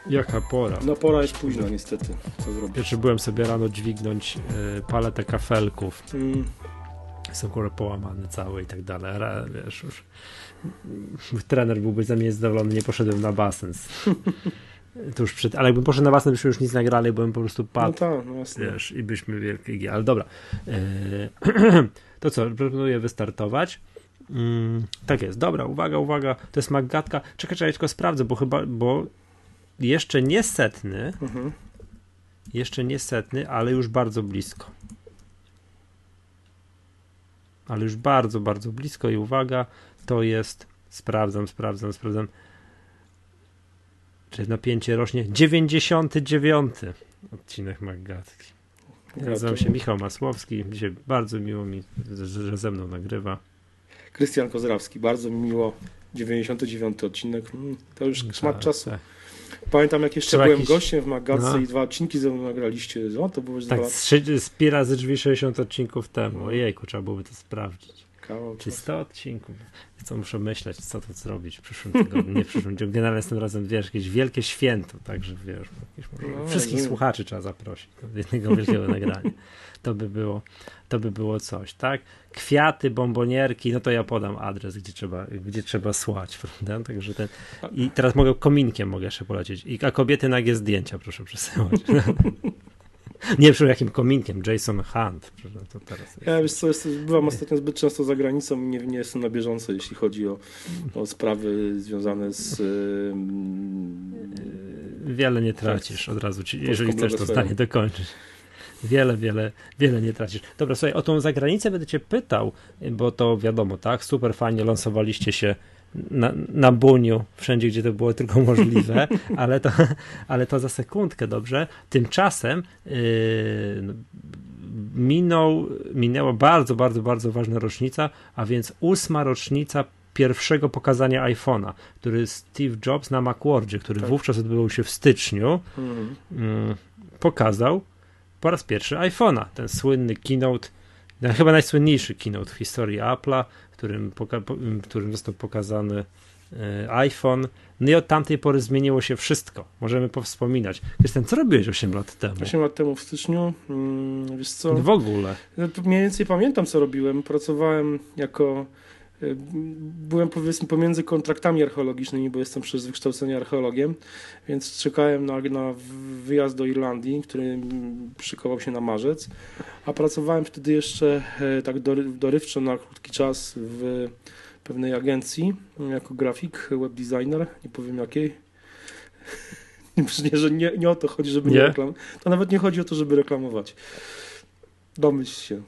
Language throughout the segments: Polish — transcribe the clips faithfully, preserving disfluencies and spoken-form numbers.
Jaka pora? No pora jest późna niestety, co zrobić. Jeszcze byłem sobie rano dźwignąć y, paletę kafelków. Mm. Są kurwa połamane całe i tak dalej. Ra, wiesz, już trener byłby ze mnie zadowolony, nie poszedłem na basen. To już przed, ale jakbym poszedł na basen, byśmy już nic nagrali, bo bym po prostu padł. No tak, no jasne. Wiesz, i byśmy wielki, ale dobra. Yy, to co, proponuję wystartować. Yy, tak jest, dobra, uwaga, uwaga, to jest Maggatka. Czekaj, czekaj, tylko sprawdzę, bo chyba, bo jeszcze nie setny, mhm. jeszcze nie setny, ale już bardzo blisko. Ale już bardzo, bardzo blisko i uwaga, to jest, sprawdzam, sprawdzam, sprawdzam, czy napięcie rośnie, dziewięćdziesiąty dziewiąty odcinek Maggatki. Nazywam się Michał Masłowski, dzisiaj bardzo miło mi, że ze mną nagrywa. Krystian Kozrawski, bardzo mi miło, dziewięćdziesiąty dziewiąty odcinek, to już szmat tak, czasu. Tak. Pamiętam, jak jeszcze Trzeba byłem jakiś... gościem w Maggatce no. i dwa odcinki ze mną nagraliście. O, to było tak, dwa... z pi razy drzwi sześćdziesiąt odcinków temu. Ojejku, trzeba byłoby to sprawdzić. Kawał Czy sto odcinków? Co muszę myśleć, co to zrobić w przyszłym tygodniu, nie w przyszłym tygodniu. Generalnie jestem razem, wiesz, jakieś wielkie święto, także wiesz, jakieś może no, wszystkich nie. słuchaczy trzeba zaprosić do jednego wielkiego nagrania. To by było, to by było coś, tak? Kwiaty, bombonierki, no to ja podam adres, gdzie trzeba, gdzie trzeba słać, prawda? Także ten... I teraz mogę kominkiem mogę jeszcze polecieć. I, a kobiety nagie zdjęcia proszę przesyłać. Nie wiem, jakim kominkiem, Jason Hunt. To teraz ja wiesz co, jest, byłam ostatnio zbyt często za granicą i nie, nie jestem na bieżąco, jeśli chodzi o, o sprawy związane z... Yy, wiele nie tracisz, od razu ci, jeżeli chcesz to zdanie dokończyć. Wiele, wiele, wiele nie tracisz. Dobra, słuchaj, o tą zagranicę będę cię pytał, bo to wiadomo, tak, super fajnie lansowaliście się na, na Buniu, wszędzie, gdzie to było tylko możliwe, ale to, ale to za sekundkę, dobrze? Tymczasem yy, minął, minęła bardzo, bardzo, bardzo ważna rocznica, a więc ósma rocznica pierwszego pokazania iPhone'a, który Steve Jobs na Macworldzie, który tak. wówczas odbywał się w styczniu, mhm. yy, pokazał po raz pierwszy iPhone'a, ten słynny keynote, chyba najsłynniejszy keynote w historii Apple'a, w którym, poka- w którym został pokazany e, iPhone. No i od tamtej pory zmieniło się wszystko. Możemy powspominać. Krystian, co robiłeś osiem lat temu? osiem lat temu w styczniu, hmm, wiesz co? W ogóle. Mniej więcej pamiętam, co robiłem. Pracowałem jako... Byłem powiedzmy pomiędzy kontraktami archeologicznymi, bo jestem przez wykształcenie archeologiem, więc czekałem na, na wyjazd do Irlandii, który szykował się na marzec, a pracowałem wtedy jeszcze tak dorywczo na krótki czas w pewnej agencji jako grafik, web designer, nie powiem jakiej. Nie, że nie, nie o to chodzi, żeby nie, nie reklamować. To nawet nie chodzi o to, żeby reklamować. Domyśl się.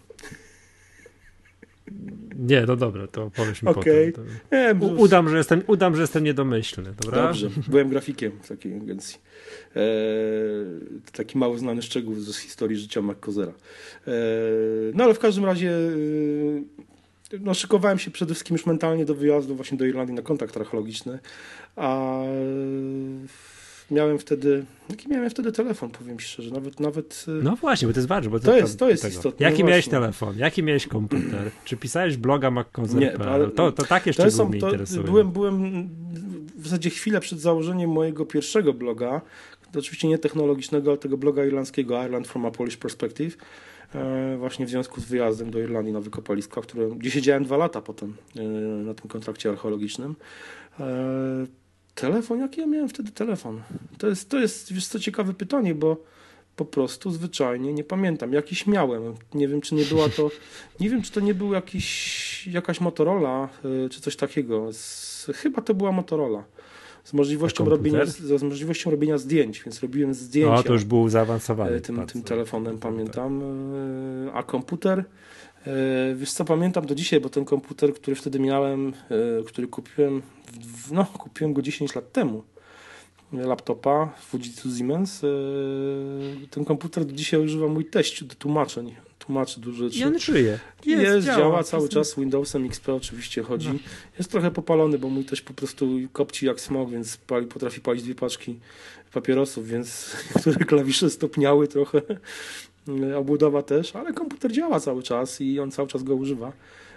Nie, no dobra, to powiesz mi okay. potem. To... Nie, udam, że jestem, udam, że jestem niedomyślny, dobra? Dobrze, byłem grafikiem w takiej agencji. Eee, taki mało znany szczegół z historii życia MacCozera. Eee, no ale w każdym razie e, no, szykowałem się przede wszystkim już mentalnie do wyjazdu właśnie do Irlandii na kontakt archeologiczny, a miałem wtedy, jaki miałem wtedy telefon, powiem ci szczerze, nawet... nawet no właśnie, bo to jest ważne. Bo to, to jest, to jest istotne. Jaki no miałeś właśnie. telefon? Jaki miałeś komputer? Czy pisałeś bloga MacCozer kropka p l? Nie, ale to, to takie to szczegóły mnie to, interesują. Byłem, byłem w zasadzie chwilę przed założeniem mojego pierwszego bloga, to oczywiście nie technologicznego, ale tego bloga irlandzkiego, Ireland from a Polish Perspective, e, właśnie w związku z wyjazdem do Irlandii na wykopaliska, które, gdzie siedziałem dwa lata potem e, na tym kontrakcie archeologicznym. E, Telefon? Jaki ja miałem wtedy telefon? To jest, to jest wiesz co, ciekawe pytanie, bo po prostu zwyczajnie nie pamiętam. Jakiś miałem. Nie wiem, czy nie była to... Nie wiem, czy to nie był jakiś, jakaś Motorola, czy coś takiego. Z, chyba to była Motorola. Z możliwością, robienia, z, z możliwością robienia zdjęć, więc robiłem zdjęcia. No, to już był zaawansowany. Tym, tym telefonem, pamiętam. A komputer... Wiesz co, pamiętam do dzisiaj, bo ten komputer, który wtedy miałem, który kupiłem, no kupiłem go dziesięć lat temu, laptopa Fujitsu Siemens, ten komputer do dzisiaj używa mój teść do tłumaczeń, tłumaczy dużo rzeczy. I on żyje. Jest, jest działa, działa cały czas, Windowsem X P oczywiście chodzi. No. Jest trochę popalony, bo mój teść po prostu kopci jak smog, więc pali, potrafi palić dwie paczki papierosów, więc niektóre klawisze stopniały trochę. Obudowa też, ale komputer działa cały czas i on cały czas go używa.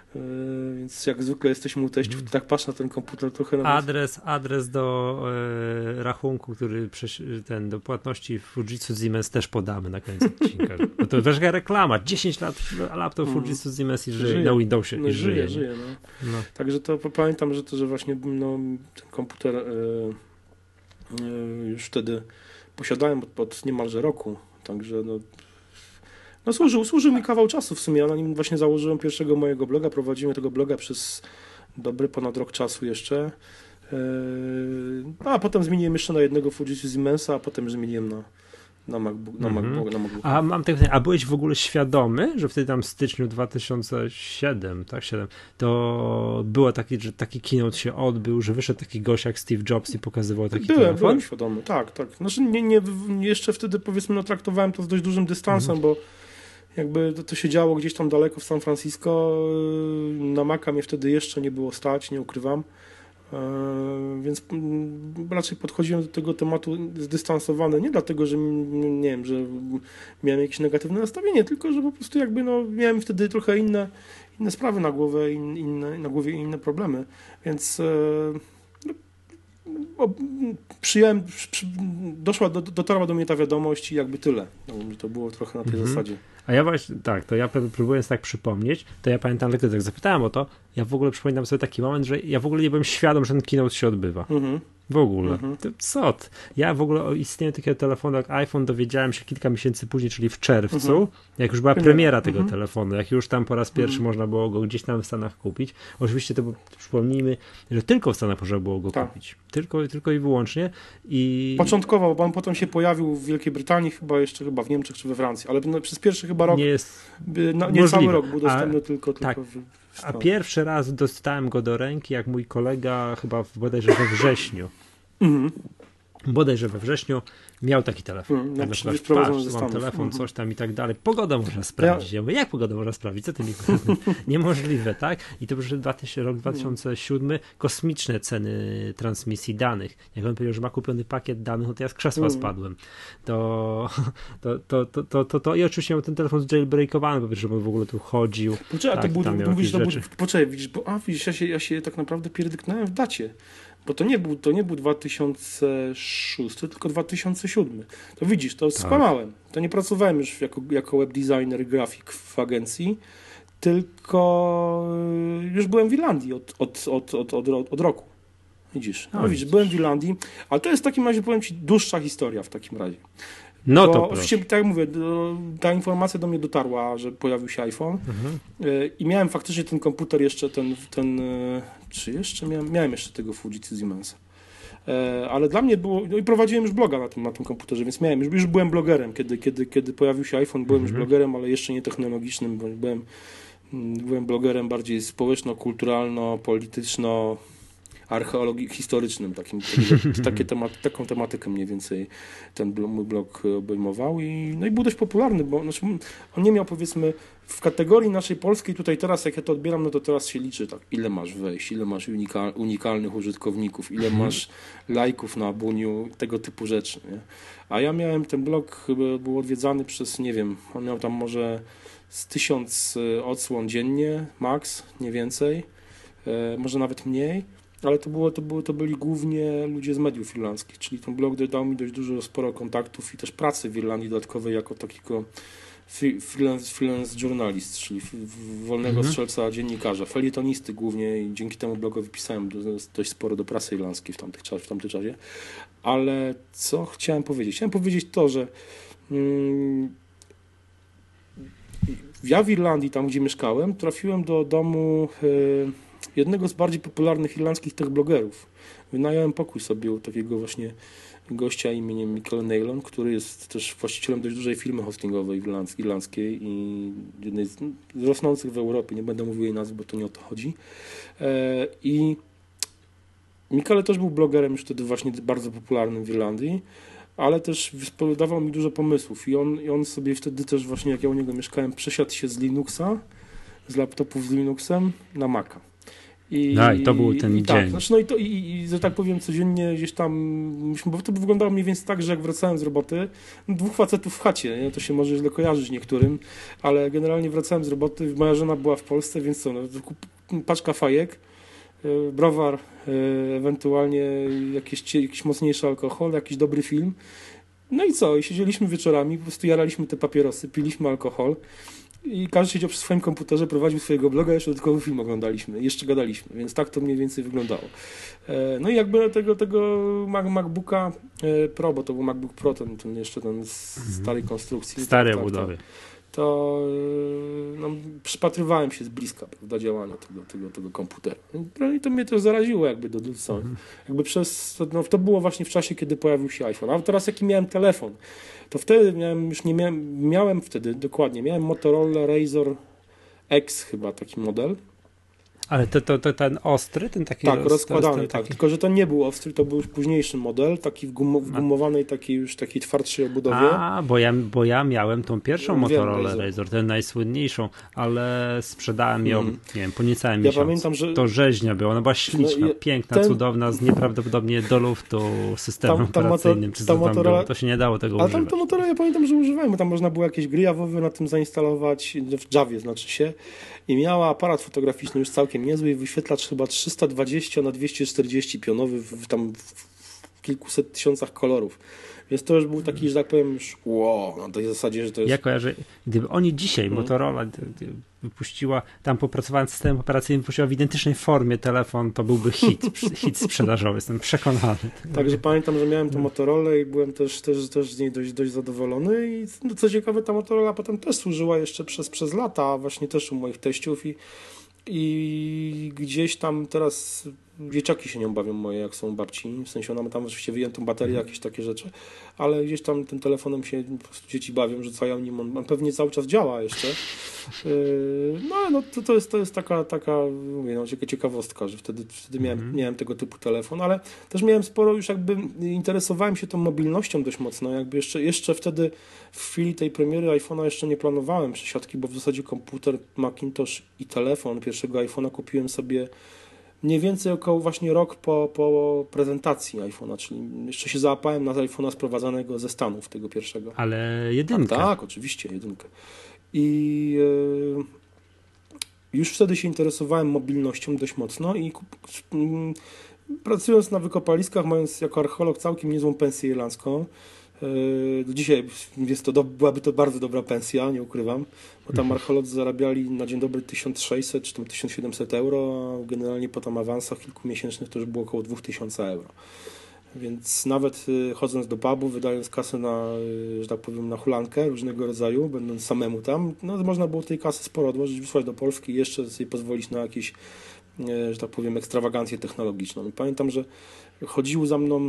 Więc jak zwykle jesteśmy u teściów, to tak patrzę na ten komputer trochę nawet... Adres, adres do e, rachunku, który przecież, ten do płatności w Fujitsu Siemens też podamy na końcu odcinka. No to wiesz, reklama, dziesięć lat laptop Fujitsu Siemens i żyje, żyje. Na Windowsie no, i żyje. żyje, żyje no. No. Także to pamiętam, że to, że właśnie no, ten komputer e, e, już wtedy posiadałem od, od niemalże roku, także no No służył, służył mi kawał czasu w sumie, ja na nim właśnie założyłem pierwszego mojego bloga, prowadziłem tego bloga przez dobry ponad rok czasu jeszcze, no, a potem zmieniłem jeszcze na jednego Fujitsu Siemensa, a potem zmieniłem na, na MacBook. Na mhm. MacBook, na MacBook. A mam takie pytanie, a byłeś w ogóle świadomy, że wtedy tam w styczniu dwa tysiące siódmym, tak, siedem, to było taki, że taki keynote się odbył, że wyszedł taki gość jak Steve Jobs i pokazywał taki byłem, telefon? Byłem świadomy, tak, tak. Znaczy nie, nie, jeszcze wtedy powiedzmy no, traktowałem to z dość dużym dystansem, mhm. bo jakby to, to się działo gdzieś tam daleko w San Francisco, na Maca mnie wtedy jeszcze nie było stać, nie ukrywam, więc raczej podchodziłem do tego tematu zdystansowany, nie dlatego, że nie wiem, że miałem jakieś negatywne nastawienie, tylko, że po prostu jakby no miałem wtedy trochę inne, inne sprawy na głowę, inne, na głowie i inne problemy, więc no, o, przyjąłem, przy, doszła, do, dotarła do mnie ta wiadomość i jakby tyle, no, że to było trochę na tej mhm. zasadzie. A ja właśnie, tak, to ja próbując tak przypomnieć, to ja pamiętam, że tak zapytałem o to, ja w ogóle przypominam sobie taki moment, że ja w ogóle nie byłem świadom, że ten keynote się odbywa. Mhm. W ogóle. Mhm. To co? Ja w ogóle o istnieniu takiego telefonu jak iPhone dowiedziałem się kilka miesięcy później, czyli w czerwcu, mhm. jak już była premiera tego mhm. telefonu, jak już tam po raz pierwszy mhm. można było go gdzieś tam w Stanach kupić. Oczywiście to przypomnijmy, że tylko w Stanach można było go tak. kupić. Tylko, tylko i wyłącznie. I... Początkowo, bo on potem się pojawił w Wielkiej Brytanii, chyba jeszcze chyba w Niemczech czy we Francji, ale no, przez pierwszy chyba rok, nie, jest nie możliwe. Cały rok był dostępny A, tylko, tak. tylko w, w A pierwszy raz dostałem go do ręki, jak mój kolega chyba bodajże we wrześniu. Mhm. Bodajże we wrzesiu miał taki telefon. Mm, tak, patrz, patrz, mam telefon, coś tam i tak dalej. Pogoda można sprawdzić. Ja mówię, jak pogoda można sprawdzić? Co ty mi Niemożliwe, tak? I to był rok dwa tysiące siódmy, kosmiczne ceny transmisji danych. Jak on powiedział, że ma kupiony pakiet danych, no to ja z krzesła mm. spadłem. To, to, to, to, to, to, to i oczywiście miał ten telefon jailbreakowany, bo żeby on w ogóle tu chodził. Poczekaj, tak, to był, mówisz, to był, poczekaj, widzisz, bo a, widzisz, ja się, ja się tak naprawdę pierdyknąłem w dacie. Bo to nie był, to nie był dwa tysiące szósty, tylko dwa tysiące siódmy. To widzisz, to tak. skłamałem. To nie pracowałem już jako, jako web designer i grafik w agencji, tylko już byłem w Irlandii od, od, od, od, od, od roku. Widzisz, no, no widzisz, byłem w Irlandii, ale to jest w takim razie, powiem ci, dłuższa historia w takim razie. No Bo to oczywiście, tak jak mówię, do, ta informacja do mnie dotarła, że pojawił się iPhone mhm. y, i miałem faktycznie ten komputer jeszcze, ten, ten y, czy jeszcze miałem, miałem jeszcze tego Fujitsu Siemensa. Y, ale dla mnie było, no i prowadziłem już bloga na tym, na tym komputerze, więc miałem, już, już byłem blogerem, kiedy, kiedy, kiedy pojawił się iPhone, byłem mhm. już blogerem, ale jeszcze nie technologicznym, bo byłem, byłem blogerem bardziej społeczno-kulturalno-polityczno archeologii historycznym, takim, takie temat, taką tematykę mniej więcej ten mój blog obejmował i, no i był dość popularny, bo znaczy, on nie miał powiedzmy w kategorii naszej polskiej, tutaj teraz jak ja to odbieram, no to teraz się liczy tak, ile masz wejść, ile masz unika, unikalnych użytkowników, ile masz lajków na Buniu, tego typu rzeczy, nie? A ja miałem ten blog, chyba był odwiedzany przez, nie wiem, on miał tam może z tysiąc odsłon dziennie, max, nie więcej, e, może nawet mniej. Ale to, było, to, było, to byli głównie ludzie z mediów irlandzkich, czyli ten blog dał mi dość dużo, sporo kontaktów i też pracy w Irlandii dodatkowej jako takiego freelance, freelance journalist, czyli wolnego mhm. strzelca dziennikarza, felietonisty głównie i dzięki temu blogowi pisałem dość sporo do prasy irlandzkiej w tamtych, w tamtym czasie. Ale co chciałem powiedzieć? Chciałem powiedzieć to, że mm, ja w Irlandii, tam gdzie mieszkałem, trafiłem do domu yy, jednego z bardziej popularnych irlandzkich tech blogerów. Wynająłem pokój sobie u takiego właśnie gościa imieniem Michael Naylon, który jest też właścicielem dość dużej firmy hostingowej irlandzkiej i jednej z rosnących w Europie. Nie będę mówił jej nazwy, bo to nie o to chodzi. I Michael też był blogerem już wtedy właśnie bardzo popularnym w Irlandii, ale też dawał mi dużo pomysłów i on, i on sobie wtedy też właśnie, jak ja u niego mieszkałem, przesiadł się z Linuxa, z laptopów z Linuxem na Maca. I, no i to był ten i dzień. Tak, znaczy, no i to, i, i, że tak powiem, codziennie gdzieś tam, bo to wyglądało mniej więcej tak, że jak wracałem z roboty, no dwóch facetów w chacie, nie? To się może źle kojarzyć niektórym, ale generalnie wracałem z roboty, moja żona była w Polsce, więc co, no, paczka fajek, browar, ewentualnie jakieś, jakiś mocniejszy alkohol, jakiś dobry film. No i co? I siedzieliśmy wieczorami, po prostu jaraliśmy te papierosy, piliśmy alkohol i każdy siedział przy swoim komputerze, prowadził swojego bloga, jeszcze dodatkowy film oglądaliśmy, jeszcze gadaliśmy, więc tak to mniej więcej wyglądało. No i jakby tego, tego MacBooka Pro, bo to był MacBook Pro, ten, ten jeszcze ten z starej konstrukcji. Stare tak, budowy. Tak, to no, przypatrywałem się z bliska do działania tego, tego, tego komputera. No i to mnie też zaraziło jakby do, do mhm. jakby przez, no, to było właśnie w czasie, kiedy pojawił się iPhone. A teraz jaki miałem telefon, to wtedy miałem, już nie miałem, miałem wtedy dokładnie, miałem Motorola Razr X chyba taki model. Ale to, to, to ten ostry, ten taki... Tak, rozkładany, tak. Taki... Tylko, że to nie był ostry, to był już późniejszy model, taki w, gum, w gumowanej, takiej już takiej twardszej obudowie. A, bo ja, bo ja miałem tą pierwszą no, Motorola Razr, tę najsłynniejszą, ale sprzedałem ją, mm. nie wiem, po niecałym ja miesiącu. Pamiętam, że... To rzeźnia była, ona była śliczna, no, ja, piękna, ten... cudowna, z nieprawdopodobnie do luftu systemem tam, tam operacyjnym, czy co tam było, to się nie dało tego ale używać. Ale tam to Motorola, ja pamiętam, że używałem, bo tam można było jakieś gry jawowe na tym zainstalować, w Javie znaczy się, i miała aparat fotograficzny już całkiem niezły i wyświetlacz chyba trzysta dwadzieścia na dwieście czterdzieści pionowy w, w tam w kilkuset tysiącach kolorów. Więc to już był taki, że tak powiem, już wow, na tej zasadzie, że to jest... Ja kojarzę, gdyby oni dzisiaj, hmm. Motorola wypuściła, tam popracowałem z systemem operacyjnym, wypuściła w identycznej formie telefon, to byłby hit, hit sprzedażowy, jestem przekonany. Także pamiętam, że miałem tą Motorola i byłem też, też, też z niej dość, dość zadowolony i no, co ciekawe, ta Motorola potem też służyła jeszcze przez, przez lata, właśnie też u moich teściów i, i gdzieś tam teraz dzieciaki się nią bawią moje, jak są babci, w sensie ona ma tam oczywiście wyjętą baterię, jakieś takie rzeczy, ale gdzieś tam tym telefonem się po prostu dzieci bawią, rzucają nim, on, on pewnie cały czas działa jeszcze. Yy, no ale no, to, to, jest, to jest taka, taka mówię, no, ciekawostka, że wtedy, wtedy miałem, mm-hmm. miałem tego typu telefon, ale też miałem sporo już jakby, interesowałem się tą mobilnością dość mocno, jakby jeszcze, jeszcze wtedy w chwili tej premiery iPhone'a jeszcze nie planowałem przesiadki, bo w zasadzie komputer, Macintosh i telefon pierwszego iPhone'a kupiłem sobie mniej więcej około właśnie rok po, po prezentacji iPhone'a, czyli jeszcze się załapałem na iPhone'a sprowadzanego ze Stanów, tego pierwszego. Ale jedynkę. Tak, tak, oczywiście, jedynkę. I yy, już wtedy się interesowałem mobilnością dość mocno i yy, pracując na wykopaliskach, mając jako archeolog całkiem niezłą pensję irlandzką, Yy, dzisiaj jest to do, byłaby to bardzo dobra pensja, nie ukrywam, bo tam archeolodzy zarabiali na dzień dobry tysiąc sześćset czy tam tysiąc siedemset euro, a generalnie po tam awansach kilkumiesięcznych to już było około dwa tysiące euro. Więc nawet y, chodząc do pubu, wydając kasę na, y, że tak powiem, na hulankę różnego rodzaju, będąc samemu tam, no można było tej kasy sporo odłożyć, wysłać do Polski i jeszcze sobie pozwolić na jakieś, y, że tak powiem, ekstrawagancję technologiczną. I pamiętam, że chodził za mną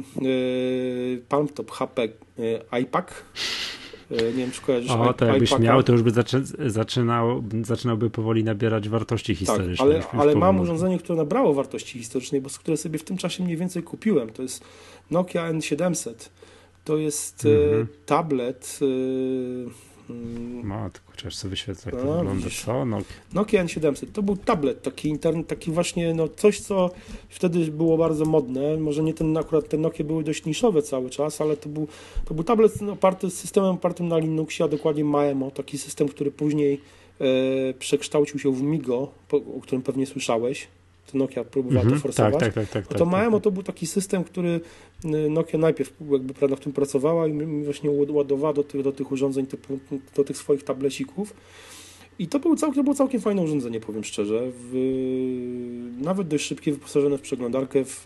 y, Palmtop H P y, iPack. Y, nie wiem, czy kojarzysz. O, to jakbyś iPacka. Miał, to już by zaczy, zaczynał, zaczynałby powoli nabierać wartości historycznej. Tak, ale, ale mam urządzenie, które nabrało wartości historycznej, bo które sobie w tym czasie mniej więcej kupiłem. To jest Nokia N siedemset. To jest mhm. y, tablet... Y, Matko, trzeba sobie wyświetlać, jak to no, wygląda. Co? No. Nokia N siedemset. To był tablet, taki internet, taki właśnie, no coś, co wtedy było bardzo modne. Może nie ten, akurat te Nokie były dość niszowe cały czas, ale to był, to był tablet oparty, z systemem opartym na Linuxie, a dokładnie Maemo, taki system, który później e, przekształcił się w Migo, po, o którym pewnie słyszałeś. To Nokia próbowała mm-hmm, to forsować. Tak, tak, tak, tak, no to tak, Maemo tak. to był taki system, który Nokia najpierw jakby nad tym pracowała i właśnie ładowała do tych, do tych urządzeń, typu, do tych swoich tablecików. I to było całkiem, było całkiem fajne urządzenie, powiem szczerze. W, nawet dość szybkie, wyposażone w przeglądarkę, w,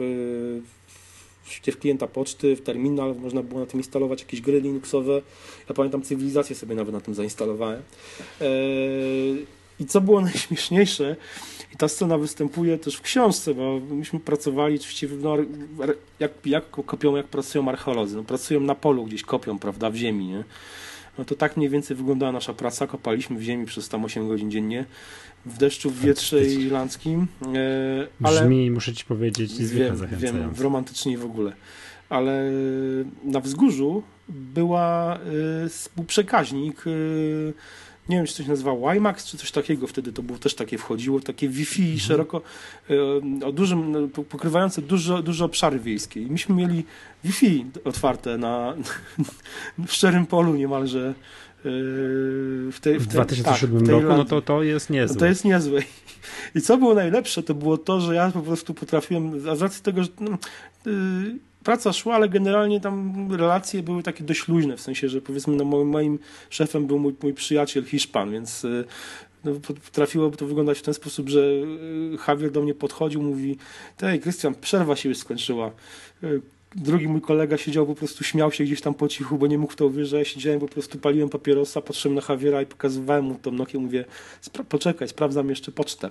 w klienta poczty, w terminal. Można było na tym instalować jakieś gry linuxowe. Ja pamiętam, Cywilizację sobie nawet na tym zainstalowałem. Eee, I co było najśmieszniejsze, i ta scena występuje też w książce, bo myśmy pracowali oczywiście, no, jak, jak kopią, jak pracują archeolodzy. No, pracują na polu, gdzieś kopią, prawda, w ziemi, nie? No to tak mniej więcej wyglądała nasza praca. Kopaliśmy w ziemi przez tam osiem godzin dziennie, w deszczu, w wietrze irlandzkim. E, ale brzmi, muszę ci powiedzieć, zwykle zachęcająco. Wiem, w romantycznie w ogóle. Ale na wzgórzu była, był przekaźnik nie wiem, czy to się nazywa WiMAX, czy coś takiego, wtedy to było też takie wchodziło, takie Wi-Fi mhm. szeroko, o dużym, pokrywające dużo, dużo obszary wiejskie. I myśmy mieli Wi-Fi otwarte na, w szczerym polu niemalże. W, tej, w, w dwa tysiące siódmym tak, roku, no to to jest niezłe. No to jest niezłe. I co było najlepsze, to było to, że ja po prostu potrafiłem, a z racji tego, że no, yy, praca szła, ale generalnie tam relacje były takie dość luźne, w sensie, że powiedzmy no, moim, moim szefem był mój, mój przyjaciel Hiszpan, więc yy, no, potrafiło to wyglądać w ten sposób, że yy, Javier do mnie podchodził, mówi: tej, Krystian, przerwa się już skończyła. Yy, Drugi mój kolega siedział, po prostu śmiał się gdzieś tam po cichu, bo nie mógł w to uwierzyć, że ja siedziałem, po prostu paliłem papierosa, patrzyłem na Javiera i pokazywałem mu tą Nokię, mówię: Spra- poczekaj, sprawdzam jeszcze pocztę.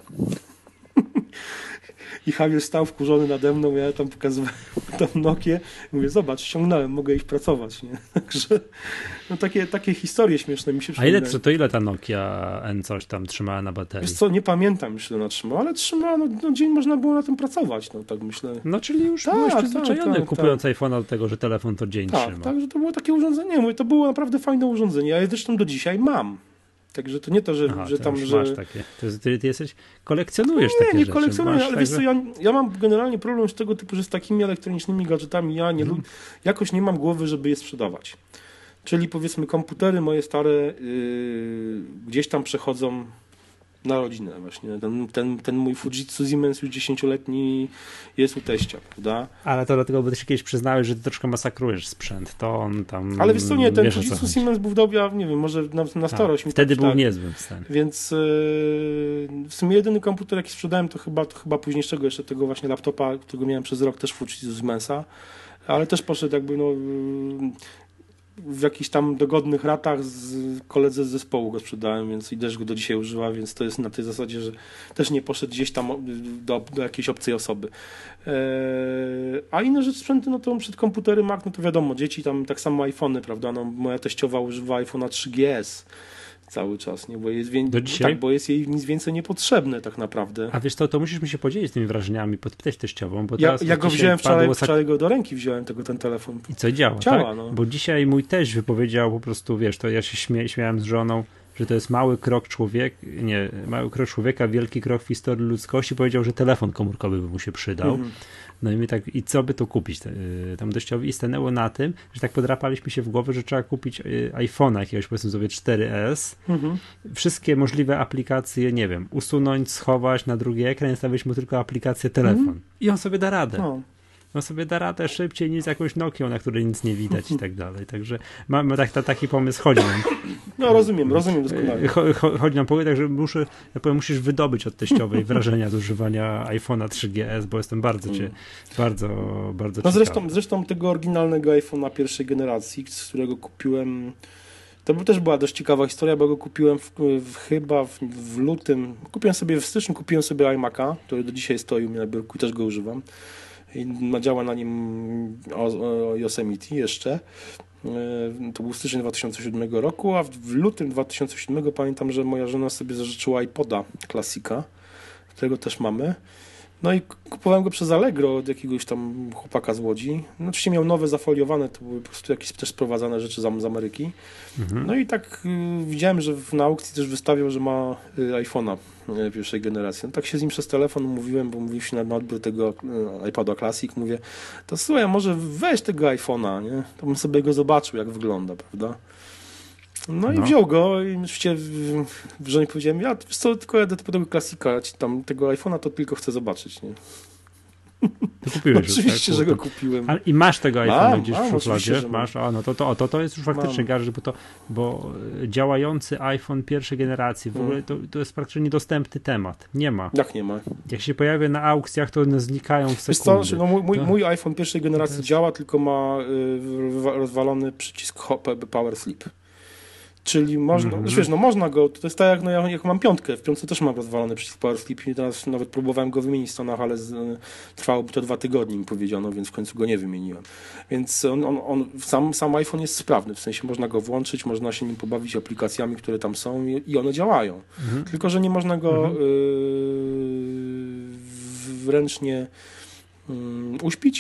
I Javier stał wkurzony nade mną, ja tam pokazywałem tą Nokię, mówię: zobacz, ściągnąłem, mogę iść pracować, nie? Także no takie, takie historie śmieszne mi się przypominają. A ile, co, to ile ta Nokia N coś tam trzymała na baterii? Wiesz co, nie pamiętam już ile ona trzymała, ale trzymała, no, no dzień można było na tym pracować, no tak myślę. No czyli już tak, byłeś przyzwyczajony, tak, kupując tak. iPhone'a do tego, że telefon to dzień tak, trzyma. Tak, że to było takie urządzenie, mówię, to było naprawdę fajne urządzenie, ja je zresztą do dzisiaj mam. Także to nie to, że, Aha, że tam, że... Masz takie. To ty, ty jesteś, kolekcjonujesz nie, takie nie rzeczy. kolekcjonuję, Masz ale tak, wiesz co, ja, ja mam generalnie problem z tego typu, że z takimi elektronicznymi gadżetami ja nie hmm. jakoś nie mam głowy, żeby je sprzedawać. Czyli powiedzmy komputery moje stare yy, gdzieś tam przechodzą na rodzinę właśnie. Ten, ten, ten mój Fujitsu Siemens już dziesięcioletni jest u teścia, prawda? Ale to dlatego, bo ty się kiedyś przyznałeś, że ty troszkę masakrujesz sprzęt. To on tam... Ale wiesz co, nie, ten wiesz, Fujitsu Siemens był w dobie, nie wiem, może na, na starość. A, wtedy tak, był tak. niezłym w stanie. Więc yy, w sumie jedyny komputer, jaki sprzedałem, to chyba, to chyba późniejszego jeszcze tego właśnie laptopa, którego miałem przez rok, też Fujitsu Siemensa, ale też poszedł jakby no... Yy, w jakichś tam dogodnych ratach z koledze z zespołu go sprzedałem, więc i też go do dzisiaj używa, więc to jest na tej zasadzie, że też nie poszedł gdzieś tam do, do jakiejś obcej osoby. Eee, a inne rzeczy sprzęty, no to przed komputery Mac, no to wiadomo, dzieci tam tak samo iPhony, prawda, no moja teściowa używa iPhone'a trzy G S cały czas, nie? Bo jest, wie... do dzisiaj? Tak, bo jest jej nic więcej niepotrzebne tak naprawdę. A wiesz to, to musisz mi się podzielić tymi wrażeniami, podpytać teściową, bo ja, teraz... Ja go wziąłem wczoraj, padło... wczoraj go do ręki wziąłem tego, ten telefon. I co działa, działa tak? No. Bo dzisiaj mój teść wypowiedział po prostu, wiesz, to ja się śmie... śmiałem z żoną, że to jest mały krok człowieka, nie, mały krok człowieka, wielki krok w historii ludzkości. Powiedział, że telefon komórkowy by mu się przydał. Mhm. No i my tak, i co by to kupić tam teściowi? I stanęło na tym, że tak podrapaliśmy się w głowę, że trzeba kupić iPhone'a jakiegoś, powiedzmy sobie cztery S. Mhm. Wszystkie możliwe aplikacje, nie wiem, usunąć, schować na drugi ekran, stawić mu tylko aplikację telefon. Mhm. I on sobie da radę. No. On sobie da radę szybciej niż jakąś Nokią, na której nic nie widać i tak dalej. Także mamy tak, ta, taki pomysł, chodzi nam. No rozumiem, rozumiem doskonale. Chodzi nam po, także muszę, ja powiem, musisz wydobyć od teściowej wrażenia z używania iPhone'a trzy G S, bo jestem bardzo cię, bardzo, bardzo no zresztą, zresztą tego oryginalnego iPhone'a pierwszej generacji, z którego kupiłem, to też była dość ciekawa historia, bo go kupiłem w, w, chyba w, w lutym, kupiłem sobie w styczniu, kupiłem sobie iMac'a, który do dzisiaj stoi u mnie na biurku i też go używam. I działa na nim Yosemite jeszcze. To był styczeń dwa tysiące siódmego roku, a w lutym dwa tysiące siódmego pamiętam, że moja żona sobie zażyczyła iPoda Classica, którego też mamy. No i kupowałem go przez Allegro od jakiegoś tam chłopaka z Łodzi. No oczywiście miał nowe, zafoliowane, to były po prostu jakieś też sprowadzane rzeczy z Ameryki. Mhm. No i tak y, widziałem, że na aukcji też wystawiał, że ma y, iPhone'a y, pierwszej generacji. No tak się z nim przez telefon umówiłem, bo mówiliśmy na, na odbiór tego y, iPoda Classic. Mówię, to słuchaj, może weź tego iPhone'a, nie? To bym sobie go zobaczył, jak wygląda, prawda? No, no i wziął go i oczywiście w, w żonie powiedziałem, ja wiesz co, tylko jadę do tego klasika, tam tego iPhone'a to tylko chcę zobaczyć, nie? To kupiłeś no, oczywiście, tak? że go kupiłem. Ale i masz tego iPhone'a gdzieś mam, w szufladzie? Masz, a no to, to, to, to jest już faktycznie gadżet, bo to, bo działający iPhone pierwszej generacji, w hmm. ogóle to, to jest praktycznie niedostępny temat. Nie ma. Jak nie ma? Jak się pojawia na aukcjach, to one znikają w sekundy. Wiesz co, no mój, mój, to... mój iPhone pierwszej generacji jest... działa, tylko ma y, rozwalony przycisk Power Sleep. Czyli można, mm-hmm. wiesz, no można go, to jest tak jak, no, jak mam piątkę, w piątce też mam rozwalony przycisk Power Sleep i teraz nawet próbowałem go wymienić w Stanach, ale z, trwałoby to dwa tygodnie, mi powiedziano, więc w końcu go nie wymieniłem. Więc on, on, on sam, sam iPhone jest sprawny, w sensie można go włączyć, można się nim pobawić aplikacjami, które tam są i, i one działają. Mm-hmm. Tylko, że nie można go mm-hmm. y, wręcznie y, uśpić.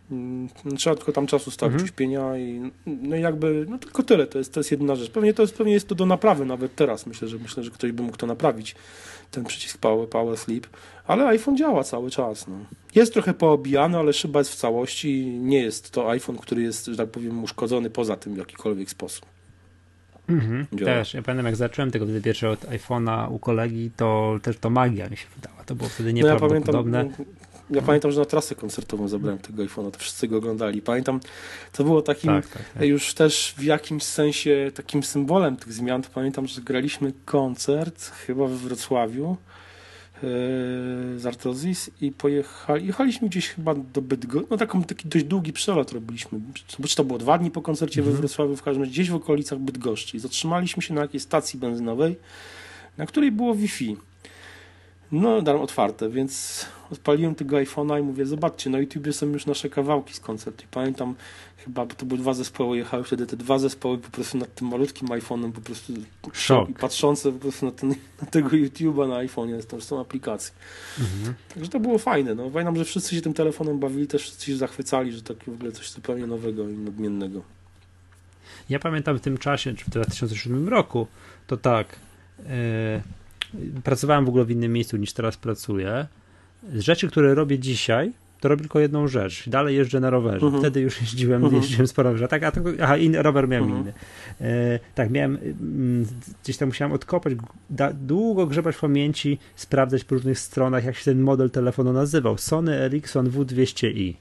Trzeba tylko tam czasu starczyć, Mhm. uśpienia i no i jakby, no tylko tyle, to jest, to jest jedyna rzecz. Pewnie to jest, pewnie jest to do naprawy nawet teraz, myślę, że myślę, że ktoś by mógł to naprawić, ten przycisk Power, power Sleep, ale iPhone działa cały czas. No. Jest trochę poobijany, ale szyba jest w całości, nie jest to iPhone, który jest, że tak powiem, uszkodzony poza tym w jakikolwiek sposób. Mhm. Też, ja pamiętam jak zacząłem tego wtedy pierwszego od iPhone'a u kolegi, to też to magia mi się wydała, to było wtedy nieprawdopodobne. No ja pamiętam, Ja pamiętam, że na trasę koncertową zabrałem tego iPhone'a, to wszyscy go oglądali. Pamiętam, to było takim tak, tak, tak. już też w jakimś sensie takim symbolem tych zmian. To pamiętam, że graliśmy koncert chyba we Wrocławiu yy, z Artozis i pojechali, jechaliśmy gdzieś chyba do Bydgoszczy, no taką, taki dość długi przelot robiliśmy, czy to było dwa dni po koncercie mm-hmm. we Wrocławiu, w każdym razie gdzieś w okolicach Bydgoszczy i zatrzymaliśmy się na jakiejś stacji benzynowej, na której było Wi-Fi. No, dam otwarte, więc odpaliłem tego iPhone'a i mówię, zobaczcie, na YouTubie są już nasze kawałki z koncertu. I pamiętam, chyba to były dwa zespoły, jechały wtedy te dwa zespoły po prostu nad tym malutkim iPhone'em, po prostu szok. I patrzące po prostu na, ten, na tego YouTube'a na iPhone'ie, to już są aplikacje. Mhm. Także to było fajne. No. Pamiętam, że wszyscy się tym telefonem bawili, też wszyscy się zachwycali, że tak w ogóle coś zupełnie nowego i nadmiennego. Ja pamiętam w tym czasie, czy w dwa tysiące siódmym roku, to tak, yy, pracowałem w ogóle w innym miejscu niż teraz pracuję. Z rzeczy, które robię dzisiaj, to robię tylko jedną rzecz. Dalej jeżdżę na rowerze. Uh-huh. Wtedy już jeździłem, uh-huh. jeździłem sporo rowerze. Tak, a to, aha, inny rower miałem uh-huh. inny. E, tak, miałem, m, gdzieś tam musiałem odkopać, da, długo grzebać w pamięci, sprawdzać po różnych stronach, jak się ten model telefonu nazywał. Sony Ericsson W dwieście i.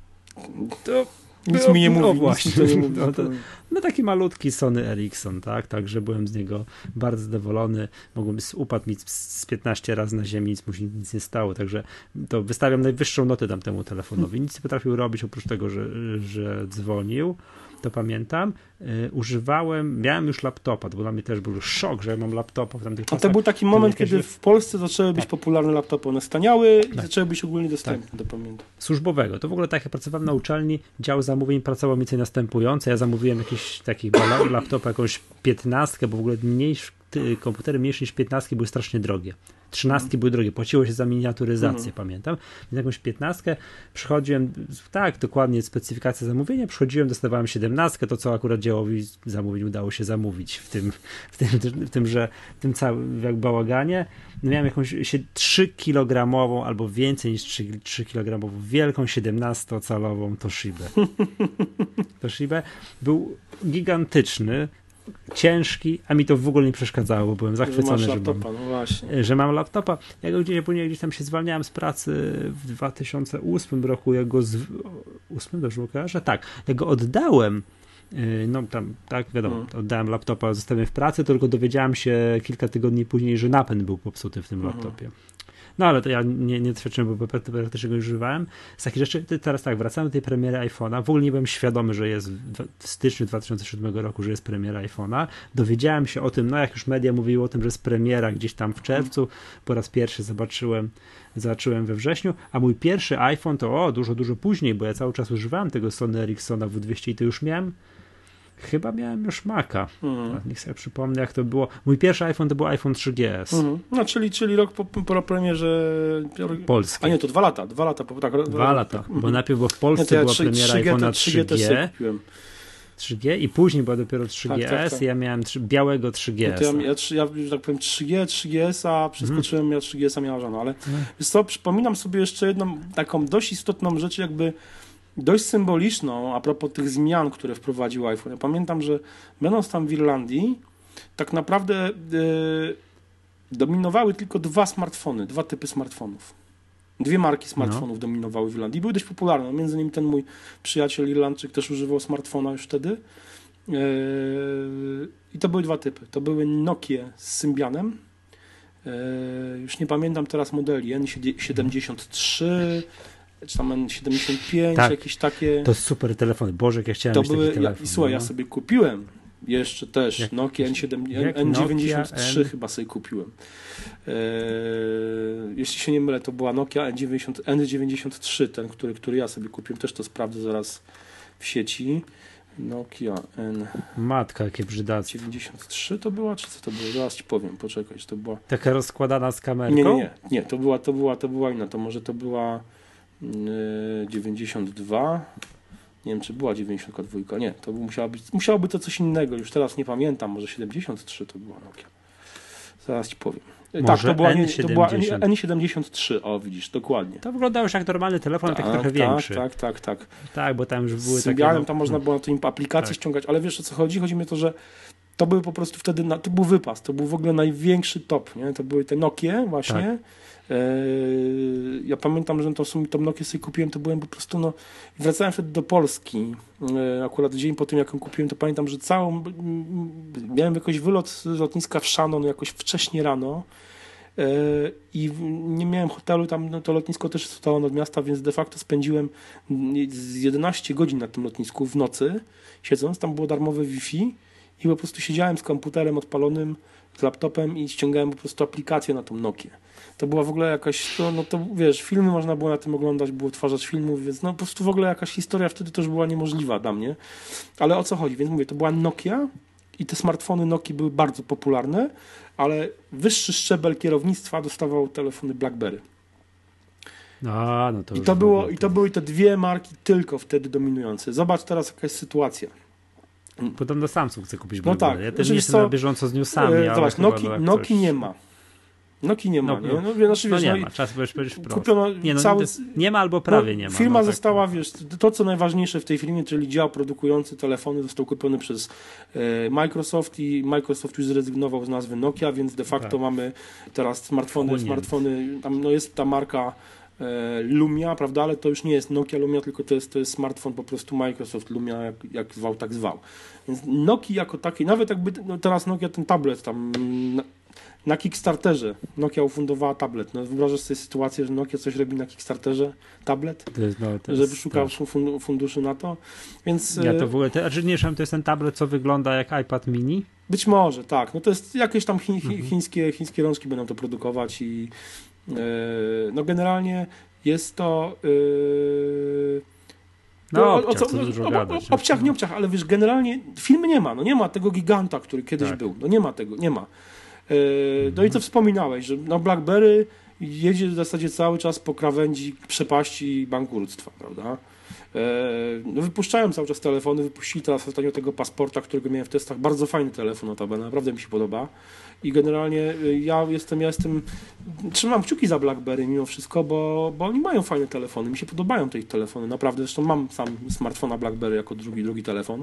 To nic mi nie mówi. No właśnie. To nie mówi. No, to, no taki malutki Sony Ericsson, tak? Także byłem z niego bardzo zadowolony. Mogłem, upadł mi z piętnaście razy na ziemi, nic mu się nic nie stało, także to wystawiam najwyższą notę tam temu telefonowi. Nic nie potrafił robić oprócz tego, że, że dzwonił. To pamiętam. Yy, używałem, miałem już laptopa, to był dla mnie też był szok, że ja mam laptopa w tamtych czasach. czasach. A to był taki moment, kiedy jakieś... w Polsce zaczęły być tak. popularne laptopy. One staniały i tak. zaczęły być ogólnie dostępne, tak. to pamiętam. Służbowego. To w ogóle tak, jak pracowałem na uczelni, dział zamówień pracował mi coś następujące. Ja zamówiłem jakiś taki laptop, jakąś piętnastkę, bo w ogóle mniejszy, komputery mniejsze niż piętnastki były strasznie drogie. Trzynastki mm. były drogie, płaciło się za miniaturyzację, mm. pamiętam. Więc jakąś piętnastkę przychodziłem, tak, dokładnie specyfikacja zamówienia, przychodziłem, dostawałem siedemnastkę, to co akurat działowi zamówień udało się zamówić w tym, w tym, w tym że w tym całym jak bałaganie. No miałem jakąś trzykilogramową albo więcej niż trzy kilogramową wielką siedemnastocalową Toshibę. Toshibę był gigantyczny, ciężki, a mi to w ogóle nie przeszkadzało, bo byłem zachwycony, że, że, mam, no właśnie. że mam laptopa. Ja go gdzieś, później gdzieś tam się zwalniałem z pracy w dwa tysiące ósmym roku, ja go z... ósmym dobrze kojarzę? Tak, ja go oddałem, no tam, tak, wiadomo, hmm. oddałem laptopa, zostawiłem w pracy, tylko dowiedziałem się kilka tygodni później, że napęd był popsuty w tym hmm. laptopie. No ale to ja nie, nie doświadczyłem, bo praktycznie go używałem. Z takich rzeczy, teraz tak, wracamy do tej premiery iPhone'a. W ogóle nie byłem świadomy, że jest w styczniu dwa tysiące siódmego roku, że jest premiera iPhone'a. Dowiedziałem się o tym, no jak już media mówiły o tym, że jest premiera gdzieś tam w czerwcu. Po raz pierwszy zobaczyłem, zobaczyłem we wrześniu, a mój pierwszy iPhone to o, dużo, dużo później, bo ja cały czas używałem tego Sony Ericssona W dwieście i to już miałem Chyba miałem już Maca. Mhm. Niech sobie przypomnę, jak to było. Mój pierwszy iPhone to był iPhone trzy G S. Mhm. No, czyli, czyli rok po, po premierze Polskiej. A nie, to dwa lata. Dwa lata. Po, tak, dwa lata, tak. Bo najpierw było w Polsce ja była trzy, premiera iPhone'a trzy G. trzy G, trzy G i później była dopiero trzy G S. Tak, tak, tak. Ja miałem trzy, białego trzy G S. No ja, ja, ja tak powiem trzy G, trzy G S, a przeskoczyłem, hmm. ja trzy G S a miała żona, ale hmm. wiesz co, przypominam sobie jeszcze jedną taką dość istotną rzecz, jakby dość symboliczną a propos tych zmian, które wprowadził iPhone. Ja pamiętam, że będąc tam w Irlandii, tak naprawdę yy, dominowały tylko dwa smartfony, dwa typy smartfonów. Dwie marki smartfonów no. dominowały w Irlandii. Były dość popularne. Między innymi ten mój przyjaciel Irlandczyk też używał smartfona już wtedy. Yy, I to były dwa typy. To były Nokie z Symbianem. Yy, już nie pamiętam teraz modeli. N siedemdziesiąt trzy czy tam N siedemdziesiąt pięć, tak, jakieś takie. To super telefony. Boże, jak ja chciałem to mieć były, taki telefon. Ja, I słuchaj, no. ja sobie kupiłem jeszcze też jak, Nokia N dziewięćdziesiąt trzy N... chyba sobie kupiłem. Eee, jeśli się nie mylę, to była Nokia N dziewięćdziesiąt trzy, ten, który, który ja sobie kupiłem. Też to sprawdzę zaraz w sieci. Nokia N... Matka, jakie brzydactwo. dziewięćdziesiąt trzy to była, czy co to było? Zaraz ci powiem, poczekaj, czy to była... Taka rozkładana z kamerką? Nie, nie, nie, nie. To była, to była, to była inna. To może to była... dziewięćdziesiąt dwa. Nie wiem, czy była dziewięćdziesiąt dwa. Nie, to musiało być, musiałoby to coś innego. Już teraz nie pamiętam. Może siedemdziesiąt trzy to była Nokia. Zaraz ci powiem. Może tak, to była, N nie, to była siedemdziesiąt. N siedemdziesiąt trzy. O, widzisz, dokładnie. To wyglądało już jak normalny telefon, tak, tak trochę większy. Tak, tak, tak. Tak, bo tam już były Z takie... sygnałem no, tam można było na to aplikację tak. ściągać, ale wiesz o co chodzi? Chodzi mi o to, że to były po prostu wtedy, na, to był wypas, to był w ogóle największy top, nie? To były te Nokie właśnie. Tak. Eee, ja pamiętam, że to w sumie tą Nokię sobie kupiłem, to byłem po prostu, no, wracałem wtedy do Polski, eee, akurat dzień po tym, jak ją kupiłem, to pamiętam, że całą, m, miałem jakoś wylot z lotniska w Shannon jakoś wcześnie rano, i nie miałem hotelu, tam no to lotnisko też stało od miasta, więc de facto spędziłem z jedenaście godzin na tym lotnisku w nocy, siedząc, tam było darmowe Wi-Fi i po prostu siedziałem z komputerem odpalonym, z laptopem i ściągałem po prostu aplikację na tą Nokię. To była w ogóle jakaś, no, no to wiesz, filmy można było na tym oglądać, było odtwarzać filmów, więc no po prostu w ogóle jakaś historia wtedy też była niemożliwa dla mnie. Ale o co chodzi? Więc mówię, to była Nokia i te smartfony Nokii były bardzo popularne, ale wyższy szczebel kierownictwa dostawał telefony BlackBerry. A, no to I to było, i to były te dwie marki tylko wtedy dominujące. Zobacz teraz, jaka jest sytuacja. Podobno Samsung chce kupić no BlackBerry. tak, ja też nie jestem na bieżąco z newsami, e, ale zobacz, Nokii, tak Nokii coś... nie ma. Nokii nie ma, no, nie? No, no, znaczy, no wiesz, nie no, ma, trzeba sobie powiedzieć wprost. Kupiono nie, no, cały... nie ma albo prawie no, nie ma. Firma no, tak, została, tak. wiesz, to co najważniejsze w tej firmie, czyli dział produkujący telefony został kupiony przez e, Microsoft i Microsoft już zrezygnował z nazwy Nokia, więc de facto tak. mamy teraz smartfony, Chłonięty. smartfony, tam no jest ta marka e, Lumia, prawda, ale to już nie jest Nokia Lumia, tylko to jest, to jest smartfon po prostu Microsoft Lumia, jak, jak zwał, tak zwał. Więc Nokii jako takiej, nawet jakby no teraz Nokia ten tablet tam... Na, Na Kickstarterze Nokia ufundowała tablet. No, wyobrażasz sobie sytuację, że Nokia coś robi na Kickstarterze, tablet, to jest, no, to żeby jest, szukał tak. funduszy na to. Więc, ja to w ogóle, to, znaczy nie wiem, to jest ten tablet, co wygląda jak iPad mini? Być może, tak. No to jest jakieś tam chi, chi, mhm. chińskie, chińskie rączki będą to produkować i yy, no generalnie jest to... Yy, No, obciach, co, co dużo ob, gadać. Obciach, nie obciach, ale wiesz, generalnie filmy nie ma. No nie ma tego giganta, który kiedyś tak. był. No nie ma tego, nie ma. No i co wspominałeś, że no BlackBerry jedzie w zasadzie cały czas po krawędzi przepaści bankructwa, prawda? No wypuszczają cały czas telefony, wypuścili teraz ostatnio tego Passporta, którego miałem w testach, bardzo fajny telefon notabene, naprawdę mi się podoba i generalnie ja jestem, ja jestem, trzymam kciuki za BlackBerry mimo wszystko, bo, bo oni mają fajne telefony, mi się podobają te ich telefony, naprawdę, zresztą mam sam smartfona BlackBerry jako drugi, drugi telefon,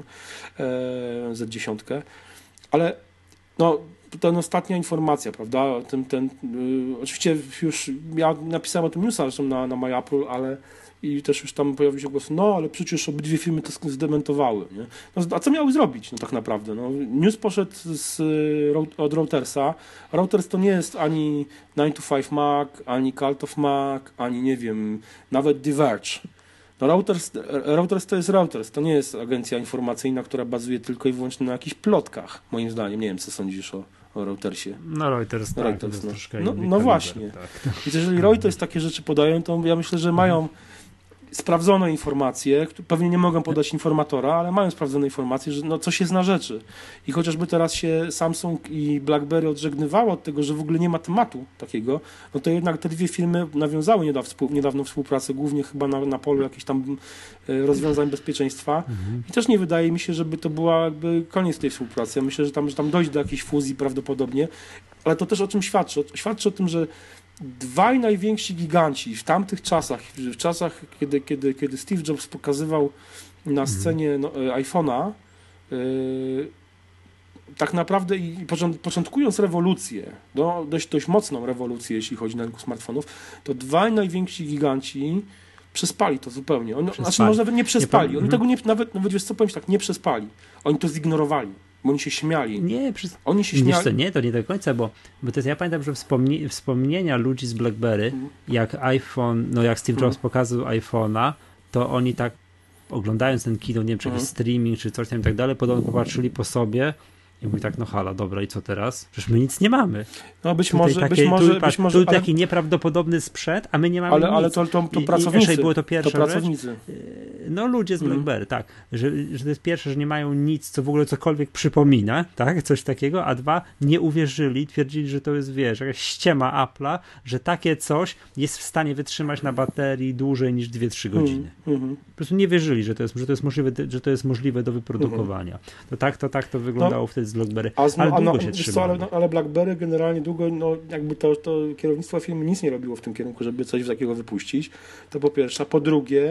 Z dziesięć, ale no ten ostatnia informacja, prawda, ten, ten, yy, oczywiście już ja napisałem o tym newsa zresztą na, na MyApple, ale i też już tam pojawił się głos, no ale przecież obydwie firmy to zdementowały, nie? No, a co miały zrobić, no tak naprawdę, no, news poszedł z, od Reutersa, Reuters to nie jest ani nine to five Mac, ani Cult of Mac, ani nie wiem, nawet The Verge. No Reuters, Reuters to jest Reuters, to nie jest agencja informacyjna, która bazuje tylko i wyłącznie na jakichś plotkach, moim zdaniem. Nie wiem, co sądzisz o, o Reutersie. No Reuters, tak, Reuters, no. troszkę no, inny no właśnie. Tak. Więc jeżeli Reuters takie rzeczy podają, to ja myślę, że mają sprawdzone informacje, pewnie nie mogą podać informatora, ale mają sprawdzone informacje, że no coś jest na rzeczy. I chociażby teraz się Samsung i BlackBerry odżegnywało od tego, że w ogóle nie ma tematu takiego, no to jednak te dwie firmy nawiązały niedawno, niedawno współpracę, głównie chyba na, na polu jakichś tam rozwiązań bezpieczeństwa. Mhm. I też nie wydaje mi się, żeby to była jakby koniec tej współpracy. Ja myślę, że tam, że tam dojdzie do jakiejś fuzji prawdopodobnie, ale to też o czym świadczy? Świadczy o tym, że dwaj najwięksi giganci w tamtych czasach, w czasach, kiedy, kiedy, kiedy Steve Jobs pokazywał na scenie no, iPhone'a, yy, tak naprawdę i początkując rewolucję, no, dość, dość mocną rewolucję, jeśli chodzi na rynku smartfonów, to dwaj najwięksi giganci przespali to zupełnie. Oni, znaczy może nawet nie przespali. Nie, Oni tego nie, nawet, nawet wiesz co, powiem tak, nie przespali. Oni to zignorowali. Bo oni się śmiali. Nie, przez... oni się śmiali. Co, nie, to nie do końca, bo, bo to jest, ja pamiętam, że wspomni, wspomnienia ludzi z BlackBerry, mm. jak iPhone, no jak Steve Jobs mm. pokazał iPhone'a, to oni tak oglądając ten kino, nie wiem, czy jakiś mm. streaming, czy coś tam i tak dalej, podobno popatrzyli po sobie I mówi tak, no hala, dobra, i co teraz? Przecież my nic nie mamy. No być Tutaj może, takie, być może, tu, patrz, być może tu ale, taki nieprawdopodobny sprzęt, a my nie mamy ale, nic. ale to, to, to I, pracownicy. I, było to pierwsza to pracownicy. Rzecz. No ludzie z BlackBerry, mm. tak. Że, że to jest pierwsze, że nie mają nic, co w ogóle cokolwiek przypomina, tak? Coś takiego, a dwa, nie uwierzyli, twierdzili, że to jest, wiesz, jakaś ściema Apple'a, że takie coś jest w stanie wytrzymać na baterii dłużej niż dwie trzy godziny. Mm. Mm. Po prostu nie wierzyli, że to jest, że to jest możliwe, że to jest możliwe do wyprodukowania. Mm. To tak to, tak to wyglądało no. wtedy z BlackBerry. A z, ale a długo no, się trzymało. Ale, no, ale BlackBerry generalnie długo, no jakby to, to kierownictwo firmy nic nie robiło w tym kierunku, żeby coś takiego wypuścić. To po pierwsze. A po drugie,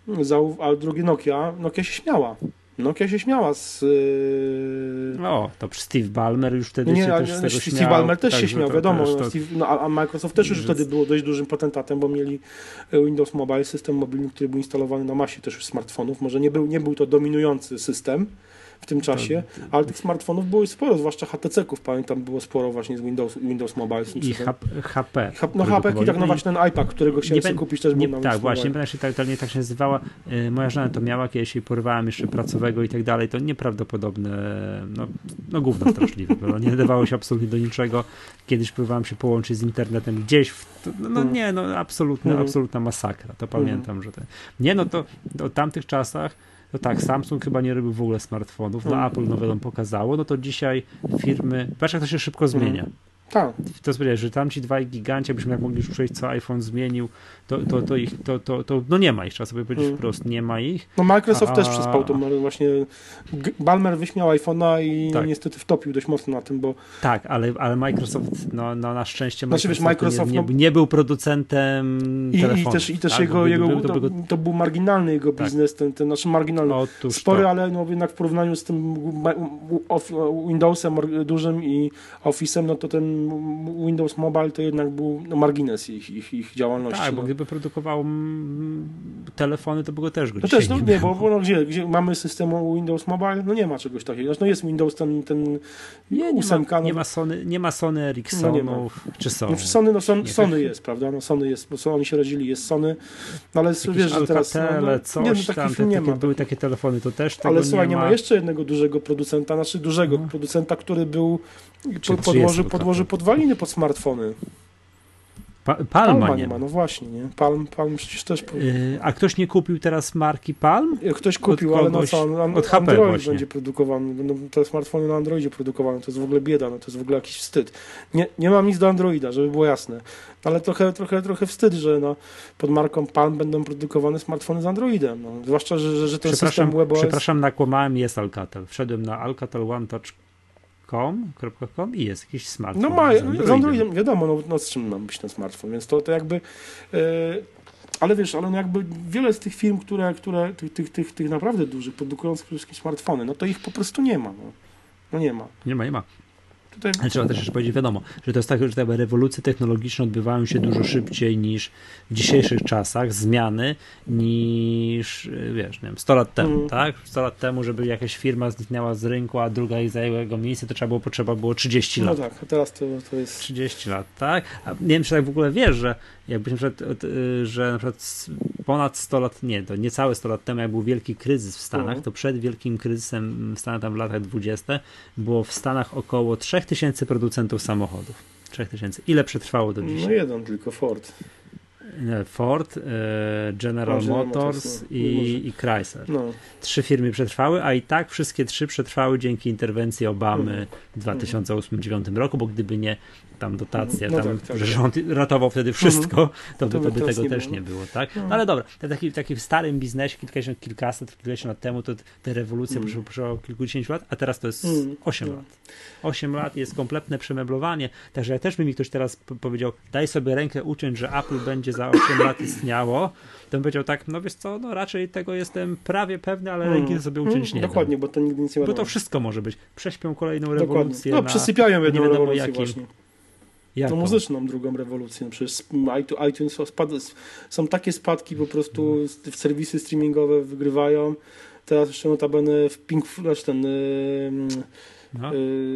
a drugie Nokia, Nokia się śmiała. Nokia się śmiała z... Yy... O, to Steve Ballmer już wtedy nie, się też z tego Steve śmiał. Ballmer też tak, się śmiał, to, wiadomo. to, Steve, no, a Microsoft też już że... wtedy było dość dużym potentatem, bo mieli Windows Mobile, system mobilny, który był instalowany na masie też już smartfonów. Może nie był, nie był to dominujący system w tym czasie, to, to, ale tych smartfonów było sporo, zwłaszcza H T C-ków, pamiętam, było sporo właśnie z Windows, Windows Mobile. I H P. No H P i tak, no właśnie ten iPad, którego chciałem sobie kupić, też nie, był na Tak, Windows właśnie, Mobile. tak, tak, nie tak się nazywała. Moja żona to miała, kiedyś jej porywałem jeszcze pracowego i tak dalej, to nieprawdopodobne, no, no gówno straszliwe, bo nie nadawało się absolutnie do niczego. Kiedyś próbowałem się połączyć z internetem gdzieś, w, no, no nie, no absolutna, mm. absolutna masakra, to pamiętam, mm. że to... Nie, no to w tamtych czasach no tak, Samsung chyba nie robił w ogóle smartfonów, no Apple no wiadomo pokazało, no to dzisiaj firmy, patrz jak to się szybko zmienia. Tak. To powiedziałeś, że tamci dwaj giganci, jakbyśmy jak mogli już przejść, co iPhone zmienił, to, to, to ich, to, to, to no nie ma ich, trzeba sobie powiedzieć hmm. wprost, nie ma ich. No Microsoft a... też przespał to właśnie, Ballmer wyśmiał iPhone'a i tak. no, niestety wtopił dość mocno na tym, bo... Tak, ale, ale Microsoft, no, no na szczęście Microsoft, znaczy, wiesz, Microsoft nie, nie, nie był producentem i, telefonów. I też, i też tak? jego, jego był, to, to, to był marginalny jego tak. biznes, ten, ten znaczy marginalny, Otóż spory, to. ale no, jednak w porównaniu z tym Windowsem dużym i Office'em, no to ten Windows Mobile to jednak był no, margines ich, ich, ich działalności. Tak, no. bo gdyby produkował mm, telefony, to by go też go No też, no nie, bo, bo no, gdzie, gdzie mamy system Windows Mobile, no nie ma czegoś takiego. No jest Windows ten, ten nie, nie ósemka. Ma, no, nie ma Sony, nie ma Sony Ericssonów, no czy Sony. No, Sony, no, Sony, Sony jest, prawda? No Sony jest, bo co oni się rodzili, jest Sony, no ale jakieś wiesz, że teraz... No, no, coś nie, no, tam, te, nie takie, ma. były takie telefony, to też tego ale słuchaj, nie ma. nie ma jeszcze jednego dużego producenta, znaczy dużego no. producenta, który był, czy, podłożył, czy podłożył podwaliny pod smartfony. Pa, Palma, Palma nie nie ma, no właśnie, nie? Palm, Palm przecież też... Yy, a ktoś nie kupił teraz marki Palm? Ktoś kupił, ale na co? An, od H P Android właśnie. będzie produkowany, będą te smartfony na Androidzie produkowane, to jest w ogóle bieda, no to jest w ogóle jakiś wstyd. Nie, nie mam nic do Androida, żeby było jasne, ale trochę, trochę, trochę wstyd, że no, pod marką Palm będą produkowane smartfony z Androidem, no. Zwłaszcza, że, że ten system WebOS... Przepraszam, nakłamałem, jest Alcatel. Wszedłem na alcatel one touch kropka com i jest jakiś smartfon. No ma, z Androidem, z Androidem wiadomo, no, no z czym ma być ten smartfon, więc to, to jakby... Yy, ale wiesz, ale no jakby wiele z tych firm, które, które tych, tych, tych, tych naprawdę dużych, produkujących przede wszystkim smartfony, no to ich po prostu nie ma. No, no nie ma. Nie ma, nie ma. Tutaj... Trzeba też jeszcze powiedzieć, wiadomo, że to jest tak, że te rewolucje technologiczne odbywają się dużo szybciej niż w dzisiejszych czasach, zmiany niż, wiesz, nie wiem, sto lat temu, mm. tak? sto lat temu, żeby jakaś firma zniknęła z rynku, a druga jej zajęła jego miejsce, to trzeba było, potrzeba było trzydzieści lat. No tak, a teraz to, to jest... trzydzieści lat, tak? A nie wiem, czy tak w ogóle wiesz, że jakbyś na przykład, że na przykład ponad sto lat, nie, to niecałe sto lat temu, jak był wielki kryzys w Stanach, mm. to przed wielkim kryzysem w Stanach tam w latach dwudziestych było w Stanach około trzy tysiące producentów samochodów. trzy tysiące. Ile przetrwało do dzisiaj? No jeden tylko, Ford. Ford, General no, Motors no. i, i Chrysler. No. Trzy firmy przetrwały, a i tak wszystkie trzy przetrwały dzięki interwencji Obamy mm. w dwa tysiące ósmym do dwa tysiące dziewiątym roku, bo gdyby nie tam dotacja, no tam, tak, tak, że rząd ratował wtedy wszystko, mm-hmm. to, by, to, by tego nie też było. nie było. Tak? No. No, ale dobra, taki, taki w starym biznesie kilkadziesiąt, kilkaset, kilkadziesiąt lat temu to te rewolucje mm. potrzebowały kilkudziesięciu lat, a teraz to jest mm. osiem no. lat. osiem lat jest kompletne przemeblowanie, także jak też by mi ktoś teraz powiedział, daj sobie rękę uciąć, że Apple będzie za osiem lat istniało, to bym powiedział tak, no wiesz co, no raczej tego jestem prawie pewny, ale ręki mm. sobie uciąć nie Dokładnie, dam. bo to nigdy nic nie wiadomo. wiadomo. Bo to wszystko może być. Prześpią kolejną Dokładnie. rewolucję. No na, przysypiają jedną rewolucję jakim. właśnie. Jaką? To muzyczną drugą rewolucję. No przecież iTunes spadł, są takie spadki po prostu w serwisy streamingowe wygrywają. Teraz jeszcze notabene w Pink Floyd ten no.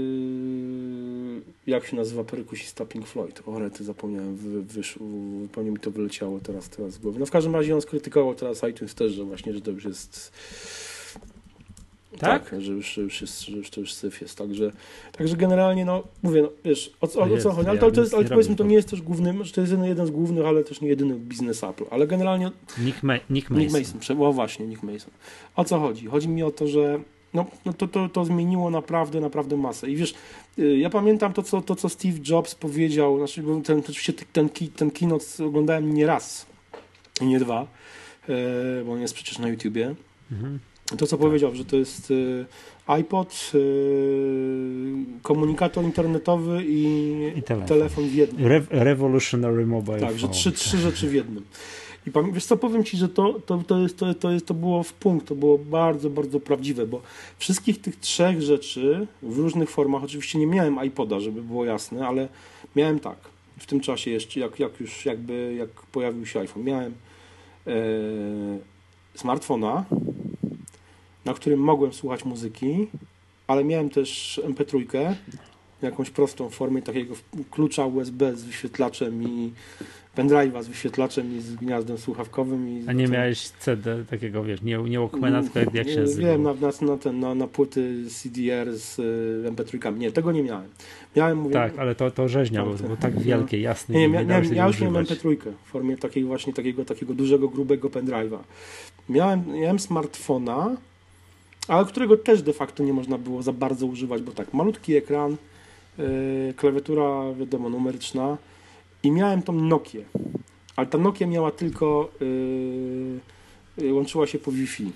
yy, jak się nazywa perkusista Pink Floyd? O rety, zapomniałem, wy, wyszło, zupełnie mi to wyleciało teraz, teraz z głowy. No w każdym razie on skrytykował teraz iTunes też, że właśnie, że to już jest Tak? Tak, że już, już, jest, że już to już syf jest. Także, także generalnie, no mówię, no, wiesz, o, o, o co chodzi. Ale, to, to jest, ale powiedzmy, to nie jest też głównym, że to jest jeden z głównych, ale też nie jedyny biznes Apple. Ale generalnie... Nick, Ma- Nick Mason. Nick Mason, o właśnie, Nick Mason. O co chodzi? Chodzi mi o to, że no, no to, to, to zmieniło naprawdę, naprawdę masę. I wiesz, ja pamiętam to, co, to, co Steve Jobs powiedział, znaczy, bo ten, oczywiście ten, ten, ten keynote oglądałem nie raz i nie dwa, bo on jest przecież na YouTubie. Mhm. To, co tak. powiedział, że to jest iPod, komunikator internetowy i, I telefon. telefon w jednym. Re- revolutionary mobile Tak, phone. Że trzy, trzy rzeczy w jednym. I wiesz co, powiem Ci, że to, to, to, jest, to, to, jest, to było w punkt, to było bardzo, bardzo prawdziwe, bo wszystkich tych trzech rzeczy w różnych formach, oczywiście nie miałem iPoda, żeby było jasne, ale miałem tak, w tym czasie jeszcze, jak, jak już jakby, jak pojawił się iPhone, miałem e, smartfona, na którym mogłem słuchać muzyki, ale miałem też em pe trzy, jakąś prostą formę takiego klucza U S B z wyświetlaczem i pendrive'a z wyświetlaczem i z gniazdem słuchawkowym. I a nie miałeś C D takiego, wiesz, nie, nie Walkmana, tylko jak się nazywa? Wiem, na, na, na, ten, na, na płyty C D R z y, em pe trzy. Nie, tego nie miałem. miałem mówię, tak, ale to, to rzeźnia, bo było tak wielkie, jasne. Nie, nie, nie miałem, ja już miałem em pe trzy w formie takiej właśnie takiego, takiego dużego, grubego pendrive'a. Miałem, miałem smartfona, ale którego też de facto nie można było za bardzo używać, bo tak, malutki ekran, yy, klawiatura, wiadomo, numeryczna i miałem tą Nokię, ale ta Nokia miała tylko, yy, łączyła się po Wi-Fi.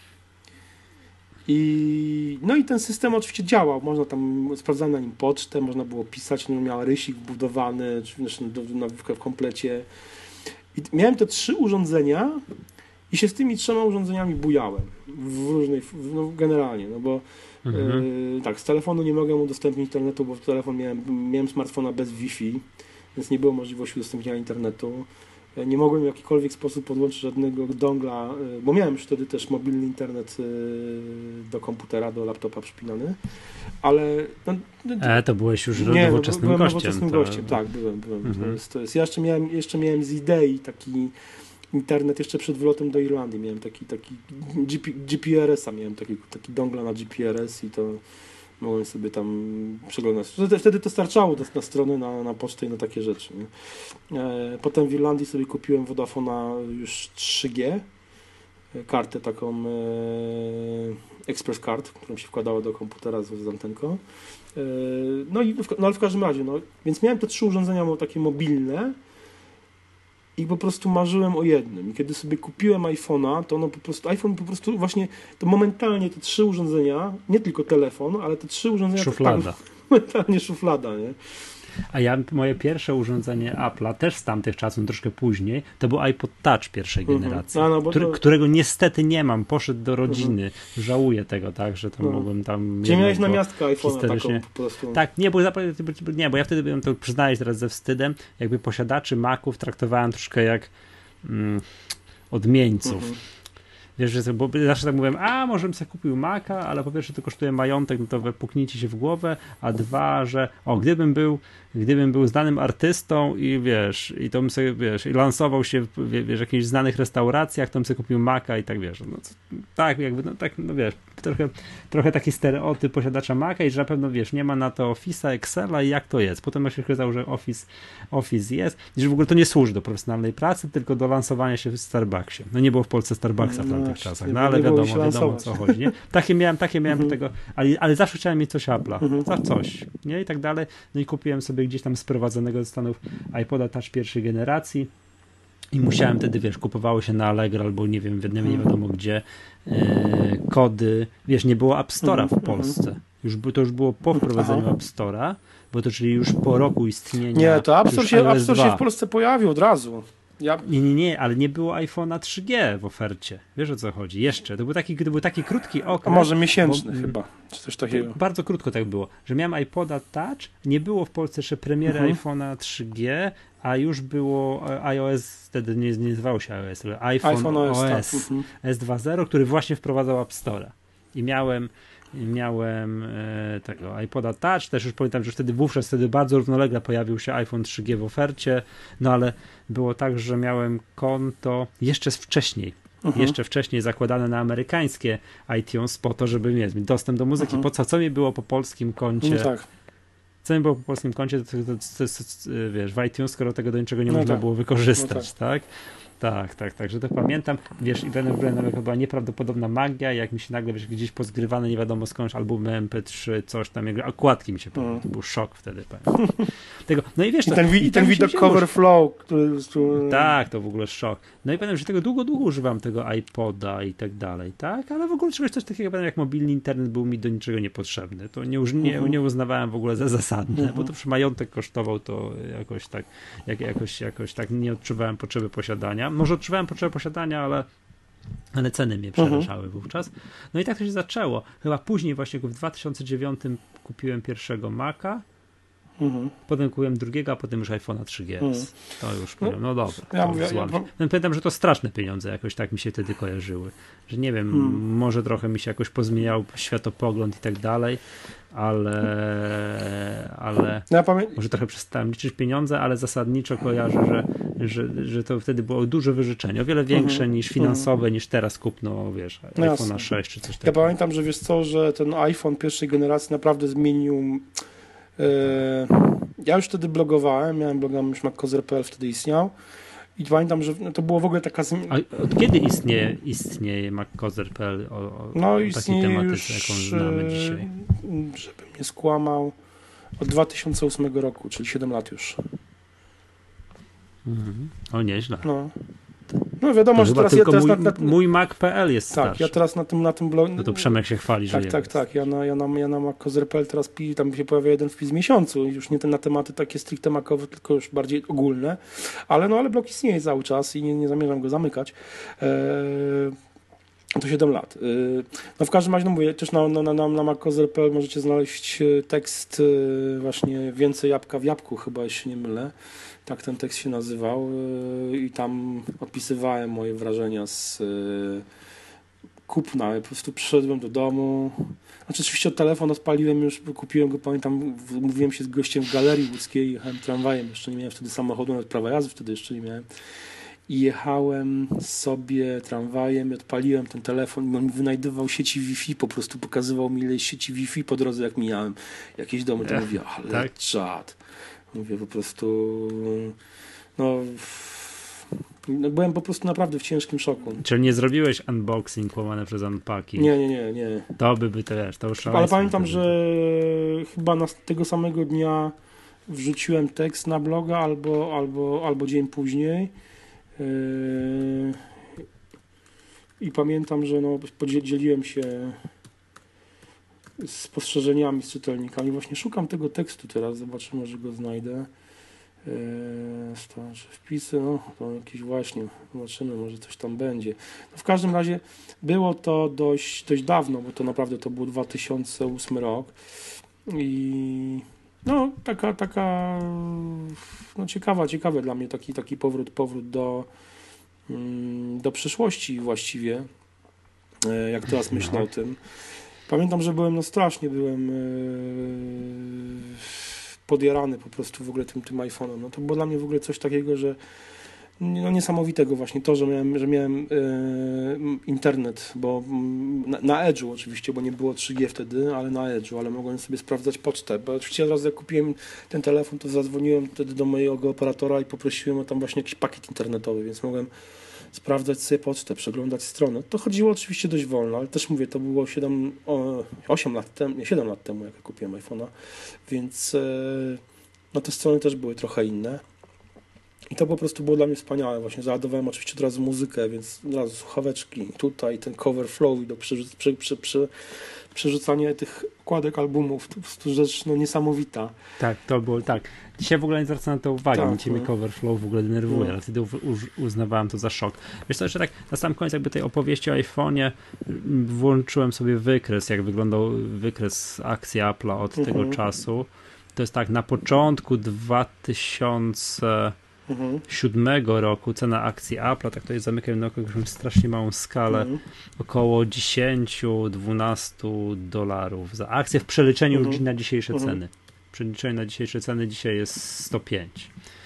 I, no i ten system oczywiście działał, można tam, sprawdzałem na nim pocztę, można było pisać, no, miała rysik wbudowany, czy w komplecie. I miałem te trzy urządzenia i się z tymi trzema urządzeniami bujałem w różnej, no generalnie, no bo mhm. yy, tak, z telefonu nie mogłem udostępnić internetu, bo w telefon miałem, miałem smartfona bez Wi-Fi, więc nie było możliwości udostępnienia internetu. Nie mogłem w jakikolwiek sposób podłączyć żadnego dongla, bo miałem już wtedy też mobilny internet do komputera, do laptopa przypinany, ale... No, e, to byłeś już nie, nowoczesnym byłem gościem. nowoczesnym to... gościem, tak, byłem. byłem. Mhm. To jest, to jest. Ja jeszcze miałem, jeszcze miałem z idei taki internet, jeszcze przed wylotem do Irlandii miałem taki, taki G P, G P R S-a, miałem taki, taki dongla na G P R S i to mogłem sobie tam przeglądać. Wtedy to starczało na strony, na, na pocztę i na takie rzeczy. Nie? Potem w Irlandii sobie kupiłem Vodafone'a już trzy G, kartę taką e, Express Card, którą się wkładało do komputera z, z antenką. E, no, i w, no ale w każdym razie, no, więc miałem te trzy urządzenia takie mobilne i po prostu marzyłem o jednym. I kiedy sobie kupiłem iPhone'a, to ono po prostu, iPhone po prostu właśnie, to momentalnie te trzy urządzenia, nie tylko telefon, ale te trzy urządzenia... Szuflada. To, momentalnie szuflada, nie? A ja, moje pierwsze urządzenie Apple'a, też z tamtych czasów, troszkę później, to był iPod Touch pierwszej uh-huh. generacji, A, no, który, to... którego niestety nie mam, poszedł do rodziny, uh-huh. żałuję tego, tak, że tam uh-huh. mogłem tam... Czy miałeś namiastkę iPhone'a taką po prostu? Tak, nie, bo, nie, bo ja wtedy byłem, to przyznaję teraz ze wstydem, jakby posiadaczy Maców traktowałem troszkę jak mm, odmieńców. Uh-huh. Wiesz, bo zawsze tak mówiłem, a może bym sobie kupił Maca, ale po pierwsze to kosztuje majątek, no to wypuknijcie się w głowę, a dwa, że o, gdybym był, gdybym był znanym artystą i wiesz, i to bym sobie, wiesz, i lansował się w, wiesz, w jakichś znanych restauracjach, to bym sobie kupił Maca i tak, wiesz, no co, tak, jakby, no tak, no wiesz, trochę, trochę taki stereotyp posiadacza Maca i że na pewno, wiesz, nie ma na to Office'a, Excela i jak to jest. Potem ja się okazało, że Office, Office jest i że w ogóle to nie służy do profesjonalnej pracy, tylko do lansowania się w Starbucksie. No nie było w Polsce Starbucksa w tamtych czasach, no ale wiadomo, wiadomo o co chodzi, nie? Takie miałem, takie miałem mhm. tego, ale, ale zawsze chciałem mieć coś Apple'a, mhm. za coś, nie? I tak dalej. No i kupiłem sobie gdzieś tam sprowadzonego ze Stanów iPoda Touch pierwszej generacji i musiałem wtedy, wiesz, kupowało się na Allegro albo nie wiem, nie, nie wiadomo gdzie, e, kody, wiesz, nie było App Store'a w Polsce. Już, to już było po wprowadzeniu Aha. App Store'a, bo to czyli już po roku istnienia. Nie, to App Store, się, App Store się w Polsce pojawił od razu. Ja... Nie, nie, nie, ale nie było iPhone'a trzy G w ofercie. Wiesz o co chodzi? Jeszcze. To był taki, to był taki krótki okres. A może miesięczny bo, chyba, czy coś takiego. Bardzo krótko tak było, że miałem iPoda Touch, nie było w Polsce jeszcze premiery uh-huh. iPhone'a trzy G, a już było iOS, wtedy nie, nie nazywało się iOS, ale iPhone, iPhone O S, O S tak. uh-huh. S dwa zero, który właśnie wprowadzał App Store'a. I miałem miałem e, tego iPoda Touch, też już pamiętam, że wtedy wówczas wtedy bardzo równolegle pojawił się iPhone trzy G w ofercie, no ale było tak, że miałem konto jeszcze wcześniej, mhm. jeszcze wcześniej zakładane na amerykańskie iTunes po to, żeby mieć dostęp do muzyki. Mhm. Po co, co mi było po polskim koncie? No tak. Co mi było po polskim koncie, to, to, to, to, to wiesz, w iTunes, skoro tego do niczego nie no można tak. było wykorzystać, no tak? tak? Tak, tak, tak, że to pamiętam, wiesz, i będę w to była nieprawdopodobna magia, jak mi się nagle, wiesz, gdzieś pozgrywane, nie wiadomo skądś, albumy em pe trzy, coś tam, jak okładki mi się pojawiły, mm. to był szok wtedy, pamiętam. Tego, no i wiesz, I to, ten, wi- i ten widok cover flow, który, który... Tak, to w ogóle szok. No i pamiętam, że tego długo, długo używam tego iPoda i tak dalej, tak, ale w ogóle czegoś coś takiego, jak mobilny internet był mi do niczego niepotrzebny, to nie, nie, nie uznawałem w ogóle za zasadne, uh-huh. bo to przy majątek kosztował, to jakoś tak, jak, jakoś, jakoś tak nie odczuwałem potrzeby posiadania. Może odczuwałem potrzebę posiadania, ale, ale ceny mnie przerażały uh-huh. wówczas. No i tak to się zaczęło. Chyba później właśnie w dwa tysiące dziewiątym kupiłem pierwszego Maca, uh-huh. potem kupiłem drugiego, a potem już iPhone'a trzy G S. Uh-huh. To już powiem, no dobra. Ja mówię, ja, ja... Pamiętam, że to straszne pieniądze jakoś tak mi się wtedy kojarzyły. Że nie wiem, hmm. może trochę mi się jakoś pozmieniał światopogląd i tak dalej, ale, ale ja pamię... może trochę przestałem liczyć pieniądze, ale zasadniczo kojarzę, że, że, że to wtedy było duże wyżyczenie, o wiele większe uh-huh. niż finansowe, uh-huh. niż teraz kupno, wiesz, no iPhone'a sześć czy coś takiego. Ja pamiętam, że wiesz co, że ten iPhone pierwszej generacji naprawdę zmienił. Yy, ja już wtedy blogowałem, miałem bloga już MacCozer kropka p l, wtedy istniał. I pamiętam, że to było w ogóle taka... Zmi- A od kiedy istnieje, istnieje MacCozer kropka p l o, o, no, o takiej tematyce, jaką znamy dzisiaj? Żebym nie skłamał, od dwa tysiące ósmego roku, czyli siedem lat już. Mhm. O, nieźle. No. No wiadomo, że teraz ja teraz mój, na, na, mój Mac kropka p l jest tak, starszy. ja teraz na tym, na tym blogu... No to Przemek się chwali, tak, że Tak, jest. tak, ja na, ja na, ja na MacCozer kropka p l teraz pi, tam się pojawia jeden wpis w miesiącu, już nie ten na tematy takie stricte macowe, tylko już bardziej ogólne, ale no, ale blog istnieje cały czas i nie, nie zamierzam go zamykać. Eee, to siedem lat. Eee, no w każdym razie, no mówię, też na, na, na, na MacCozer kropka p l możecie znaleźć tekst właśnie Więcej jabłka w jabłku, chyba, jeśli nie mylę. Tak ten tekst się nazywał i tam opisywałem moje wrażenia z kupna. Ja po prostu przyszedłem do domu. Znaczy oczywiście telefon odpaliłem już, kupiłem go, pamiętam, mówiłem się z gościem w Galerii Łódzkiej, jechałem tramwajem, jeszcze nie miałem wtedy samochodu, nawet prawa jazdy wtedy jeszcze nie miałem. I jechałem sobie tramwajem i odpaliłem ten telefon i on mi wynajdywał sieci Wi-Fi, po prostu pokazywał mi ile sieci Wi-Fi po drodze, jak mijałem jakieś domy, to mówię, ale tak? czad. Mówię po prostu, no, no byłem po prostu naprawdę w ciężkim szoku. Czyli nie zrobiłeś unboxing łamane przez unpacking? Nie, nie, nie, nie. To by by też, to już ale pamiętam, że chyba na tego samego dnia wrzuciłem tekst na bloga albo, albo, albo dzień później. Yy, I pamiętam, że no, podzieliłem się spostrzeżeniami z czytelnikami. Właśnie szukam tego tekstu teraz, zobaczymy, może go znajdę. Eee, starsze wpisy, no to jakieś właśnie, zobaczymy, może coś tam będzie. No, w każdym razie było to dość, dość dawno, bo to naprawdę to był dwa tysiące ósmy rok i no taka, taka no ciekawa, ciekawy dla mnie taki, taki powrót, powrót do, do przeszłości właściwie, jak teraz myślę no. o tym. Pamiętam, że byłem, no strasznie byłem yy, podjarany po prostu w ogóle tym, tym iPhone'em. No to było dla mnie w ogóle coś takiego, że no niesamowitego właśnie to, że miałem, że miałem yy, internet, bo na, na Edge'u oczywiście, bo nie było trzy G wtedy, ale na Edge'u, ale mogłem sobie sprawdzać pocztę, bo oczywiście od razu jak kupiłem ten telefon, to zadzwoniłem wtedy do mojego operatora i poprosiłem o tam właśnie jakiś pakiet internetowy, więc mogłem sprawdzać sobie pocztę, przeglądać stronę. To chodziło oczywiście dość wolno, ale też mówię, to było siedem, osiem lat temu, nie, siedem lat temu, jak ja kupiłem iPhone'a, więc no te strony też były trochę inne. I to po prostu było dla mnie wspaniałe. Właśnie załadowałem oczywiście od razu muzykę, więc od razu słuchaweczki, tutaj ten cover flow i do przerzuc- przy, przy, przy, przerzucanie tych okładek albumów. To po prostu rzecz no, niesamowita. Tak, to było tak. Dzisiaj w ogóle nie zwracam na to uwagi, tak, cię no. mi cover flow w ogóle denerwuje, no. ale wtedy u, u, uznawałem to za szok. Wiesz co, jeszcze tak na sam koniec jakby tej opowieści o iPhone'ie włączyłem sobie wykres, jak wyglądał wykres akcji Apple'a od uh-huh. tego czasu. To jest tak, na początku dwa tysiące siódmego roku cena akcji Apple'a, tak to jest zamykam na jakąś strasznie małą skalę, mm. około dziesięć do dwunastu dolarów za akcję w przeliczeniu mm. na dzisiejsze mm. ceny. W przeliczeniu na dzisiejsze ceny dzisiaj jest sto pięć.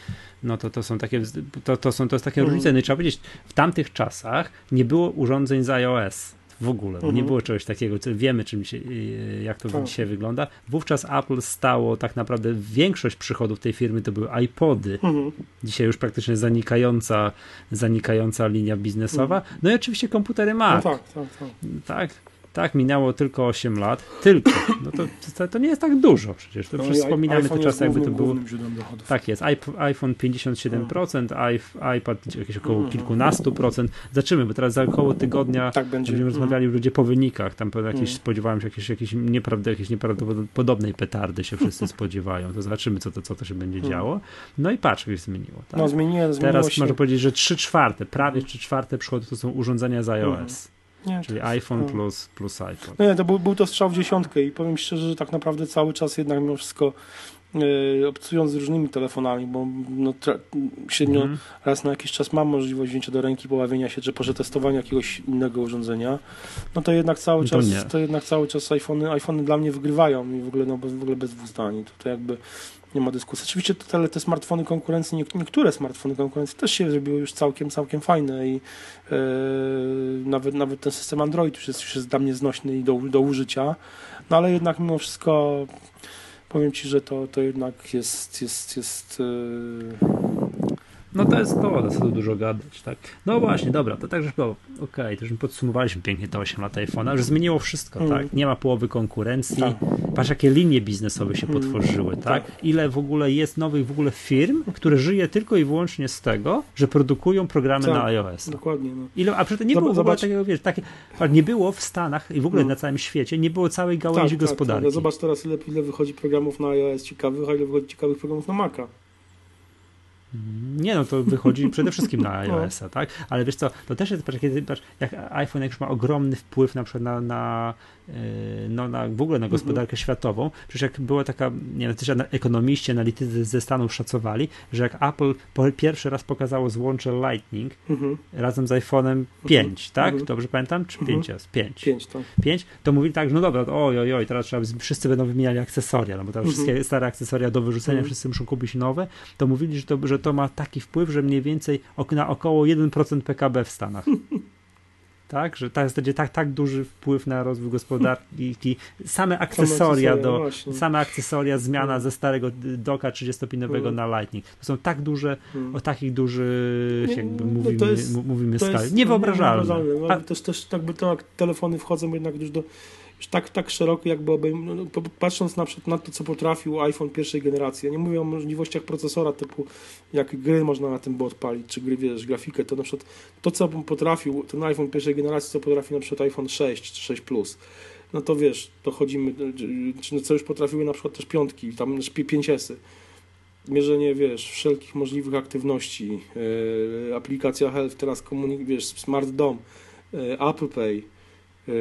no to to są takie, to, to są to jest takie Mhm. różnice. No i trzeba powiedzieć, w tamtych czasach nie było urządzeń z iOS w ogóle, bo Mhm. nie było czegoś takiego, co wiemy, czym się, jak to Tak. dzisiaj wygląda. Wówczas Apple stało tak naprawdę, większość przychodów tej firmy to były iPody. Mhm. Dzisiaj już praktycznie zanikająca, zanikająca linia biznesowa. No i oczywiście komputery No Mac. tak, tak, tak. Tak, tak, minęło tylko osiem lat. Tylko. No to, to, to nie jest tak dużo przecież. To No przecież i wspominamy iPhone te jest czasy, jakby to głównym, było. głównym źródłem dochodów. Tak jest. iP- iPhone pięćdziesiąt siedem procent, iP- iPad jakieś około Mhm. kilkunastu procent. Zaczymy, bo teraz za około tygodnia Tak będzie. będziemy Mhm. rozmawiali ludzie po wynikach. Tam pewnie jakieś, Mhm. spodziewałem się jakieś, jakieś, nieprawda, jakieś nieprawdopodobnej petardy się wszyscy spodziewają. To zobaczymy, co to, co to się będzie Mhm. działo. No i patrz, jak się zmieniło. Tak? No zmieniło, zmieniło Teraz się. można powiedzieć, że trzy czwarte, prawie trzy czwarte przychodów to są urządzenia z iOS. Nie, Czyli to- iPhone no. plus, plus iPod. No nie, to był, był to strzał w dziesiątkę i powiem szczerze, że tak naprawdę cały czas jednak mimo wszystko yy, obcując z różnymi telefonami, bo no, tra- średnio Mhm. raz na jakiś czas mam możliwość wzięcia do ręki, poławienia się, czy przetestowania jakiegoś innego urządzenia, no to jednak cały No to czas nie. to jednak cały czas iPhony, iPhony dla mnie wygrywają i w ogóle, no, w ogóle bez dwóch zdań. Tutaj jakby nie ma dyskusji. Oczywiście te, te smartfony konkurencji, nie- niektóre smartfony konkurencji też się zrobiły już całkiem, całkiem fajne i e, nawet, nawet ten system Android już jest, już jest dla mnie znośny i do, do użycia, no ale jednak mimo wszystko powiem Ci, że to, to jednak jest, jest, jest e, No to jest to, co tu dużo gadać, tak? No właśnie, dobra, to tak, że było, okej, okay, to już podsumowaliśmy pięknie te osiem lat iPhone'a, już zmieniło wszystko, Mm. tak? Nie ma połowy konkurencji, Tak. patrz jakie linie biznesowe się Mm. potworzyły, tak? Tak. Ile w ogóle jest nowych w ogóle firm, które żyje tylko i wyłącznie z tego, że produkują programy Tak. na iOS. dokładnie. No. Ile, a przecież nie Zobacz- było w ogóle zobacz- takiego, wiesz, takie, nie było w Stanach i w ogóle No. na całym świecie, nie było całej gałęzi Tak, gospodarki. Tak, tak. Zobacz teraz, ile, ile wychodzi programów na iOS ciekawych, a ile wychodzi ciekawych programów na Maca. Nie, no to wychodzi przede wszystkim na iOS-a, tak? Ale wiesz co, to też jest, patrz, kiedy, patrz, jak iPhone jak już ma ogromny wpływ na przykład na, na, yy, no, na w ogóle na gospodarkę Mhm. światową, przecież jak była taka, nie wiem, też ekonomiści, analitycy ze Stanów szacowali, że jak Apple po, pierwszy raz pokazało złącze Lightning Mhm. razem z iPhone'em pięć, tak? Mhm. Dobrze pamiętam? Czy Mhm. pięć jest? pięć. Pięć, tak. pięć, to mówili tak, że no dobra, oj, oj, oj, teraz trzeba, wszyscy będą wymieniali akcesoria, no bo tam Mhm. wszystkie stare akcesoria do wyrzucenia, Mhm. wszyscy muszą kupić nowe, to mówili, że to, że to ma taki wpływ, że mniej więcej ok- na około jeden procent P K B w Stanach. Tak, że tak, będzie tak, tak duży wpływ na rozwój gospodarki. Same akcesoria, akcesoria, do, właśnie. same akcesoria, zmiana Mhm. ze starego doka trzydziestopinowego Mhm. na Lightning. To są tak duże, Mhm. o takich dużych, Nie, jakby no to mówimy, jest- mu- mówimy To skali. jest Niewyobrażalne. niewyobrażalne. A, Ale też, też jakby to, jak telefony wchodzą jednak już do już tak, tak szeroko, jakby obejm... no, po- patrząc na przykład na to, co potrafił iPhone pierwszej generacji. Ja nie mówię o możliwościach procesora typu, jak gry można na tym było odpalić, czy gry, wiesz, grafikę, to na przykład to, co potrafił ten iPhone pierwszej generacji, co potrafi na przykład iPhone sześć czy sześć plus, no to wiesz, dochodzimy, czy co już potrafiły na przykład też piątki, tam pięć esy. Mierzenie, wiesz, wszelkich możliwych aktywności, yy, aplikacja Health, teraz komunik, wiesz, Smart Dom, yy, Apple Pay, yy,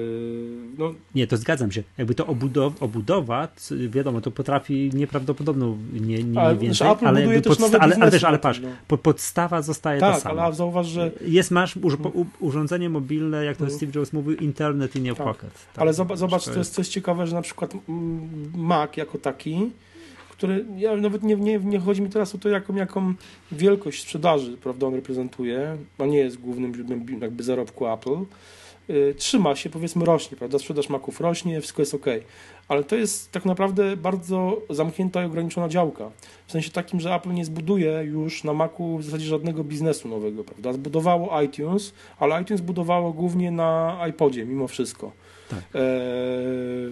no Nie, to zgadzam się. Jakby to obudow, obudowa, c- wiadomo, to potrafi nieprawdopodobną nie, nie Ale, więcej, znaczy, Apple ale buduje jakby też nowe podsta- ale, ale biznesy wiesz, ale na tym, patrz, no. po, podstawa zostaje ta tak, sama. ale zauważ, że Jest, masz uż, po, u, urządzenie mobilne, jak to Mhm. Steve Jobs mówił, internet in your Tak. pocket. Tak. ale zobacz, zobacz to to jest coś ciekawe, że na przykład mm, Mac jako taki, który, ja nawet nie, nie, nie chodzi mi teraz o to, jaką, jaką wielkość sprzedaży, prawda, on reprezentuje, a nie jest głównym źródłem bi- jakby zarobku Apple, y, trzyma się, powiedzmy, rośnie, prawda, sprzedaż Maców rośnie, wszystko jest ok, ale to jest tak naprawdę bardzo zamknięta i ograniczona działka, w sensie takim, że Apple nie zbuduje już na Macu w zasadzie żadnego biznesu nowego, prawda, zbudowało iTunes, ale iTunes budowało głównie na iPodzie, mimo wszystko. Tak. Eee,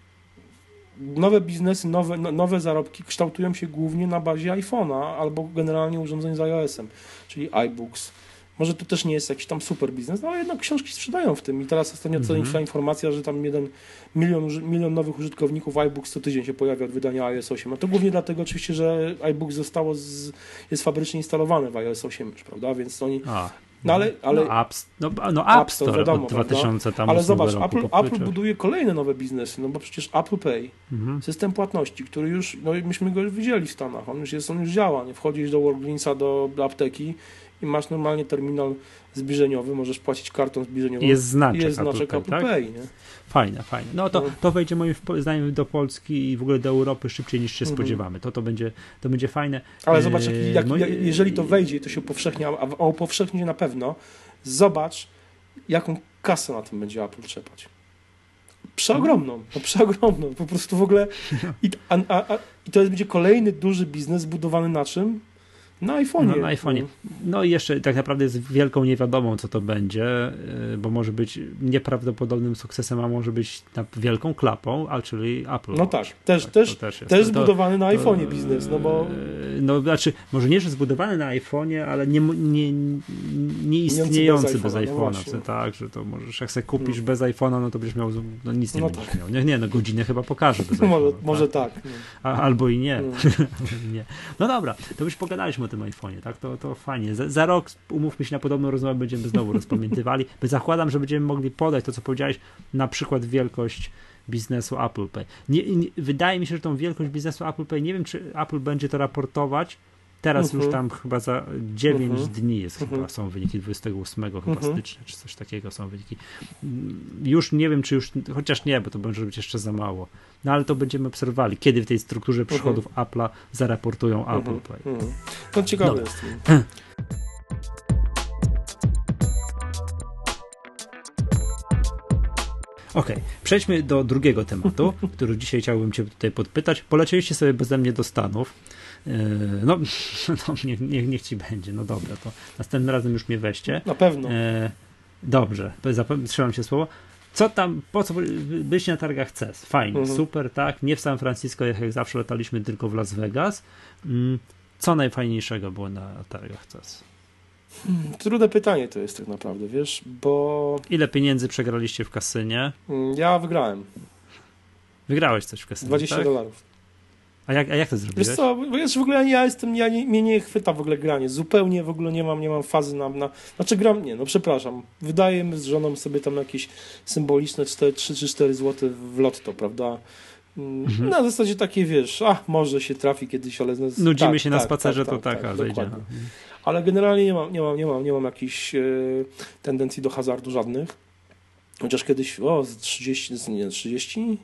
nowe biznesy, nowe, no- nowe zarobki kształtują się głównie na bazie iPhone'a albo generalnie urządzeń z iOS-em, czyli iBooks. Może to też nie jest jakiś tam super biznes, no ale jednak książki sprzedają w tym. I teraz ostatnio Mhm. mm-hmm. informacja, że tam jeden milion, uży- milion nowych użytkowników iBooks co tydzień się pojawia od wydania iOS osiem. A to głównie dlatego oczywiście, że iBooks zostało z, jest fabrycznie instalowane w iOS osiem już, prawda? Więc oni... A, No ale, ale no, App, no, no App Store wiadomo, od dwa tysiące tam ale ósmego zobacz, roku Apple, po Apple przecież. buduje kolejne nowe biznesy, no bo przecież Apple Pay, Mhm. system płatności, który już, no myśmy go już widzieli w Stanach, on już jest, on już działa, nie wchodzisz do Walgreensa, do, do apteki i masz normalnie terminal zbliżeniowy, możesz płacić kartą zbliżeniową. Jest znaczek, i jest znaczek Apple Pay, Apple Pay, tak? nie? Fajne, fajne. No to, No. to wejdzie moim zdaniem do Polski i w ogóle do Europy szybciej niż się Mhm. spodziewamy. To, to, będzie, to będzie fajne. Ale zobacz, jak, Eee, jak, moi- jak, jeżeli to wejdzie i to się upowszechnia, a a upowszechni się na pewno, zobacz, jaką kasę na tym będzie Apple trzepać. Przeogromną, no przeogromną, po prostu w ogóle i, a, a, a, i to będzie kolejny duży biznes zbudowany na czym? Na iPhone'ie. No, na iPhone'ie. No i jeszcze tak naprawdę jest wielką niewiadomą, co to będzie, yy, bo może być nieprawdopodobnym sukcesem, a może być na wielką klapą, a czyli Apple No Watch. tak, też, Tak, też, to też jest. też To- zbudowany na to- iPhone'ie biznes, no bo Yy, No znaczy, może nie, że zbudowany na iPhone'ie, ale nie, nie, nie istniejący bez iPhone'a, no iPhone'a. właśnie. No tak, że to możesz, jak sobie kupisz bez iPhone'a, no to będziesz miał, no nic nie No będziesz tak. miał. Nie, nie, no godzinę chyba pokaże bez może, iPhone'a. może tak. tak. No. A, albo i nie. Mm. nie. No dobra, to już pogadaliśmy o tym iPhone'ie, tak? To, to fajnie. Za, za rok, umówmy się na podobną rozmowę, będziemy znowu rozpamiętywali. Bo zakładam, że będziemy mogli podać to, co powiedziałeś, na przykład wielkość biznesu Apple Pay. Nie, nie, wydaje mi się, że tą wielkość biznesu Apple Pay, nie wiem, czy Apple będzie to raportować. Teraz Mhm. już tam chyba za dziewięć Mhm. dni jest chyba, Mhm. są wyniki dwudziestego ósmego chyba Mhm. stycznia, czy coś takiego są wyniki. Już nie wiem, czy już, chociaż nie, bo to może być jeszcze za mało. No ale to będziemy obserwowali, kiedy w tej strukturze przychodów Apple'a zaraportują Mhm. Apple Pay. Mhm. No ciekawe Dobra. jest. Okej, przejdźmy do drugiego tematu, który dzisiaj chciałbym cię tutaj podpytać. Polecieliście sobie beze mnie do Stanów. Yy, No, no niech, niech, niech ci będzie, no dobra, to następnym razem już mnie weźcie. Na pewno. E, dobrze, zapom- trzymam się słowa. Co tam, po co byś na targach C E S? Fajnie, Mhm. super, tak. Nie w San Francisco, jak, jak zawsze lataliśmy, tylko w Las Vegas. Mm, Co najfajniejszego było na targach C E S? Hmm, Trudne pytanie to jest tak naprawdę, wiesz, bo Ile pieniędzy przegraliście w kasynie? mm, ja wygrałem Wygrałeś coś w kasynie, dwadzieścia tak? dolarów. A jak, a jak to zrobiłeś? Wiesz co, bo wiesz, w ogóle ja jestem, ja nie, mnie nie chwyta w ogóle granie, zupełnie w ogóle nie mam, nie mam fazy na, na znaczy gram, nie, no przepraszam, wydajemy z żoną sobie tam jakieś symboliczne cztery, trzy czy cztery złote w lotto, prawda? Mm, Mhm. Na zasadzie takiej, wiesz, a może się trafi kiedyś, ale... No, Nudzimy tak, się na tak, spacerze, tak, to tak, taka tak, zejdzie. dokładnie. Ale generalnie nie mam, nie mam, nie mam, nie mam jakichś e, tendencji do hazardu żadnych. Chociaż kiedyś, o, z trzydzieści, z- nie, trzydzieści?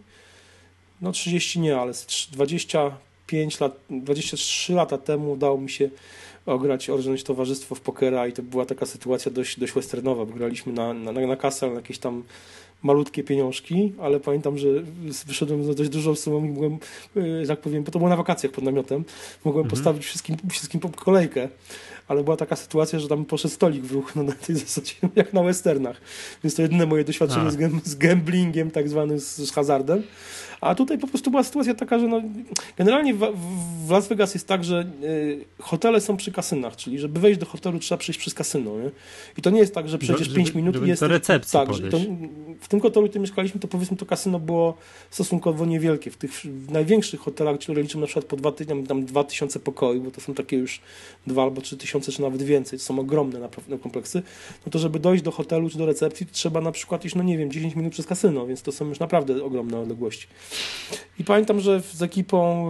No trzydzieści nie, ale z trz- dwadzieścia pięć lat, dwadzieścia trzy lata temu udało mi się ograć, orżnąć towarzystwo w pokera i to była taka sytuacja dość, dość westernowa, bo graliśmy na, na, na kasę, na jakieś tam malutkie pieniążki, ale pamiętam, że wyszedłem z dość dużą sumą i mogłem, że tak powiem, bo to było na wakacjach pod namiotem, mogłem Mhm. postawić wszystkim, wszystkim po kolejkę, ale była taka sytuacja, że tam poszedł stolik w ruch, no na tej zasadzie jak na westernach, więc to jedyne moje doświadczenie A. z, gam, z gamblingiem, tak zwanym, z, z hazardem. A tutaj po prostu była sytuacja taka, że no, generalnie w, w Las Vegas jest tak, że y, hotele są przy kasynach, czyli żeby wejść do hotelu trzeba przejść przez kasyno. Nie? I to nie jest tak, że przejdziesz Żeby- pięć minut żeby i jest... do recepcji tak, że podejść. to, w tym hotelu, w którym mieszkaliśmy, to powiedzmy to kasyno było stosunkowo niewielkie. W tych w największych hotelach, które liczą na przykład po dwa, ty- tam, tam dwa tysiące pokoi, bo to są takie już dwa albo trzy tysiące, czy nawet więcej, to są ogromne naprawdę kompleksy, no to żeby dojść do hotelu czy do recepcji, to trzeba na przykład iść, no nie wiem, dziesięć minut przez kasyno, więc to są już naprawdę ogromne odległości. I pamiętam, że z ekipą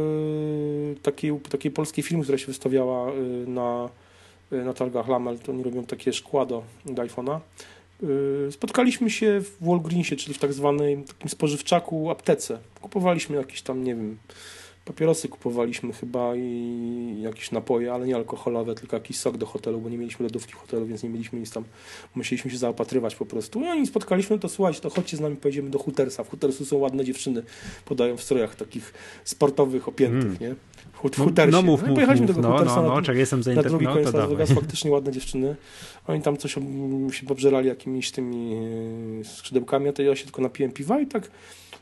yy, takiej, takiej polskiej firmy, która się wystawiała yy, na, yy, na targach Lamel, to oni robią takie szkła do, do iPhone'a, yy, spotkaliśmy się w Walgreensie, czyli w tak zwanej takim spożywczaku, aptece. Kupowaliśmy jakieś tam, nie wiem, papierosy kupowaliśmy chyba i jakieś napoje, ale nie alkoholowe, tylko jakiś sok do hotelu, bo nie mieliśmy lodówki w hotelu, więc nie mieliśmy nic tam, musieliśmy się zaopatrywać po prostu. I oni spotkaliśmy, to słuchajcie, to chodźcie z nami, pojedziemy do Hootersa. W Hootersu są ładne dziewczyny, podają w strojach takich sportowych, opiętych, Mm. nie? W, Hoot- w No, Hootersie. no mów, i mów, pojechaliśmy mów. do tego No, Hootersa no, na, no, czekaj, jestem na drugi zainteresowany. koniec No, to Las dawaj. Vegas, faktycznie ładne dziewczyny. Oni tam coś um, się pobrzerali jakimiś tymi e, skrzydełkami, a to ja się tylko napiłem piwa i tak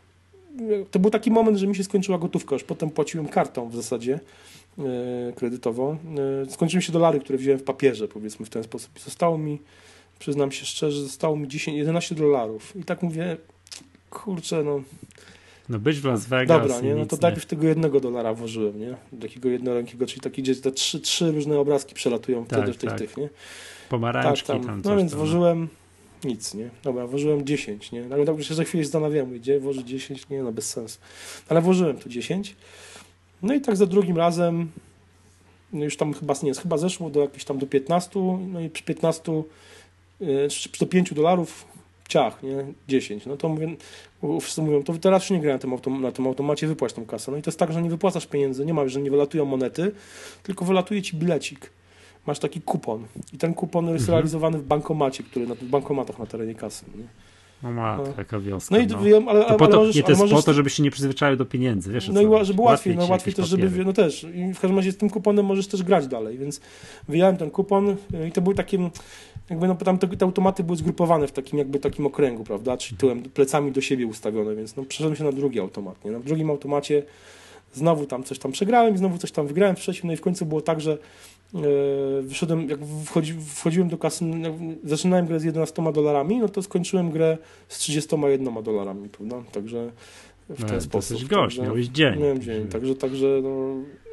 to był taki moment, że mi się skończyła gotówka, już potem płaciłem kartą w zasadzie e, kredytową. E, skończyły się dolary, które wziąłem w papierze, powiedzmy w ten sposób. I zostało mi, przyznam się szczerze, zostało mi dziesięć, jedenaście dolarów. I tak mówię, kurczę, no No być w Las Vegas dobra, i nie? No nic to nie. najpierw tego jednego dolara włożyłem, nie? Takiego jednorękiego, czyli taki, gdzie te trzy, trzy różne obrazki przelatują Tak, wtedy w tych, tak. tych, nie? Pomarańczki Tak, tam no coś więc tam. włożyłem nic, nie? Dobra, włożyłem dziesięć, nie? Nawet tak się za chwilę zastanawiałem, gdzie włożyć dziesięć, nie, no bez sensu. Ale włożyłem tu dziesięć. No i tak za drugim razem no już tam chyba, nie, chyba zeszło do jakieś tam do piętnastu, no i przy piętnastu, czy do pięciu dolarów ciach, nie, dziesięć, no to mówię, wszyscy mówią, to teraz już nie grają na tym, autom- na tym automacie, wypłać tą kasę. No i to jest tak, że nie wypłacasz pieniędzy, nie ma, że nie wylatują monety, tylko wylatuje ci bilecik. Masz taki kupon i ten kupon jest mhm. realizowany w bankomacie, który na w bankomatach na terenie kasy. Nie? No ma taka wioska. No i no. wiem, ale, to ale po to, możesz, nie, to jest możesz... po to, żeby się nie przyzwyczaił do pieniędzy, wiesz. No i żeby łatwiej, no łatwiej łatwiej też, żeby, papiery. no też. I w każdym razie z tym kuponem możesz też grać dalej, więc wyjąłem ten kupon i to był takim, jakby no tam te, te automaty były zgrupowane w takim jakby takim okręgu, prawda, czyli tyłem, plecami do siebie ustawione, więc no przeszedłem się na drugi automat, nie? Na drugim automacie znowu tam coś tam przegrałem i znowu coś tam wygrałem w trzecim, no i w końcu było tak, że Yy, wyszedłem, jak wchodzi, wchodziłem do kasy, zaczynałem grę z jedenastoma dolarami, no to skończyłem grę z trzydziestoma jednoma dolarami, prawda? Także w ten no, sposób. To gość, miałeś dzień. Miałem dzień, także, także no,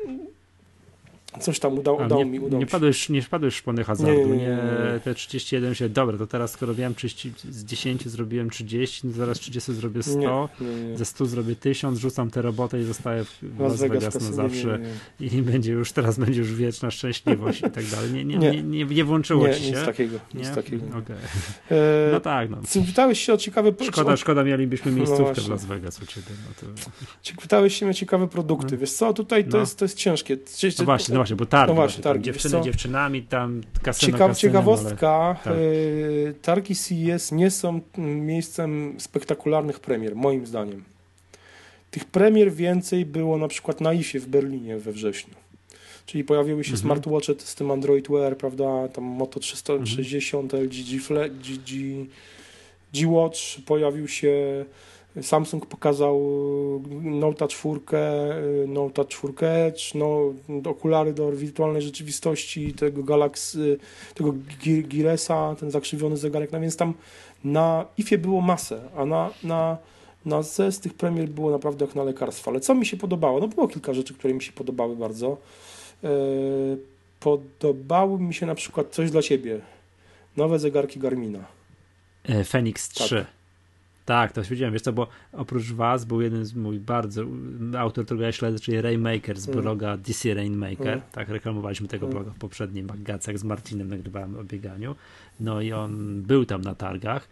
coś tam udało, udało nie, mi. Udało nie, się. padłeś, nie wpadłeś w szpony hazardu, nie, nie, nie, nie, nie. te trzydzieści jeden się, dobra, to teraz skoro miałem trzydzieści, z dziesięciu zrobiłem trzydzieści, no zaraz trzydzieści zrobię sto, nie, nie, nie. ze stu zrobię tysiąc, rzucam tę robotę i zostaję w Las Vegas na zawsze nie, nie, nie. i będzie już, teraz będzie już wieczna szczęśliwość i tak dalej. Nie, nie, nie, nie, nie włączyło nie, ci się? Nic takiego. Nie? Nic takiego. Okay. E, no tak, no. Pytałeś się o ciekawe... Szkoda, o... szkoda, mielibyśmy miejscówkę no w Las Vegas u ciebie. No to... Pytałeś się o ciekawe produkty. No. Wiesz co, tutaj to, no. jest, to jest ciężkie. No właśnie, no właśnie, bo targi, no właśnie, właśnie targi. dziewczyny dziewczynami, tam kasyno, Ciekaw, kasynem, ciekawostka, ale... tak. y, targi C E S nie są miejscem spektakularnych premier, moim zdaniem. Tych premier więcej było na przykład na I F ie w Berlinie we wrześniu. Czyli pojawiły się mhm. smartwatche z tym Android Wear, prawda, tam Moto trzysta sześćdziesiąt, mhm. L G G, Fle- G, G, G Watch, pojawił się, Samsung pokazał Note cztery, Note cztery Edge, no, okulary do wirtualnej rzeczywistości, tego Galaxy, tego Giresa, ten zakrzywiony zegarek, no więc tam na I F ie było masę, a na, na, na C E S tych premier było naprawdę jak na lekarstwo. Ale co mi się podobało? No było kilka rzeczy, które mi się podobały bardzo. Podobały mi się na przykład coś dla Ciebie. Nowe zegarki Garmina. Fenix trzy. Tak. Tak, to powiedziałem, wiesz co, bo oprócz was był jeden z mój bardzo autor, którego ja śledzę, czyli Rainmaker z bloga mm. D C Rainmaker, mm. tak, reklamowaliśmy tego bloga w poprzednim Magacach z Marcinem, nagrywałem o bieganiu, no i on był tam na targach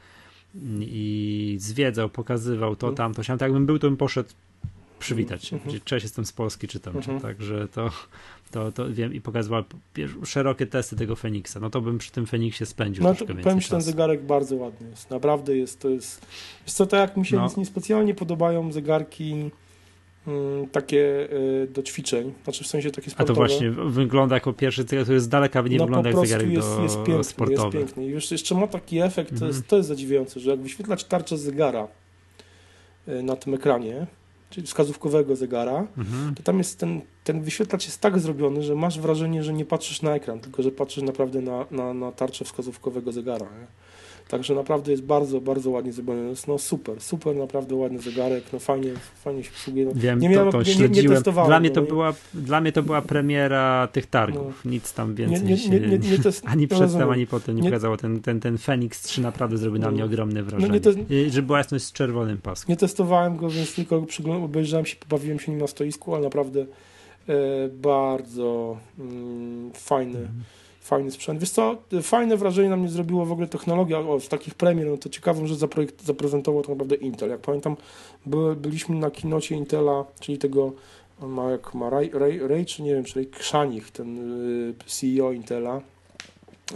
i zwiedzał, pokazywał to, mm. tamto, siam, tak jakbym był, to bym poszedł przywitać się, mm-hmm. cześć, jestem z Polski, czytam mm-hmm. cię, także to, to, to wiem i pokazywał szerokie testy tego Feniksa, no to bym przy tym Feniksie spędził no troszkę to więcej powiem, czasu. Ten zegarek bardzo ładny jest, naprawdę jest, to jest, wiesz co, tak jak mi się no. niespecjalnie podobają zegarki mm, takie y, do ćwiczeń, znaczy w sensie takie sportowe. A to właśnie wygląda jako pierwszy zegarek, który z daleka nie no, wygląda jak zegarek jest, do jest piękny, sportowy. Jest piękny. I jeszcze, jeszcze ma taki efekt, mhm. to, jest, to jest zadziwiające, że jak wyświetlać tarczę zegara y, na tym ekranie, czyli wskazówkowego zegara, mhm. to tam jest ten, ten wyświetlacz jest tak zrobiony, że masz wrażenie, że nie patrzysz na ekran, tylko że patrzysz naprawdę na, na, na tarczę wskazówkowego zegara. Nie? Także naprawdę jest bardzo, bardzo ładnie zrobiony. Jest, no super, super, naprawdę ładny zegarek, no fajnie, fajnie się obsługuje. No, wiem, nie miałem, to, to nie, śledziłem. nie testowałem. Dla mnie, to no, była, dla mnie to była premiera tych targów. No. Nic tam więcej nie, się, nie, nie, nie test... ani no, przedtem, ani potem nie, nie pokazało. Ten, ten, ten Fenix trzy naprawdę zrobił na no. mnie ogromne wrażenie. No, nie te... I, że była jasność z czerwonym paskiem. Nie testowałem go, więc tylko przyglądałem, obejrzałem się, pobawiłem się nim na stoisku, ale naprawdę e, bardzo mm, fajny. Mhm. Fajny sprzęt. Wiesz co, fajne wrażenie na mnie zrobiło w ogóle technologia, o, z takich premier, no to ciekawą, że zaprojekt, zaprezentował to naprawdę Intel. Jak pamiętam, by, byliśmy na kinocie Intela, czyli tego, on ma jak ma Ray, Ray, Ray czy nie wiem, czy Ray Krzanich, ten y, C E O Intela. E,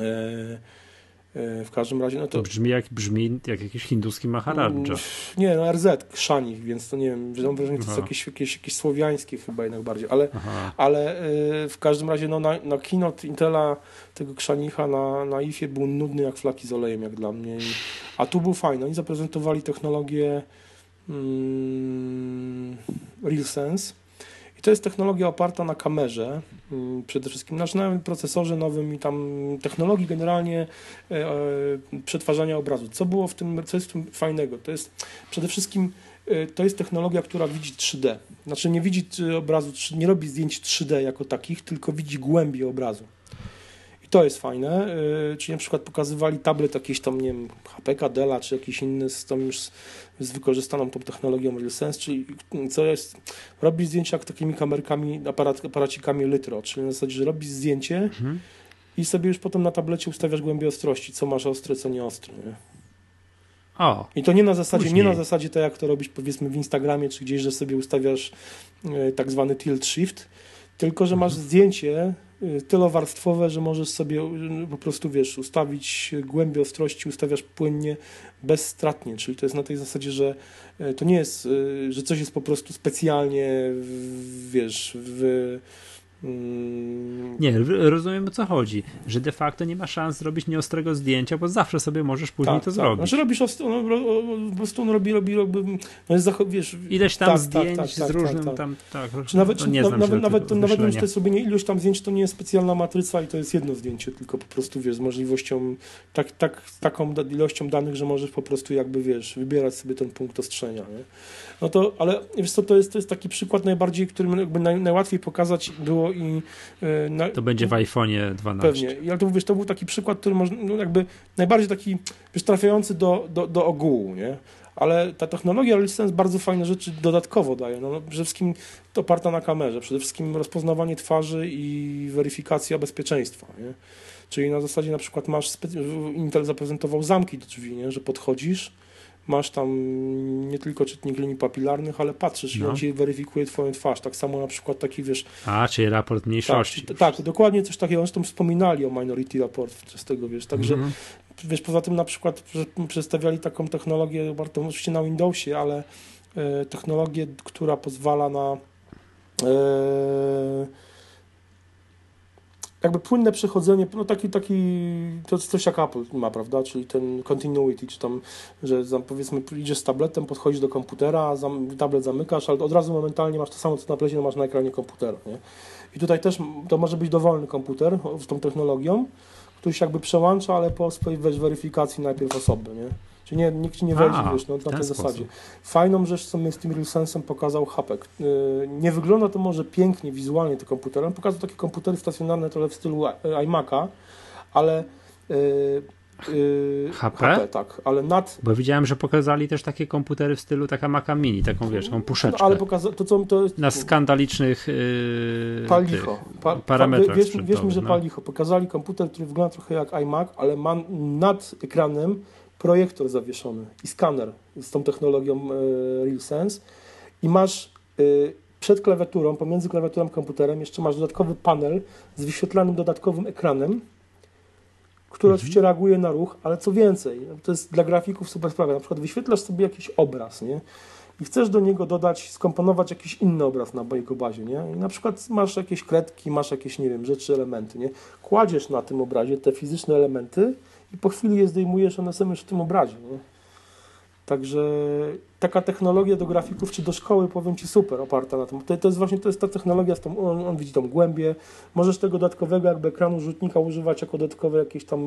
e, w każdym razie, no to... Brzmi jak, brzmi jak jakiś hinduski Maharadża. Nie, no R Z, Krzanich, więc to nie wiem, mam wrażenie, że to jest jakieś, jakieś, jakieś słowiańskie chyba jednak bardziej, ale, ale y, w każdym razie no, na, na keynote Intela tego Krzanicha na, na I F ie był nudny jak flaki z olejem, jak dla mnie. I, a tu był fajny. Oni zaprezentowali technologię mm, RealSense. I to jest technologia oparta na kamerze, przede wszystkim na nowym procesorze nowym i tam technologii generalnie e, e, przetwarzania obrazu. Co było w tym, co jest w tym fajnego? To jest przede wszystkim e, to jest technologia, która widzi trzy D. Znaczy nie widzi obrazu, nie robi zdjęć trzy D jako takich, tylko widzi głębię obrazu. I to jest fajne. Yy, czyli na przykład pokazywali tablet jakiś tam, nie wiem, H P K, Della, czy jakiś inny z tą już z wykorzystaną tą technologią RealSense, czyli co jest, robi zdjęcia takimi kamerkami, aparat, aparacikami Lytro, czyli na zasadzie, że robisz zdjęcie mhm. i sobie już potem na tablecie ustawiasz głębię ostrości, co masz ostre, co nie ostre. Nie? O, I to nie na zasadzie, nie na zasadzie tak jak to robisz powiedzmy w Instagramie, czy gdzieś, że sobie ustawiasz y, tak zwany tilt shift, tylko, że mhm. masz zdjęcie y, tylowarstwowe, że możesz sobie y, po prostu, wiesz, ustawić głębię ostrości, ustawiasz płynnie, bezstratnie, czyli to jest na tej zasadzie, że y, to nie jest, y, że coś jest po prostu specjalnie, w, wiesz, w Nie, rozumiem, o co chodzi, że de facto nie ma szans zrobić nieostrego zdjęcia, bo zawsze sobie możesz później tak, to tak. zrobić. Znaczy robisz, no, po prostu on robi, robi, robi no jest, wiesz... Ileś tam tak, zdjęć tak, tak, z różnym tak, tam, tak, czy nawet, no, nie na, znam nawet, się nawet, to, nawet to jest sobie nie ilość tam zdjęć, to nie jest specjalna matryca i to jest jedno zdjęcie, tylko po prostu, wiesz, z możliwością, tak, tak, z taką ilością danych, że możesz po prostu jakby, wiesz, wybierać sobie ten punkt ostrzenia, nie? No to, ale wiesz co, to jest, to jest taki przykład najbardziej, którym jakby naj, najłatwiej pokazać było i... Yy, na, to będzie w iPhone'ie dwanaście. Pewnie. Ale to, wiesz, to był taki przykład, który można, no jakby najbardziej taki, wiesz, trafiający do, do, do ogółu, nie? Ale ta technologia RealSense bardzo fajne rzeczy dodatkowo daje. No, przede wszystkim to oparta na kamerze, przede wszystkim rozpoznawanie twarzy i weryfikacja bezpieczeństwa, nie? Czyli na zasadzie na przykład masz, Intel zaprezentował zamki do drzwi, nie? Że podchodzisz, masz tam nie tylko czytnik linii papilarnych, ale patrzysz no. i on ci weryfikuje twoją twarz. Tak samo na przykład taki, wiesz... A, czyli raport mniejszości. Tak, tak, dokładnie coś takiego. Zresztą wspominali o Minority Report z tego, wiesz. Także, mm-hmm. wiesz, poza tym na przykład przedstawiali taką technologię, bardzo oczywiście na Windowsie, ale e, technologię, która pozwala na e, jakby płynne przechodzenie, no taki, taki, to jest coś jak Apple ma, prawda, czyli ten continuity, czy tam, że powiedzmy idziesz z tabletem, podchodzisz do komputera, zam, tablet zamykasz, ale od razu momentalnie masz to samo, co na tablecie, no masz na ekranie komputera, nie? I tutaj też to może być dowolny komputer z tą technologią, który się jakby przełącza, ale po swojej weryfikacji najpierw osoby, nie? Czyli nie, nikt ci nie wejdzie, A, wiesz, no, na tej zasadzie. Fajną rzecz, co mnie z tym RealSense'em pokazał Hapek. Yy, nie wygląda to może pięknie wizualnie te komputery. On pokazał takie komputery stacjonarne trochę w stylu iMac'a, ale yy, yy, H P? H P, tak, ale nad... Bo widziałem, że pokazali też takie komputery w stylu taka Maca Mini, taką, wiesz, taką puszeczkę. No, ale pokaza... to, co, to jest... Na skandalicznych yy, pal licho. Pa, parametrach wiesz, wiesz mi, że no. pal licho. Pokazali komputer, który wygląda trochę jak iMac, ale ma nad ekranem projektor zawieszony i skaner z tą technologią e, RealSense i masz e, przed klawiaturą, pomiędzy klawiaturą a komputerem jeszcze masz dodatkowy panel z wyświetlanym dodatkowym ekranem, który mhm. oczywiście reaguje na ruch, ale co więcej, to jest dla grafików super sprawa, na przykład wyświetlasz sobie jakiś obraz, nie? I chcesz do niego dodać, skomponować jakiś inny obraz na jego bazie, nie? I na przykład masz jakieś kredki, masz jakieś, nie wiem, rzeczy, elementy, nie? Kładziesz na tym obrazie te fizyczne elementy i po chwili je zdejmujesz, one są już w tym obrazie, nie? Także taka technologia do grafików czy do szkoły, powiem Ci, super oparta na tym. To, to jest właśnie to jest ta technologia, z tą, on, on widzi tą głębię. Możesz tego dodatkowego jakby ekranu rzutnika używać jako dodatkowe jakieś tam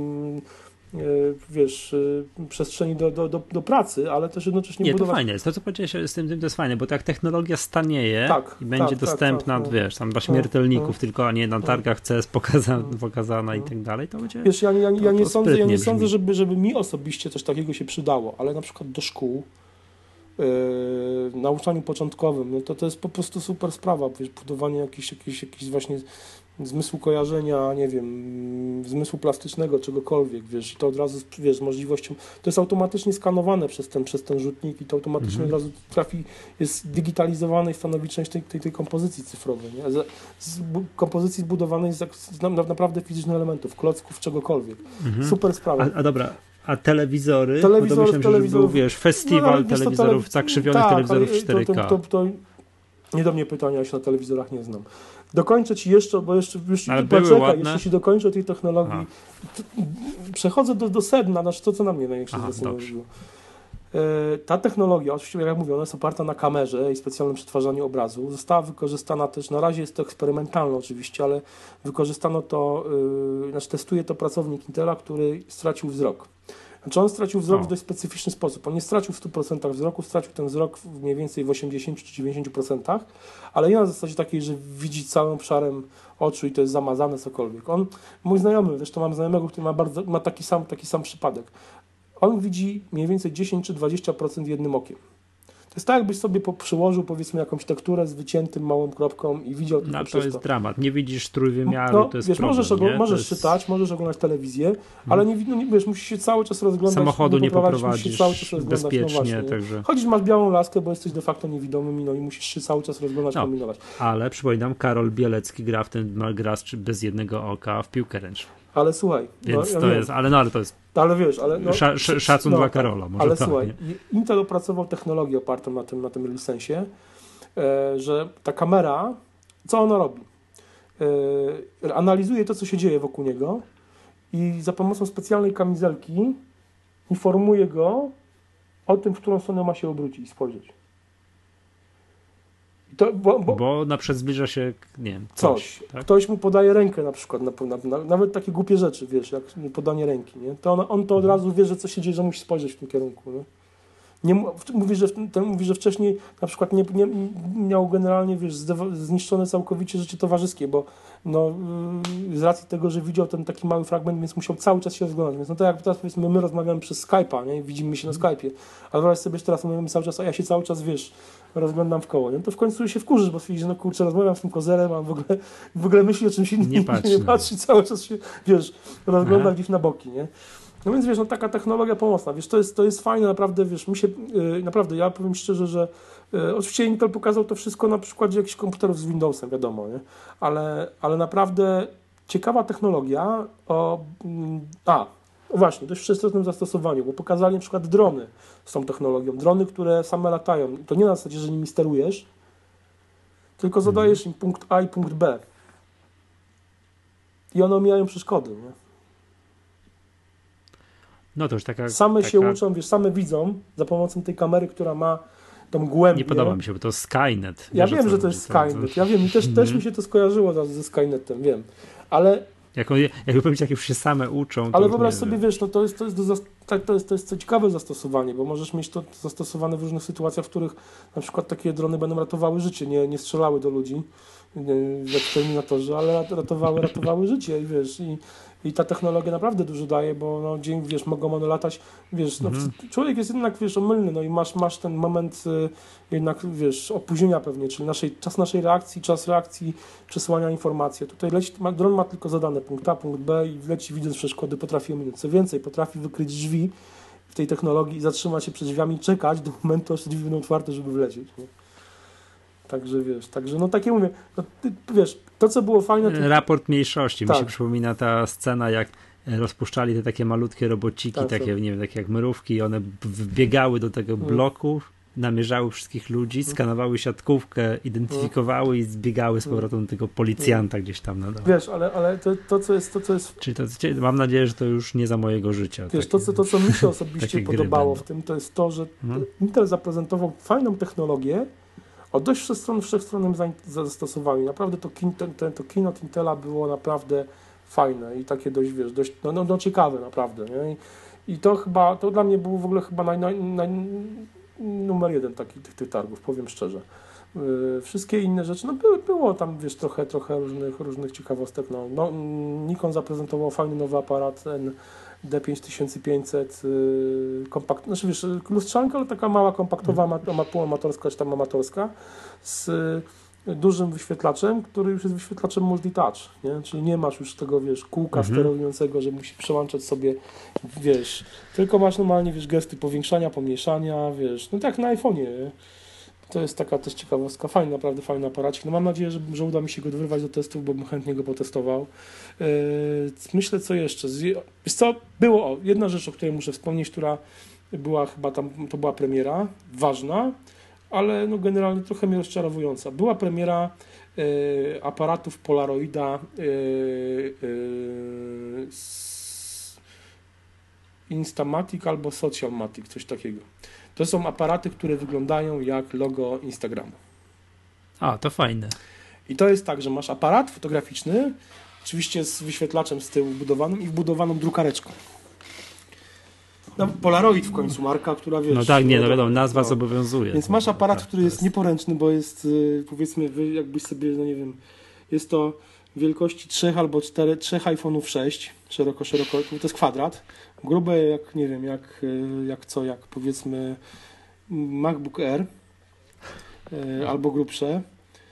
wiesz, przestrzeni do, do, do, do pracy, ale też jednocześnie nie, budować... to fajne jest. To, co powiedziałeś z tym, tym, to jest fajne, bo tak technologia stanieje tak, i będzie tak, dostępna, tak, tak, wiesz, tam dla śmiertelników, tak, tylko a nie na targach C E S pokazana, pokazana i tak dalej, to będzie... Wiesz, ja, ja, ja to, nie to sądzę, ja nie brzmi. sądzę żeby, żeby mi osobiście coś takiego się przydało, ale na przykład do szkół, Yy, nauczaniu początkowym, no to to jest po prostu super sprawa, wiesz, budowanie jakichś jakich, jakich właśnie zmysłu kojarzenia, nie wiem, zmysłu plastycznego, czegokolwiek, wiesz, i to od razu, wiesz, z możliwością, to jest automatycznie skanowane przez ten, przez ten rzutnik i to automatycznie mhm. od razu trafi, jest digitalizowane i stanowi część tej, tej, tej kompozycji cyfrowej, nie? Z, z kompozycji zbudowanej z, z na, naprawdę fizycznych elementów, klocków, czegokolwiek. Mhm. Super sprawa. A, a dobra, a telewizory? Telewizor, myślałem, telewizorów, że był, wiesz, festiwal no, telewizorów, tele... zakrzywionych tak, telewizorów cztery K. To, to, to, to nie do mnie pytania, ja się na telewizorach nie znam. Dokończę Ci jeszcze, bo jeszcze, jeszcze ale były poczekaj, ładne. jeszcze się dokończę tej technologii. To, przechodzę do, do sedna, znaczy to, co na mnie największe zastanowiło. Ta technologia, oczywiście jak mówię, ona jest oparta na kamerze i specjalnym przetwarzaniu obrazu. Została wykorzystana też, na razie jest to eksperymentalne oczywiście, ale wykorzystano to, yy, znaczy testuje to pracownik Intela, który stracił wzrok. Znaczy on stracił wzrok O. w dość specyficzny sposób. On nie stracił w stu procentach wzroku, stracił ten wzrok w mniej więcej w osiemdziesięciu czy dziewięćdziesięciu procentach, ale nie na zasadzie takiej, że widzi całym obszarem oczu i to jest zamazane cokolwiek. On, mój znajomy, zresztą mam znajomego, który ma, bardzo, ma taki, sam, taki sam przypadek. On widzi mniej więcej dziesięć czy dwadzieścia procent jednym okiem. To jest tak, jakbyś sobie po, przyłożył powiedzmy jakąś tekturę z wyciętym małą kropką i widział tylko No, przez to jest to. dramat. Nie widzisz trójwymiaru, No, to jest wiesz, problem, możesz, ogl- nie? możesz jest... czytać, możesz oglądać telewizję, ale nie, no, nie wiesz, musisz się cały czas rozglądać. Samochodu nie poprowadzić, poprowadzisz musisz się cały czas rozglądać. bezpiecznie, No właśnie, także... chodzisz, masz białą laskę, bo jesteś de facto niewidomym, no i musisz się cały czas rozglądać, No, kombinować. ale przypominam, Karol Bielecki gra w ten ma gra z- bez jednego oka w piłkę ręczną. Ale słuchaj, Więc no, ja to wiem, jest, ale no, ale to jest ale wiesz, ale no, sza, sz, szacun no, dla tak, Karola. Może ale tak, słuchaj, nie? Intel opracował technologię opartą na tym, na tym licensie, e, że ta kamera, co ona robi? E, analizuje to, co się dzieje wokół niego i za pomocą specjalnej kamizelki informuje go o tym, w którą stronę ma się obrócić i spojrzeć. I to, bo, bo, Bo na przykład zbliża się, nie wiem, coś. coś. Tak? Ktoś mu podaje rękę na przykład, na, na, na, nawet takie głupie rzeczy, wiesz, jak podanie ręki, nie? To on, on to od razu wie, że co się dzieje, że musi spojrzeć w tym kierunku. Nie? Nie, mówi, że, ten, mówi, że wcześniej na przykład nie, nie miał generalnie, wiesz, zniszczone całkowicie życie towarzyskie, bo no, z racji tego, że widział ten taki mały fragment, więc musiał cały czas się rozglądać. Więc no to jak teraz powiedzmy, my rozmawiamy przez Skype'a, nie? Widzimy się na Skype'ie, ale wyobraź sobie, że teraz mówimy cały czas, a ja się cały czas, wiesz, rozglądam w koło, nie? To w końcu się wkurzysz, bo stwierdzisz, że no kurczę, rozmawiam z tym kozerem, a w ogóle, w ogóle myśli o czymś innym, Nie patrzy, nie no. patrzy, cały czas się, wiesz, rozgląda Aha. gdzieś na boki, nie? No więc wiesz, no taka technologia pomocna, wiesz, to jest, to jest fajne, naprawdę, wiesz, mi się, yy, naprawdę, ja powiem szczerze, że yy, oczywiście Intel pokazał to wszystko na przykładzie jakichś komputerów z Windowsem, wiadomo, nie? Ale, ale naprawdę ciekawa technologia o, mm, a, właśnie, dość wszechstronnym zastosowaniu, bo pokazali na przykład drony z tą technologią, drony, które same latają, to nie na zasadzie, że nimi sterujesz, tylko zadajesz im punkt A i punkt B i one omijają przeszkody, nie? No to już taka... Same taka... się uczą, wiesz, same widzą za pomocą tej kamery, która ma tą głębię. Nie podoba mi się, bo to Skynet. Ja Wiesz, wiem, co że to chodzi, jest Skynet. Ja wiem i też, Mhm. też mi się to skojarzyło zaraz ze Skynetem, wiem. Ale, Jak, on, jakby powiedzieć, jak już się same uczą, to ale już wyobraź nie sobie, wiem. wiesz, no to jest, to jest, do, zas- tak, to jest, to jest ciekawe zastosowanie, bo możesz mieć to zastosowane w różnych sytuacjach, w których na przykład takie drony będą ratowały życie, nie, nie strzelały do ludzi, nie, jak w Terminatorze, ale rat- ratowały, ratowały życie i wiesz, i I ta technologia naprawdę dużo daje, bo no, dzień, wiesz, mogą one latać, wiesz, no, Mhm. człowiek jest jednak, wiesz, omylny, no i masz, masz ten moment y, jednak, wiesz, opóźnienia pewnie, czyli naszej, czas naszej reakcji, czas reakcji, przesłania informacji. Tutaj leci, ma, dron ma tylko zadane punkt A, punkt B i leci, widząc przeszkody, potrafi ominąć. Co więcej, potrafi wykryć drzwi w tej technologii i zatrzymać się przed drzwiami i czekać do momentu, aż drzwi będą otwarte, żeby wlecieć. Nie? Także wiesz, także no takie mówię, no, ty, wiesz, to co było fajne... To... Raport mniejszości. Tak. Mi się przypomina ta scena, jak rozpuszczali te takie malutkie robociki, Tak, takie, tak. nie wiem, takie jak mrówki i one wbiegały do tego bloku, namierzały wszystkich ludzi, skanowały siatkówkę, identyfikowały i zbiegały z powrotem do tego policjanta gdzieś tam na dole. Wiesz, ale, ale to, to, co jest, to, co jest... Czyli to, mam nadzieję, że to już nie za mojego życia. Wiesz, takie, to co, to, co mi się osobiście takie gry podobało będą. w tym, to jest to, że Mhm. Intel zaprezentował fajną technologię o dość wszechstron, wszechstronnym zain- zastosowaniu. Naprawdę to, kin, ten, ten, to keynote Intela było naprawdę fajne i takie dość, wiesz, dość, no, no, no ciekawe naprawdę, nie? I, I to chyba, to dla mnie było w ogóle chyba naj, naj, naj, numer jeden taki, tych, tych targów, powiem szczerze. Yy, wszystkie inne rzeczy, no były, było tam, wiesz, trochę, trochę różnych, różnych ciekawostek. No, no, Nikon zaprezentował fajny nowy aparat, ten D pięć tysięcy pięćset, yy, kompakt, znaczy wiesz, lustrzanka, ale taka mała, kompaktowa, ama, półamatorska, czy tam amatorska, z yy, dużym wyświetlaczem, który już jest wyświetlaczem multitouch, nie? Czyli nie masz już tego, wiesz, kółka Mhm. sterującego, że musi przełączać sobie, wiesz, tylko masz normalnie, wiesz, gesty powiększania, pomniejszania, wiesz, no tak na iPhone'ie, nie? To jest taka też ciekawostka, fajny, naprawdę fajny aparacik. No mam nadzieję, że, że uda mi się go wyrwać do testów, bo bym chętnie go potestował. Yy, myślę, co jeszcze. Z, wiesz co, było, o, jedna rzecz, o której muszę wspomnieć, która była chyba tam, to była premiera, ważna, ale no generalnie trochę mnie rozczarowująca. Była premiera yy, aparatów Polaroida yy, yy, Instamatic albo Socialmatic, coś takiego. To są aparaty, które wyglądają jak logo Instagramu. A, to fajne. I to jest tak, że masz aparat fotograficzny, oczywiście z wyświetlaczem z tyłu wbudowanym i wbudowaną drukareczką. No, Polaroid w końcu, marka, która wiesz... No tak, nie, no wiadomo, nazwa no. zobowiązuje. Więc masz aparat, który jest nieporęczny, bo jest, powiedzmy, jakbyś sobie, no nie wiem, jest to wielkości trzech albo cztery, trzech iPhone'ów sześć, szeroko, szeroko, to jest kwadrat, grube jak, nie wiem, jak, jak co, jak powiedzmy MacBook Air, albo grubsze,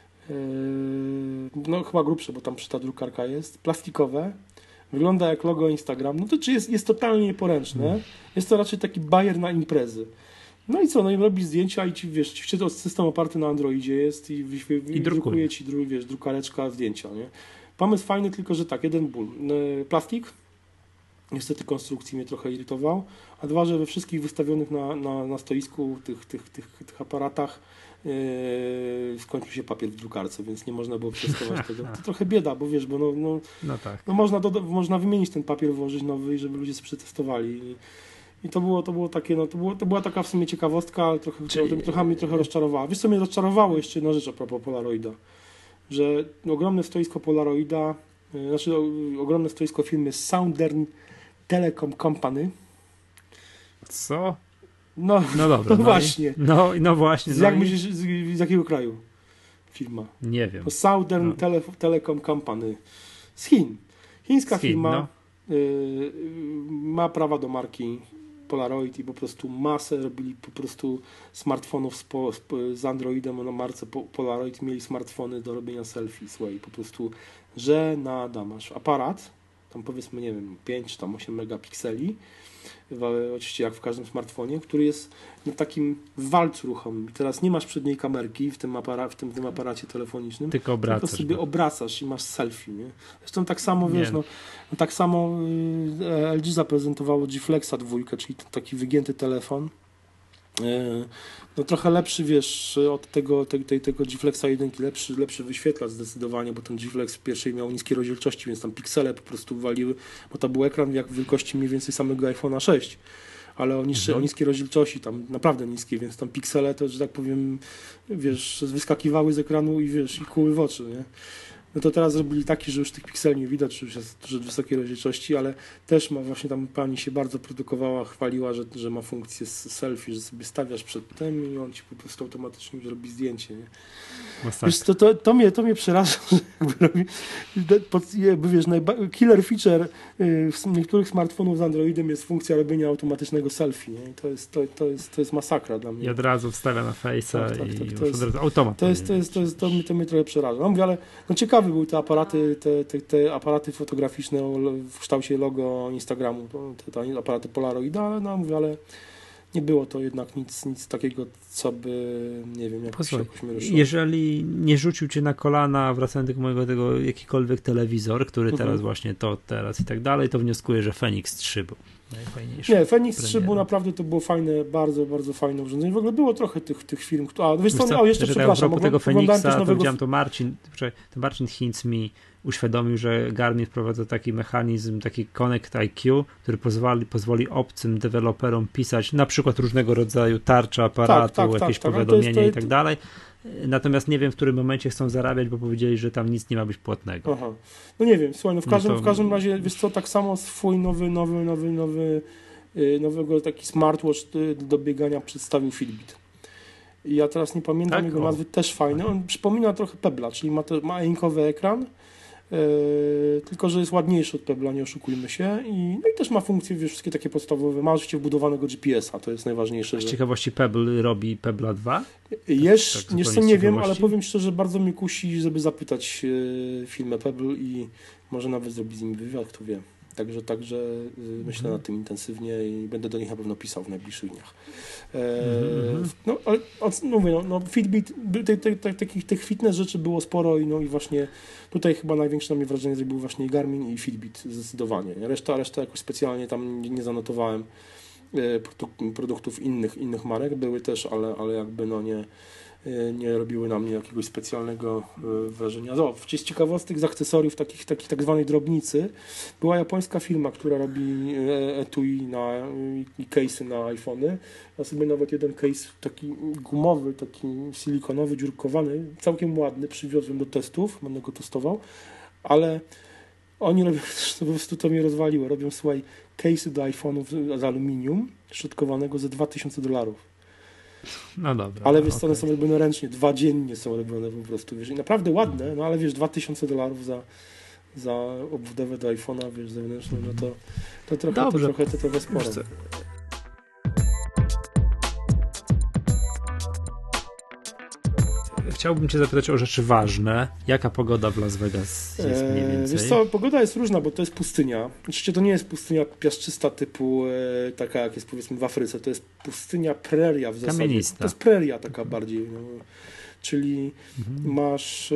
no chyba grubsze, bo tam przy ta drukarka jest, plastikowe, wygląda jak logo Instagram, no to czy jest, jest totalnie nieporęczne, jest to raczej taki bajer na imprezy. No i co, no i robi zdjęcia i ci, wiesz, ci to system oparty na Androidzie jest i, i, i drukuje ci, dru, wiesz, drukareczka zdjęcia, nie? Pomysł fajny, tylko że tak, jeden ból. Plastik, niestety konstrukcji mnie trochę irytował, a dwa, że we wszystkich wystawionych na, na, na stoisku tych, tych, tych, tych aparatach yy, skończył się papier w drukarce, więc nie można było przetestować tego. To trochę bieda, bo wiesz, bo no, no, no, tak. no można, do, można wymienić ten papier, włożyć nowy, żeby ludzie sobie przetestowali. I, I to było, to było takie, no to, było, to była taka w sumie ciekawostka, ale trochę, Czyli... trochę mnie trochę rozczarowała. Wiesz co mnie rozczarowało? Jeszcze jedna rzecz a propos Polaroida, że ogromne stoisko Polaroida, yy, znaczy o, ogromne stoisko firmy Southern Telecom Company. Co? No, no dobra. No, no właśnie. I, no, no właśnie. Z, no jak i... myślisz, z, z jakiego kraju firma? Nie wiem. To Southern no. Tele, Telecom Company. Z Chin. Chińska z Chin, firma no. y, ma prawa do marki Polaroid i po prostu masę robili po prostu smartfonów z, po, z Androidem na marce Polaroid. Mieli smartfony do robienia selfie. Słuchaj, po prostu żenada. Masz aparat, tam powiedzmy, nie wiem, pięć czy tam osiem megapikseli, oczywiście jak w każdym smartfonie, który jest na takim walcu ruchomym. I teraz nie masz przedniej kamerki w tym, apara- w tym, w tym aparacie telefonicznym, tylko, obracasz, tylko sobie bo... obracasz i masz selfie. Nie? Zresztą tak samo, wiesz, no, no, tak samo y, L G zaprezentowało G Flexa dwójkę, czyli taki wygięty telefon. No trochę lepszy, wiesz, od tego, te, te, tego G Flexa jeden, lepszy, lepszy wyświetlacz zdecydowanie, bo ten G Flex w pierwszej miał niskie rozdzielczości, więc tam piksele po prostu waliły, bo to był ekran jak wielkości mniej więcej samego iPhone'a sześć, ale o, niższe, mhm. o niskiej rozdzielczości, tam naprawdę niskie, więc tam piksele to, że tak powiem, wiesz, wyskakiwały z ekranu i wiesz, i kuły w oczy, nie? No to teraz zrobili taki, że już tych pikseli nie widać, że już jest że wysokiej rozdzielczości, ale też ma właśnie tam pani się bardzo produkowała, chwaliła, że, że ma funkcję selfie, że sobie stawiasz przed tym i on ci po prostu automatycznie robi zdjęcie. Nie? Wiesz, to, to, to, mnie, to mnie przeraża, że jakby, robi, jakby wiesz, najba- killer feature w niektórych smartfonów z Androidem jest funkcja robienia automatycznego selfie. Nie? I to jest, to, to, jest, to jest masakra dla mnie. I od razu wstawia na Face'a tak, tak, tak, i to jest, od razu automat. To jest, to jest, to jest, to mnie, to mnie trochę przeraża. No mówię, ale no ciekawe były te aparaty, te, te, te aparaty fotograficzne w kształcie logo Instagramu, te, te aparaty Polaroida, ale no mówię, ale nie było to jednak nic, nic takiego, co by, nie wiem, jakoś, jakoś mnie ruszyło. Jeżeli nie rzucił cię na kolana, wracając do mojego tego, jakikolwiek telewizor, który teraz mhm. właśnie to, teraz i tak dalej, to wnioskuję, że Fenix trzy był najfajniejszy. Nie, Fenix trzy był naprawdę, to było fajne, bardzo, bardzo fajne urządzenie. W ogóle było trochę tych, tych firm, a wiesz co, co? o, jeszcze że przepraszam. A propos tego Fenixa, to nowego... widziałem to Marcin, to Marcin Hinz mi uświadomił, że Garmin wprowadza taki mechanizm, taki Connect I Q, który pozwoli, pozwoli obcym deweloperom pisać na przykład różnego rodzaju tarcze aparatu, tak, tak, jakieś tak, powiadomienia tak, to jest, to... i tak dalej. Natomiast nie wiem, w którym momencie chcą zarabiać, bo powiedzieli, że tam nic nie ma być płatnego. Aha. No nie wiem, słuchaj, no w każdym, no to... w każdym razie, wiesz co, tak samo swój nowy, nowy, nowy, nowy, nowego taki smartwatch do biegania przedstawił Fitbit. I ja teraz nie pamiętam tak? jego nazwy, też fajny. On przypomina trochę Pebbla, czyli ma, to, ma e-inkowy ekran, Yy, tylko że jest ładniejszy od Pebbla, nie oszukujmy się. I, no i też ma funkcje, wiesz, wszystkie takie podstawowe. Ma oczywiście wbudowanego G P S a, to jest najważniejsze. Z że... ciekawości Pebble robi Pebbla dwa? Jeszcze tak, tak, nie wiem, ale powiem szczerze, bardzo mnie kusi, żeby zapytać yy, firmę Pebble i może nawet zrobić z nimi wywiad, kto wie. Także, także yy, myślę mm. nad tym intensywnie i będę do nich na pewno pisał w najbliższych dniach. E, mm-hmm. No, ale no, mówię, no, no Fitbit, te, te, te, takich tych fitness rzeczy było sporo i, no, i właśnie tutaj chyba największe na mnie wrażenie zrobił właśnie Garmin i Fitbit zdecydowanie. Reszta, reszta jakoś specjalnie tam nie, nie zanotowałem e, produk- produktów innych, innych marek. Były też, ale, ale jakby no nie, nie robiły na mnie jakiegoś specjalnego wrażenia. No, z ciekawostek, z akcesoriów takich, takich tak zwanej drobnicy była japońska firma, która robi etui na, i case'y na iPhony. Ja sobie nawet jeden case taki gumowy, taki silikonowy, dziurkowany, całkiem ładny, przywiozłem do testów, będę go testował, ale Oni robią, po prostu to mnie rozwaliło, robią, słuchaj, case'y do iPhone'ów z aluminium szutkowanego za dwa tysiące dolarów. No dobra. Ale wiesz, okay. co, one są robione ręcznie, dwa dziennie są robione po prostu, wiesz, i naprawdę ładne, no ale wiesz, dwa tysiące dolarów za, za obudowę do iPhone'a, wiesz, zewnętrzną, no to, to trochę, to trochę, to trochę sporo. Chciałbym cię zapytać o rzeczy ważne. Jaka pogoda w Las Vegas jest mniej więcej? Eee, wiesz co, pogoda jest różna, bo to jest pustynia. Oczywiście to nie jest pustynia piaszczysta typu e, taka, jak jest powiedzmy w Afryce. To jest pustynia preria w zasadzie. Kamienista. To jest preria taka bardziej. No. Czyli mhm. masz e,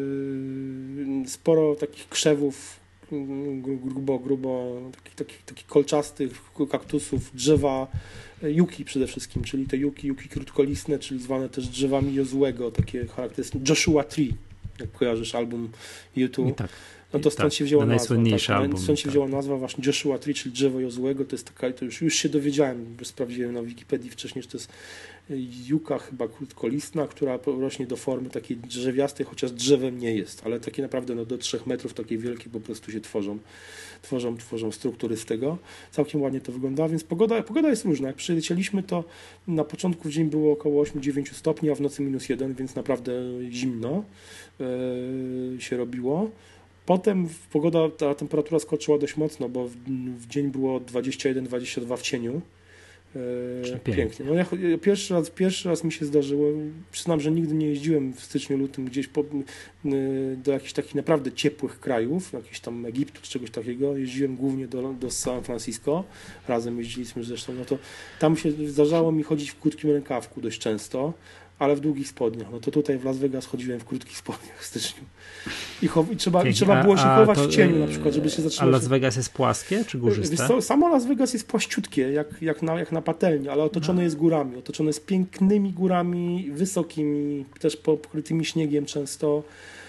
sporo takich krzewów grubo, grubo takich, takich, takich kolczastych kaktusów, drzewa, juki przede wszystkim, czyli te juki, juki krótkolistne, czyli zwane też drzewami Jozuego, takie charakterystyczne, Joshua Tree, jak kojarzysz album YouTube. Tak. No to stąd tak, się wzięła nazwa. Tak, album, stąd się tak. wzięła nazwa właśnie Joshua Tree, czyli drzewo Jozuego. To jest taka, to już, już się dowiedziałem, bo sprawdziłem na Wikipedii wcześniej, że to jest juka chyba krótkolistna, która rośnie do formy takiej drzewiastej, chociaż drzewem nie jest, ale takie naprawdę no, do trzech metrów takie wielkie po prostu się tworzą. Tworzą, tworzą struktury z tego. Całkiem ładnie to wygląda, więc pogoda, pogoda jest różna. Jak przylecieliśmy, to na początku w dzień było około osiem dziewięć stopni, a w nocy minus jeden, więc naprawdę zimno yy, się robiło. Potem pogoda, ta temperatura skoczyła dość mocno, bo w, w dzień było dwadzieścia jeden dwadzieścia dwa w cieniu. E, pięknie. pięknie. No ja, pierwszy, raz, pierwszy raz mi się zdarzyło, przyznam, że nigdy nie jeździłem w styczniu, lutym gdzieś po, do jakichś takich naprawdę ciepłych krajów, jakiś tam Egiptu czy czegoś takiego. Jeździłem głównie do, do San Francisco, razem jeździliśmy zresztą, no to tam się zdarzało mi chodzić w krótkim rękawku dość często, ale w długich spodniach. No to tutaj w Las Vegas chodziłem w krótkich spodniach w styczniu. I, chow- i, trzeba, i trzeba było się a, chować a to, w cieniu na przykład, żeby się zatrzymać. A Las Vegas jest płaskie czy górzyste? Wiesz co, samo Las Vegas jest płaściutkie, jak, jak, na, jak na patelni, ale otoczone no. jest górami. Otoczone jest pięknymi górami, wysokimi, też pokrytymi śniegiem często.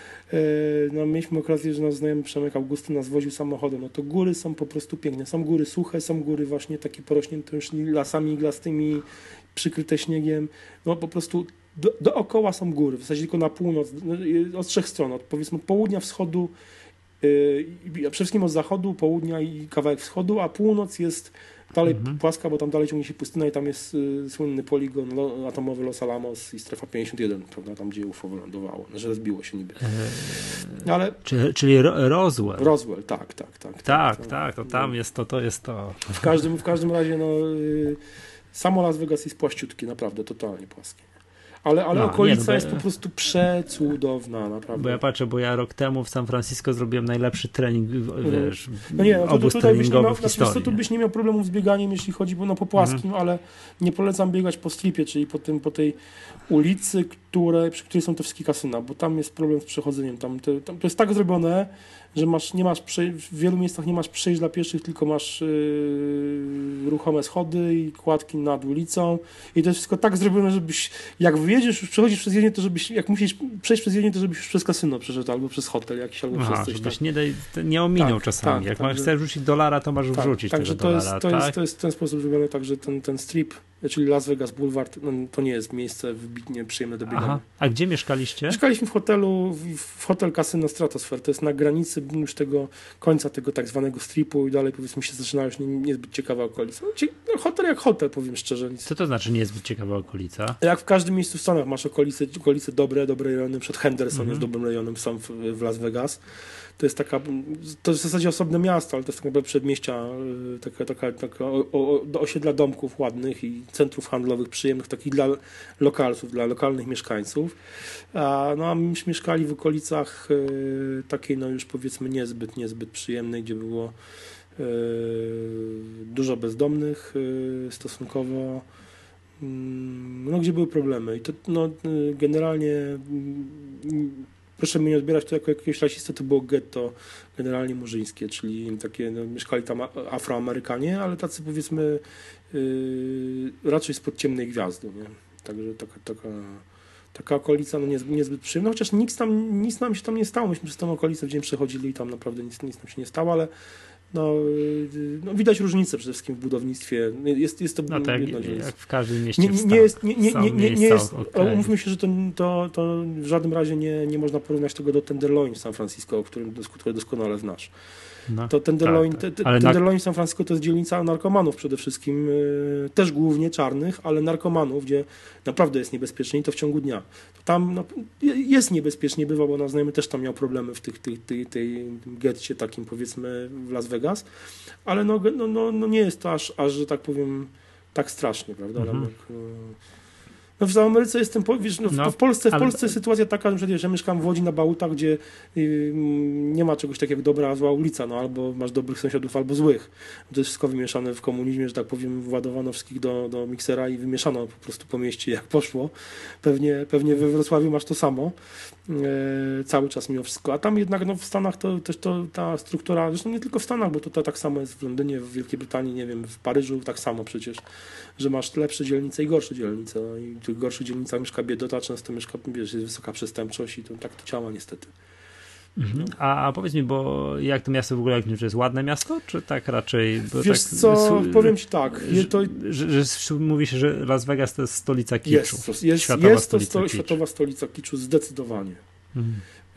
No, mieliśmy okazję, że nasz znajomy Przemek Augustyn nas woził samochodem. No to góry są po prostu piękne. Są góry suche, są góry właśnie takie porośnięte już lasami iglastymi, przykryte śniegiem. No po prostu do, dookoła są góry, w zasadzie tylko na północ, od trzech stron, od powiedzmy południa, wschodu, yy, przede wszystkim od zachodu, południa i kawałek wschodu, a północ jest dalej mhm. płaska, bo tam dalej ciągnie się pustynia i tam jest y, słynny poligon lo, atomowy Los Alamos i strefa pięćdziesiąt jeden, prawda, tam gdzie U F O wylądowało, że rozbiło się niby. Eee, Ale, czyli, czyli Roswell. Roswell, tak, tak, tak. Tak, tak, tak to tam jest to, to jest to. W każdym, w każdym razie, no, y, samo Las Vegas jest płaściutkie, naprawdę, totalnie płaskie. Ale, ale no, okolica nie, no jest ja, po prostu przecudowna, naprawdę. Bo ja patrzę, bo ja rok temu w San Francisco zrobiłem najlepszy trening, wiesz, no nie, no to, obóz tutaj treningowy miał, w historii. Znaczy, tu byś nie miał problemu z bieganiem, jeśli chodzi no, po płaskim, mhm. ale nie polecam biegać po stripie, czyli po, tym, po tej ulicy, które, przy której są te wszystkie kasyna, bo tam jest problem z przechodzeniem. Tam, te, tam to jest tak zrobione, że masz, nie masz prze, w wielu miejscach nie masz przejść dla pieszych, tylko masz yy, ruchome schody i kładki nad ulicą i to jest wszystko tak zrobione, żebyś jak wyjedziesz, już przechodzisz przez jednie, to żebyś, jak musisz przejść przez jednie, to żebyś już przez kasyno przeszedł, albo przez hotel jakiś, albo Aha, przez coś. Żebyś tak. nie, daj, nie ominął tak, czasami. Tak, jak tak, masz, że... chcesz rzucić dolara, to masz tak, wrzucić tak, tego to dolara. Jest, to, tak? jest, to jest w ten sposób zrobione, tak, że ten, ten strip, czyli Las Vegas Boulevard, no, to nie jest miejsce wybitnie przyjemne do biegania. Aha. A gdzie mieszkaliście? Mieszkaliśmy w hotelu, w, w hotel Casino Stratosphere. To jest na granicy już tego końca tego tak zwanego stripu i dalej powiedzmy się zaczyna już nie, niezbyt ciekawa okolica. No, hotel jak hotel, powiem szczerze. Nic. Co to znaczy niezbyt ciekawa okolica? Jak w każdym miejscu w Stanach masz okolice, okolice dobre, dobre rejony. Przed Henderson mm-hmm. jest dobrym rejonem sam w, w Las Vegas. To jest taka, to jest w zasadzie osobne miasto, ale to jest tak naprawdę przedmieścia, taka, taka, taka o, o, do osiedla domków ładnych i centrów handlowych przyjemnych, takich dla lokalców, dla lokalnych mieszkańców. A, no a myśmy mieszkali w okolicach y, takiej, no już powiedzmy niezbyt, niezbyt przyjemnej, gdzie było y, dużo bezdomnych y, stosunkowo, y, no gdzie były problemy. I to no, y, generalnie y, proszę mnie nie odbierać to jako jakiegoś rasistę, to było getto generalnie murzyńskie, czyli takie, no, mieszkali tam Afroamerykanie, ale tacy powiedzmy yy, raczej spod ciemnej gwiazdy, nie? Także taka, taka, taka okolica no, niezbyt, niezbyt przyjemna, chociaż nic, tam, nic nam się tam nie stało, myśmy przez tą okolicę w dzień przechodzili i tam naprawdę nic, nic nam się nie stało, ale No, no widać różnicę przede wszystkim w budownictwie. Jest, jest to no tak, jedna jak w każdym mieście nie, w nie jest, nie, nie, nie, nie, nie jest, okay. Umówmy się, że to, to, to w żadnym razie nie, nie można porównać tego do Tenderloin w San Francisco, o którym który doskonale znasz. No, to Tenderloin, tak, tak. te, Tenderloin w San Francisco to jest dzielnica narkomanów przede wszystkim, yy, też głównie czarnych, ale narkomanów, gdzie naprawdę jest niebezpiecznie i to w ciągu dnia. Tam no, jest niebezpiecznie, bywa, bo nasz znajomy też tam miał problemy w tych, tych, tej, tej getcie takim, powiedzmy, w Las Vegas, ale no, no, no, no nie jest to aż, aż, że tak powiem, tak strasznie, prawda? Mhm. Tak, no w Ameryce jestem, wiesz, no w, no, w Polsce, w ale... Polsce jest sytuacja taka, że ja mieszkam w Łodzi na Bałutach, gdzie yy, nie ma czegoś takiego jak dobra, zła ulica, no albo masz dobrych sąsiadów, albo złych. To jest wszystko wymieszane w komunizmie, że tak powiem, władowano wszystkich do, do miksera i wymieszano po prostu po mieście jak poszło. Pewnie, pewnie we Wrocławiu masz to samo. Yy, cały czas mimo wszystko. A tam jednak no, w Stanach to też to, ta struktura, zresztą nie tylko w Stanach, bo to, to tak samo jest w Londynie, w Wielkiej Brytanii, nie wiem, w Paryżu tak samo przecież, że masz lepsze dzielnice i gorsze dzielnice. No, i w tych gorszych dzielnicach mieszka biedota, często mieszka, wiesz, jest wysoka przestępczość i to tak to działa niestety. Mhm. A, a powiedz mi, bo jak to miasto w ogóle, jak, czy jest ładne miasto, czy tak raczej? Bo wiesz tak, co, powiem ci tak. Że, to... że, że, że mówi się, że Las Vegas to jest stolica kiczu. Jest, jest, światowa jest to stolica sto, kiczu. światowa stolica kiczu, zdecydowanie. Mhm.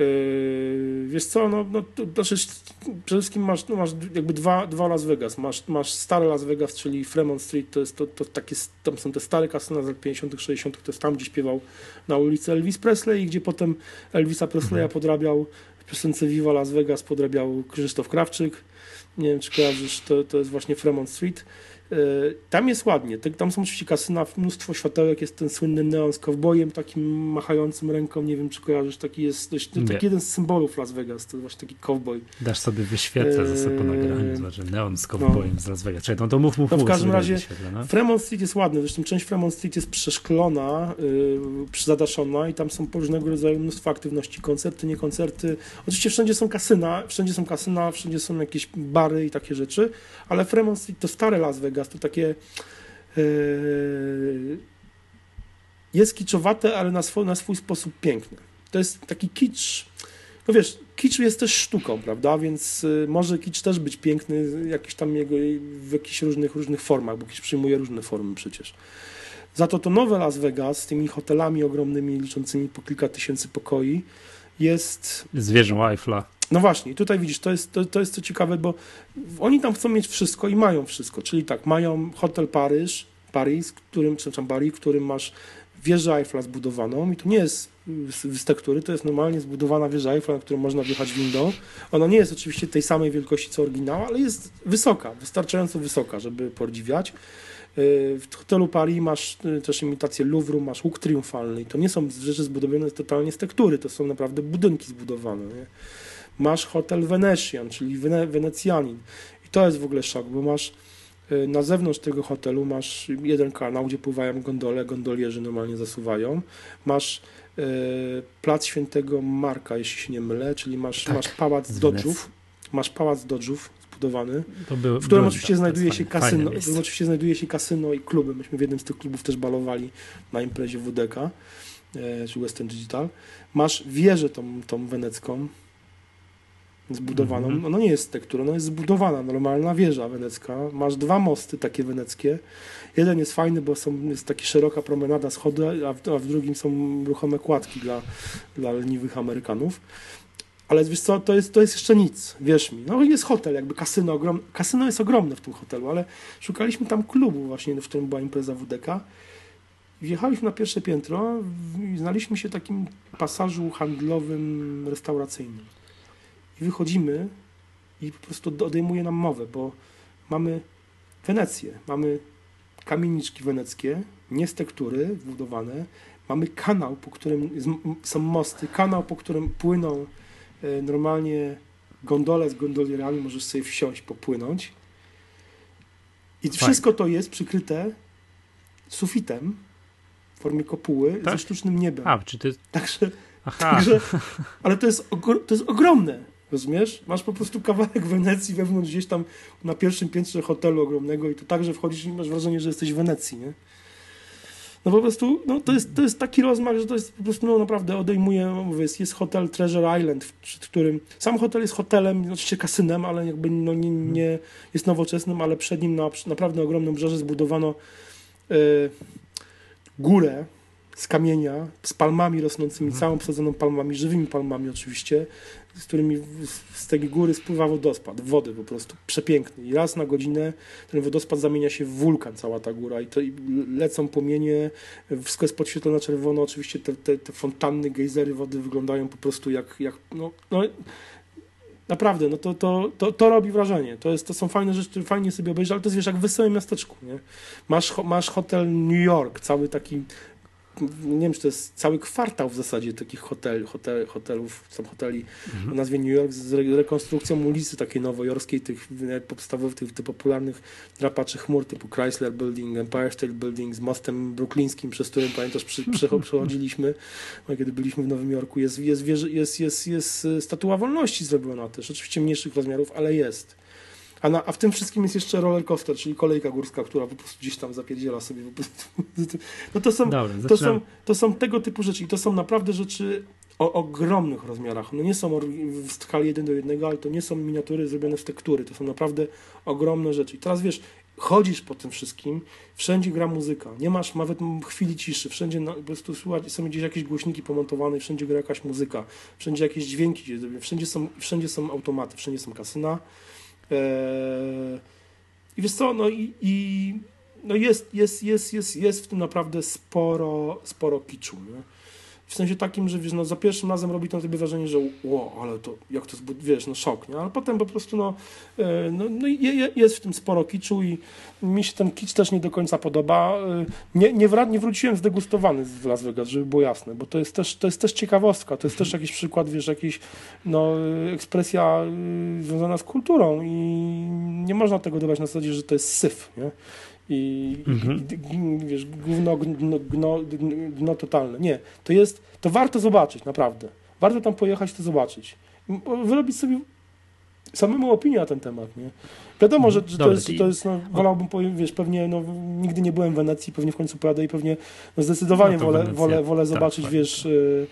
Yy, wiesz co, no, no to, to znaczy przede wszystkim masz, no, masz jakby dwa, dwa Las Vegas. Masz, masz stare Las Vegas, czyli Fremont Street, to jest to, to takie, tam są te stare kasyna z lat pięćdziesiątych, sześćdziesiątych, to jest tam, gdzie śpiewał na ulicy Elvis Presley i gdzie potem Elvisa Presleya mhm. podrabiał w piosence Viva Las Vegas, podrabiał Krzysztof Krawczyk. Nie wiem, czy kojarzysz, to, to jest właśnie Fremont Street. Tam jest ładnie, tam są oczywiście kasyna, mnóstwo światełek, jest ten słynny neon z kowbojem takim machającym ręką, nie wiem czy kojarzysz, taki jest dość, no, taki jeden z symbolów Las Vegas, to właśnie taki kowboj. Dasz sobie wyświetlę za sobie po nagraniu, znaczy neon z kowbojem no. z Las Vegas, czyli no to mów, mów, no, mów. W każdym razie no? Fremont Street jest ładny, zresztą część Fremont Street jest przeszklona, yy, zadaszona i tam są różnego rodzaju mnóstwo aktywności, koncerty, nie koncerty, oczywiście wszędzie są kasyna, wszędzie są kasyna, wszędzie są jakieś bary i takie rzeczy, ale Fremont Street to stare Las Vegas, to takie yy, jest kiczowate, ale na swój, na swój sposób piękne. To jest taki kicz, no wiesz, kicz jest też sztuką, prawda, więc yy, może kicz też być piękny jakiś tam jego, w jakichś różnych, różnych formach, bo kicz przyjmuje różne formy przecież. Za to to nowe Las Vegas z tymi hotelami ogromnymi, liczącymi po kilka tysięcy pokoi jest... Z wieżą Eiffla. No właśnie, tutaj widzisz, to jest, to, to jest co ciekawe, bo oni tam chcą mieć wszystko i mają wszystko, czyli tak, mają hotel Paryż, Paris, którym, czy tam Paris, w którym masz wieżę Eiffla zbudowaną i to nie jest z tektury, to jest normalnie zbudowana wieża Eiffla, na którą można wjechać windą. Ona nie jest oczywiście tej samej wielkości co oryginał, ale jest wysoka, wystarczająco wysoka, żeby podziwiać. W hotelu Paris masz też imitację Louvru, masz łuk triumfalny i to nie są rzeczy zbudowane totalnie z tektury, to są naprawdę budynki zbudowane, nie? Masz hotel Venetian, czyli Wene- Wenecjanin. I to jest w ogóle szok, bo masz y, na zewnątrz tego hotelu masz jeden kanał, gdzie pływają gondole, gondolierzy normalnie zasuwają. Masz y, plac Świętego Marka, jeśli się nie mylę, czyli masz, tak, masz pałac Dodżów, masz pałac Dodżów zbudowany, był, w którym oczywiście znajduje się kasyno, w którym oczywiście znajduje się kasyno i kluby. Myśmy w jednym z tych klubów też balowali na imprezie W D K, y, czy Western Digital. Masz wieżę tą, tą wenecką, zbudowaną, mm-hmm. Ona nie jest tektura, ona jest zbudowana, normalna wieża wenecka. Masz dwa mosty takie weneckie. Jeden jest fajny, bo są, jest taka szeroka promenada, schody, a w, a w drugim są ruchome kładki dla, dla leniwych Amerykanów. Ale wiesz co, to jest, to jest jeszcze nic, wierz mi. No jest hotel, jakby kasyno, ogrom, kasyno jest ogromne w tym hotelu, ale szukaliśmy tam klubu właśnie, w którym była impreza W D K. Wjechaliśmy na pierwsze piętro i znaliśmy się w takim pasażu handlowym, restauracyjnym. I wychodzimy i po prostu odejmuje nam mowę, bo mamy Wenecję, mamy kamieniczki weneckie, nie z tektury wbudowane, mamy kanał, po którym są mosty, kanał, po którym płyną normalnie gondole z gondolierami, możesz sobie wsiąść, popłynąć. I Fajne. Wszystko to jest przykryte sufitem w formie kopuły, tak? Ze sztucznym niebem. A, czy ty... Także, także, ale to jest, to jest ogromne. Rozumiesz? Masz po prostu kawałek Wenecji wewnątrz gdzieś tam na pierwszym piętrze hotelu ogromnego i to tak, że wchodzisz i masz wrażenie, że jesteś w Wenecji, nie? No po prostu, no to jest, to jest taki rozmach, że to jest po prostu, no naprawdę odejmuje, mówię, jest, jest hotel Treasure Island, w, w którym, sam hotel jest hotelem, oczywiście kasynem, ale jakby no nie, nie jest nowoczesnym, ale przed nim na naprawdę ogromnym brzeże zbudowano y, górę z kamienia, z palmami rosnącymi, mhm. całą obsadzoną palmami, żywymi palmami oczywiście, z którymi z tej góry spływa wodospad, wody po prostu, przepiękny. I raz na godzinę ten wodospad zamienia się w wulkan, cała ta góra i to i lecą płomienie, wszystko jest podświetlone na czerwono, oczywiście te, te, te fontanny, gejzery wody wyglądają po prostu jak, jak no, no naprawdę, no to, to, to, to robi wrażenie. To, jest, to są fajne rzeczy, które fajnie sobie obejrzeć, ale to jest, wiesz, jak w wesołym miasteczku, nie? Masz, masz hotel New York, cały taki, nie wiem, czy to jest cały kwartał w zasadzie takich hotel, hotel, hotelów, są hoteli mhm. o nazwie New York z rekonstrukcją ulicy takiej nowojorskiej, tych podstawowych, tych, tych popularnych drapaczy chmur typu Chrysler Building, Empire State Building z mostem brooklyńskim, przez którym pamiętasz przy, przechodziliśmy, kiedy byliśmy w Nowym Jorku. Jest, jest, jest, jest, jest, jest Statua Wolności zrobiona też, oczywiście mniejszych rozmiarów, ale jest. A, na, a w tym wszystkim jest jeszcze roller coaster, czyli kolejka górska, która po prostu gdzieś tam zapierdziela sobie. Po prostu. No to są, Dobra, to, są, to są tego typu rzeczy i to są naprawdę rzeczy o ogromnych rozmiarach. No nie są w skali jeden do jednego, ale to nie są miniatury zrobione w tektury. To są naprawdę ogromne rzeczy. I teraz wiesz, chodzisz po tym wszystkim, wszędzie gra muzyka, nie masz nawet chwili ciszy, wszędzie na, po prostu słuchać, są gdzieś jakieś głośniki pomontowane, wszędzie gra jakaś muzyka, wszędzie jakieś dźwięki, wszędzie są, wszędzie są automaty, wszędzie są kasyna. I wiesz co, no i, i no jest, jest, jest, jest, jest w tym naprawdę sporo, sporo kiczu, nie? W sensie takim, że wiesz, no za pierwszym razem robi to sobie wrażenie, że wow, ale to jak to, wiesz, no szok, nie? Ale potem po prostu no, no, no jest w tym sporo kiczu i mi się ten kicz też nie do końca podoba. Nie, nie, wra- nie wróciłem zdegustowany z Las Vegas, żeby było jasne, bo to jest też, to jest też ciekawostka, to jest też jakiś przykład, wiesz, jakiś no, ekspresja związana z kulturą i nie można tego odebrać na zasadzie, że to jest syf, nie? I, mhm. i wiesz, gówno, gno, gno, gno totalne. Nie, to jest, to warto zobaczyć, naprawdę. Warto tam pojechać, to zobaczyć. Wyrobić sobie samemu opinię na ten temat, nie? Wiadomo, że, że to jest, to jest no, wolałbym, powiem, wiesz, pewnie, no, nigdy nie byłem w Wenecji, pewnie w końcu pojadę i pewnie, no, zdecydowanie no wolę, wolę, wolę zobaczyć, tak, wiesz, y,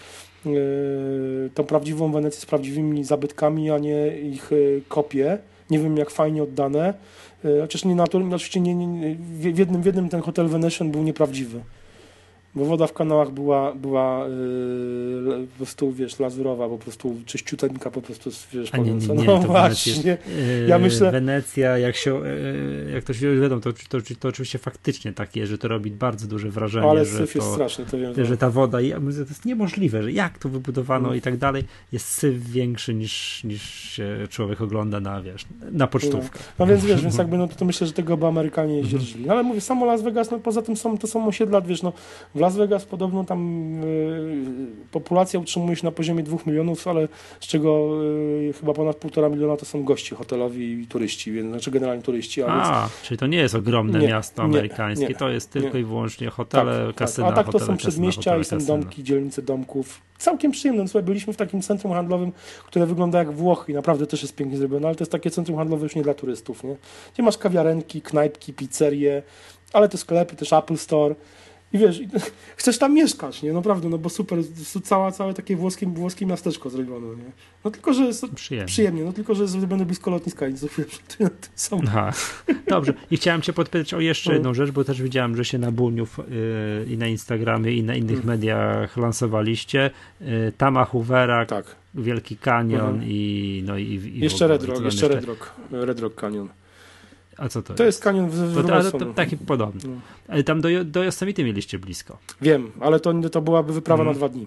y, tą prawdziwą Wenecję z prawdziwymi zabytkami, a nie ich y, kopie. Nie wiem, jak fajnie oddane. Chociaż nie naturalnie, oczywiście nie, nie, w, jednym, w jednym ten hotel Venetian był nieprawdziwy. Bo woda w kanałach była, była yy, po prostu, wiesz, lazurowa, po prostu czyściuteńka, po prostu, wiesz, A nie, nie, nie, no to właśnie. Jest, yy, ja myślę... Wenecja, jak się, yy, jak to się wiadomo, to, to, to oczywiście faktycznie takie, że to robi bardzo duże wrażenie, ale że syf to, jest straszny, to wiem. że ta woda, to jest niemożliwe, że jak to wybudowano mm. i tak dalej, jest syf większy niż, niż się człowiek ogląda na, wiesz, na pocztówkę. No, no więc wiesz, więc jakby, no to, to myślę, że tego by Amerykanie nie zdzierżyli. No, ale mówię, samo Las Vegas, no poza tym są, to są osiedla, wiesz, no w Las Vegas podobno tam y, populacja utrzymuje się na poziomie dwóch milionów, ale z czego y, chyba ponad półtora miliona to są goście hotelowi i turyści, więc, znaczy generalnie turyści. A, a więc... czyli to nie jest ogromne nie, miasto amerykańskie, nie, nie, to jest tylko nie. i wyłącznie hotele, tak, kasyna, tak. A tak hotele, to są przedmieścia i są kasyna. Domki, dzielnice domków. Całkiem przyjemne. Słuchaj, byliśmy w takim centrum handlowym, które wygląda jak Włochy i naprawdę też jest pięknie zrobione, ale to jest takie centrum handlowe już nie dla turystów, nie? Gdzie masz kawiarenki, knajpki, pizzerie, ale te sklepy, też Apple Store. I wiesz, chcesz tam mieszkać, nie? Naprawdę, no bo super, cała, całe takie włoskie, włoskie miasteczko zrobiono, nie? No tylko, że jest przyjemnie, przyjemnie no tylko, że jest zrobione blisko lotniska i co chwilę są. Aha. Dobrze. I chciałem cię podpytać o jeszcze jedną rzecz, bo też widziałem, że się na Buniów yy, i na Instagramie i na innych hmm. mediach lansowaliście. Yy, Tama Hoovera, tak. Wielki Kanion hmm. i no i, i jeszcze Red Rock, jeszcze Red Rock, Red Rock Kanion. A co to, to jest? To jest kanion w, w to, ale to taki podobny. No. Ale tam do, do Yosemite mieliście blisko. Wiem, ale to, to byłaby wyprawa hmm. na dwa dni.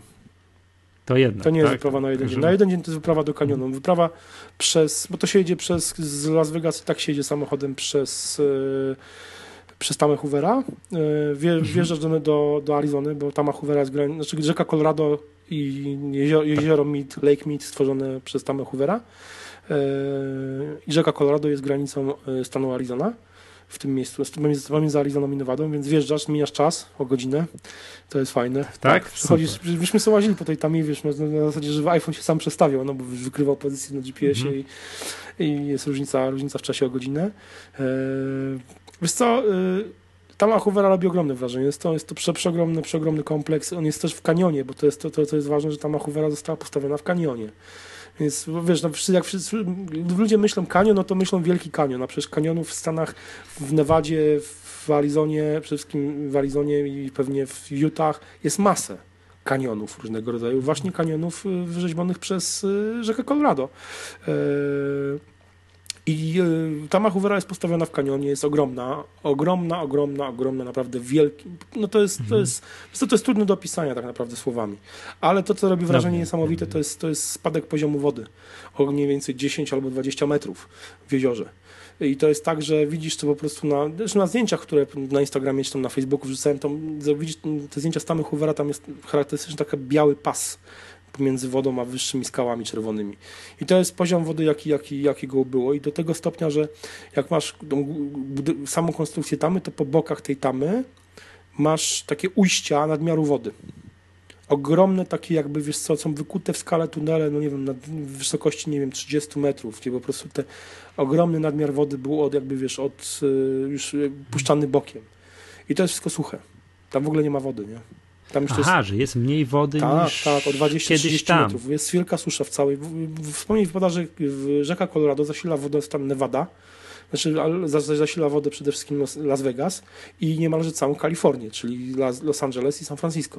To jedno. To nie tak? jest wyprawa na jeden dzień. Na jeden dzień to jest wyprawa do kanionu. Wyprawa przez, bo to się jedzie przez, z Las Vegas i tak się jedzie samochodem przez, yy, przez Tamę Hoovera. Yy, wje, wjeżdżasz do, do, do Arizony, bo Tama Hoovera jest grań, znaczy rzeka Colorado i jezioro, jezioro Mead, Lake Mead stworzone przez Tamę Hoovera. I rzeka Colorado jest granicą stanu Arizona w tym miejscu, pomiędzy Arizoną i Nevadą, więc wjeżdżasz, mijasz czas o godzinę, to jest fajne. Tak? tak przychodzisz, myśmy sobie łazili po tej tamie, wiesz, na, na zasadzie, że iPhone się sam przestawiał, no bo wykrywał pozycję na G P S-ie mm-hmm. i, i jest różnica, różnica w czasie o godzinę. E, wiesz co, e, Tama Hoovera robi ogromne wrażenie. Jest to, jest to prze, przeogromny, przeogromny kompleks. On jest też w kanionie, bo to jest to, to, to jest ważne, że Tama Hoovera została postawiona w kanionie. Więc wiesz, no, jak wszyscy, ludzie myślą kanion, no to myślą Wielki Kanion, a przecież kanionów w Stanach, w Nevadzie, w Arizonie, przede wszystkim w Arizonie i pewnie w Utah jest masę kanionów różnego rodzaju, właśnie kanionów wyrzeźbionych przez rzekę Colorado. I Tama Hoovera jest postawiona w kanionie, jest ogromna, ogromna, ogromna, ogromna, naprawdę wielki. No to jest, to jest, to jest trudne do opisania tak naprawdę słowami. Ale to, co robi wrażenie niesamowite, to jest, to jest spadek poziomu wody o mniej więcej dziesięć albo dwadzieścia metrów w jeziorze. I to jest tak, że widzisz to po prostu na, zresztą na zdjęciach, które na Instagramie czy tam na Facebooku wrzucałem, to widzisz te zdjęcia z Tamy Hoovera, tam jest charakterystyczny taki biały pas pomiędzy wodą a wyższymi skałami czerwonymi. I to jest poziom wody, jaki, jaki, jakiego było. I do tego stopnia, że jak masz samą konstrukcję tamy, to po bokach tej tamy masz takie ujścia nadmiaru wody. Ogromne takie jakby, wiesz co, są wykute w skale tunele, no nie wiem, na wysokości, nie wiem, trzydzieści metrów, gdzie po prostu te ogromny nadmiar wody był od, jakby, wiesz, od już puszczany bokiem. I to jest wszystko suche. Tam w ogóle nie ma wody, nie? Tam Aha, jest, że jest mniej wody tak, niż tak, o dwadzieścia trzydzieści metrów. Jest wielka susza w całej. Wspomnij wypada, że rzeka Colorado zasila wodę stan Nevada, znaczy zasila wodę przede wszystkim Las Vegas i niemalże całą Kalifornię, czyli Los Angeles i San Francisco.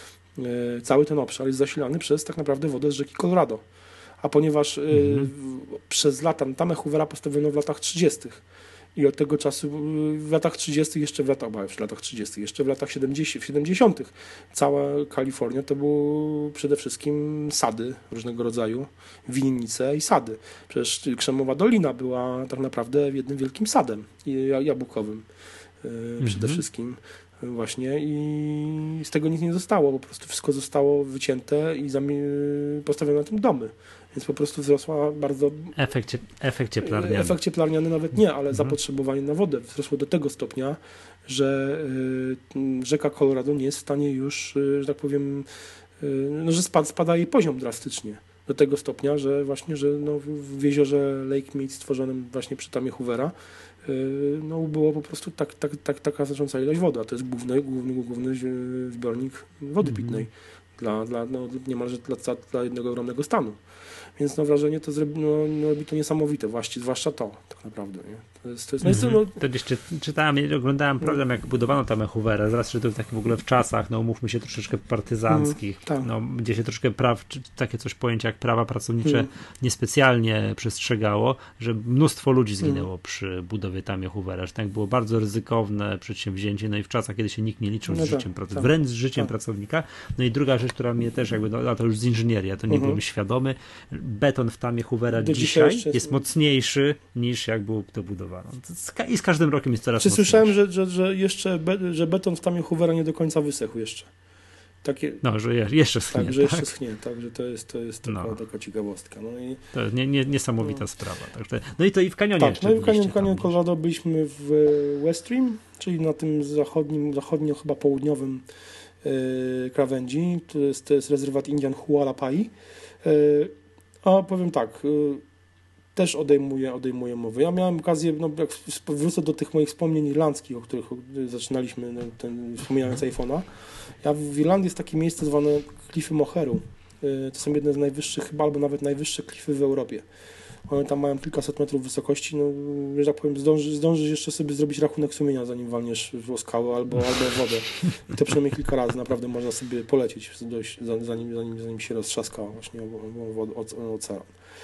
Cały ten obszar jest zasilany przez tak naprawdę wodę z rzeki Colorado. A ponieważ mhm. przez lata, Tamę Hoovera postawiono w latach trzydziestych i od tego czasu w latach trzydziestych, jeszcze w latach, w latach trzydziestych, jeszcze w latach siedemdziesiątych cała Kalifornia to były przede wszystkim sady różnego rodzaju, winnice i sady. Przecież Krzemowa Dolina była tak naprawdę jednym wielkim sadem jabłkowym mhm. przede wszystkim. Właśnie i z tego nic nie zostało, po prostu wszystko zostało wycięte i postawione na tym domy. Więc po prostu wzrosła bardzo... Efekt, efekt cieplarniany. Efekt cieplarniany nawet nie, ale mhm. zapotrzebowanie na wodę wzrosło do tego stopnia, że y, rzeka Colorado nie jest w stanie już, y, że tak powiem, y, no, że spad, spada jej poziom drastycznie. Do tego stopnia, że właśnie, że no, w jeziorze Lake Mead stworzonym właśnie przy Tamie Hoovera no, było po prostu tak, tak, tak, taka znacząca ilość wody, a to jest główny, główny, główny zbiornik wody pitnej mm-hmm. dla, dla, no, niemalże dla, dla jednego ogromnego stanu. Więc no, wrażenie to zrobi, no, no, robi to niesamowite, właśnie, zwłaszcza to tak naprawdę. Nie? To jest, to jest, mm-hmm. no, to jeszcze czytałem, oglądałem program, jak budowano Tamę Hoovera, zaraz że to w takim w ogóle w czasach, no umówmy się, troszeczkę partyzanckich, mm, tak. no, gdzie się troszkę praw, czy takie coś pojęcia jak prawa pracownicze mm. niespecjalnie przestrzegało, że mnóstwo ludzi zginęło mm. przy budowie Tamy Hoovera, że tak było bardzo ryzykowne przedsięwzięcie, no i w czasach, kiedy się nikt nie liczył no z tak, życiem, tak, wręcz z życiem tak. pracownika. No i druga rzecz, która mnie też jakby, no to już z inżynierii, ja to nie mm-hmm. byłem świadomy, beton w Tamie Hoovera Do dzisiaj jest, jest mocniejszy niż jak był to budowano. I z każdym rokiem jest coraz Czy mocniejszy. Słyszałem, że, że, że jeszcze be, że beton w Tamie Hoovera nie do końca wysechł jeszcze. Takie, no, że jeszcze schnie. Tak, że jeszcze tak? schnie, także to jest, to jest taka, no. taka ciekawostka. No i, to jest nie, nie, niesamowita no. sprawa. Także, no i to i w kanionie tak, jeszcze no i w kanionie, kanionie Colorado byliśmy w West Rim, czyli na tym zachodnim, zachodnio chyba południowym yy, krawędzi. To jest, to jest rezerwat Indian Hualapai. Yy, a powiem tak, yy, też odejmuję, odejmuję mowę. Ja miałem okazję, no, jak wrócę do tych moich wspomnień irlandzkich, o których zaczynaliśmy, no, ten, wspominając iPhone'a. Ja w Irlandii jest takie miejsce zwane Klify Moheru. To są jedne z najwyższych, chyba albo nawet najwyższe klify w Europie. One tam mają kilkaset metrów wysokości. No, że tak powiem, zdążysz, zdążysz jeszcze sobie zrobić rachunek sumienia, zanim walniesz w skałę albo, albo w wodę. I to przynajmniej kilka razy naprawdę można sobie polecieć, dość, zanim, zanim, zanim się roztrzaska właśnie ocean.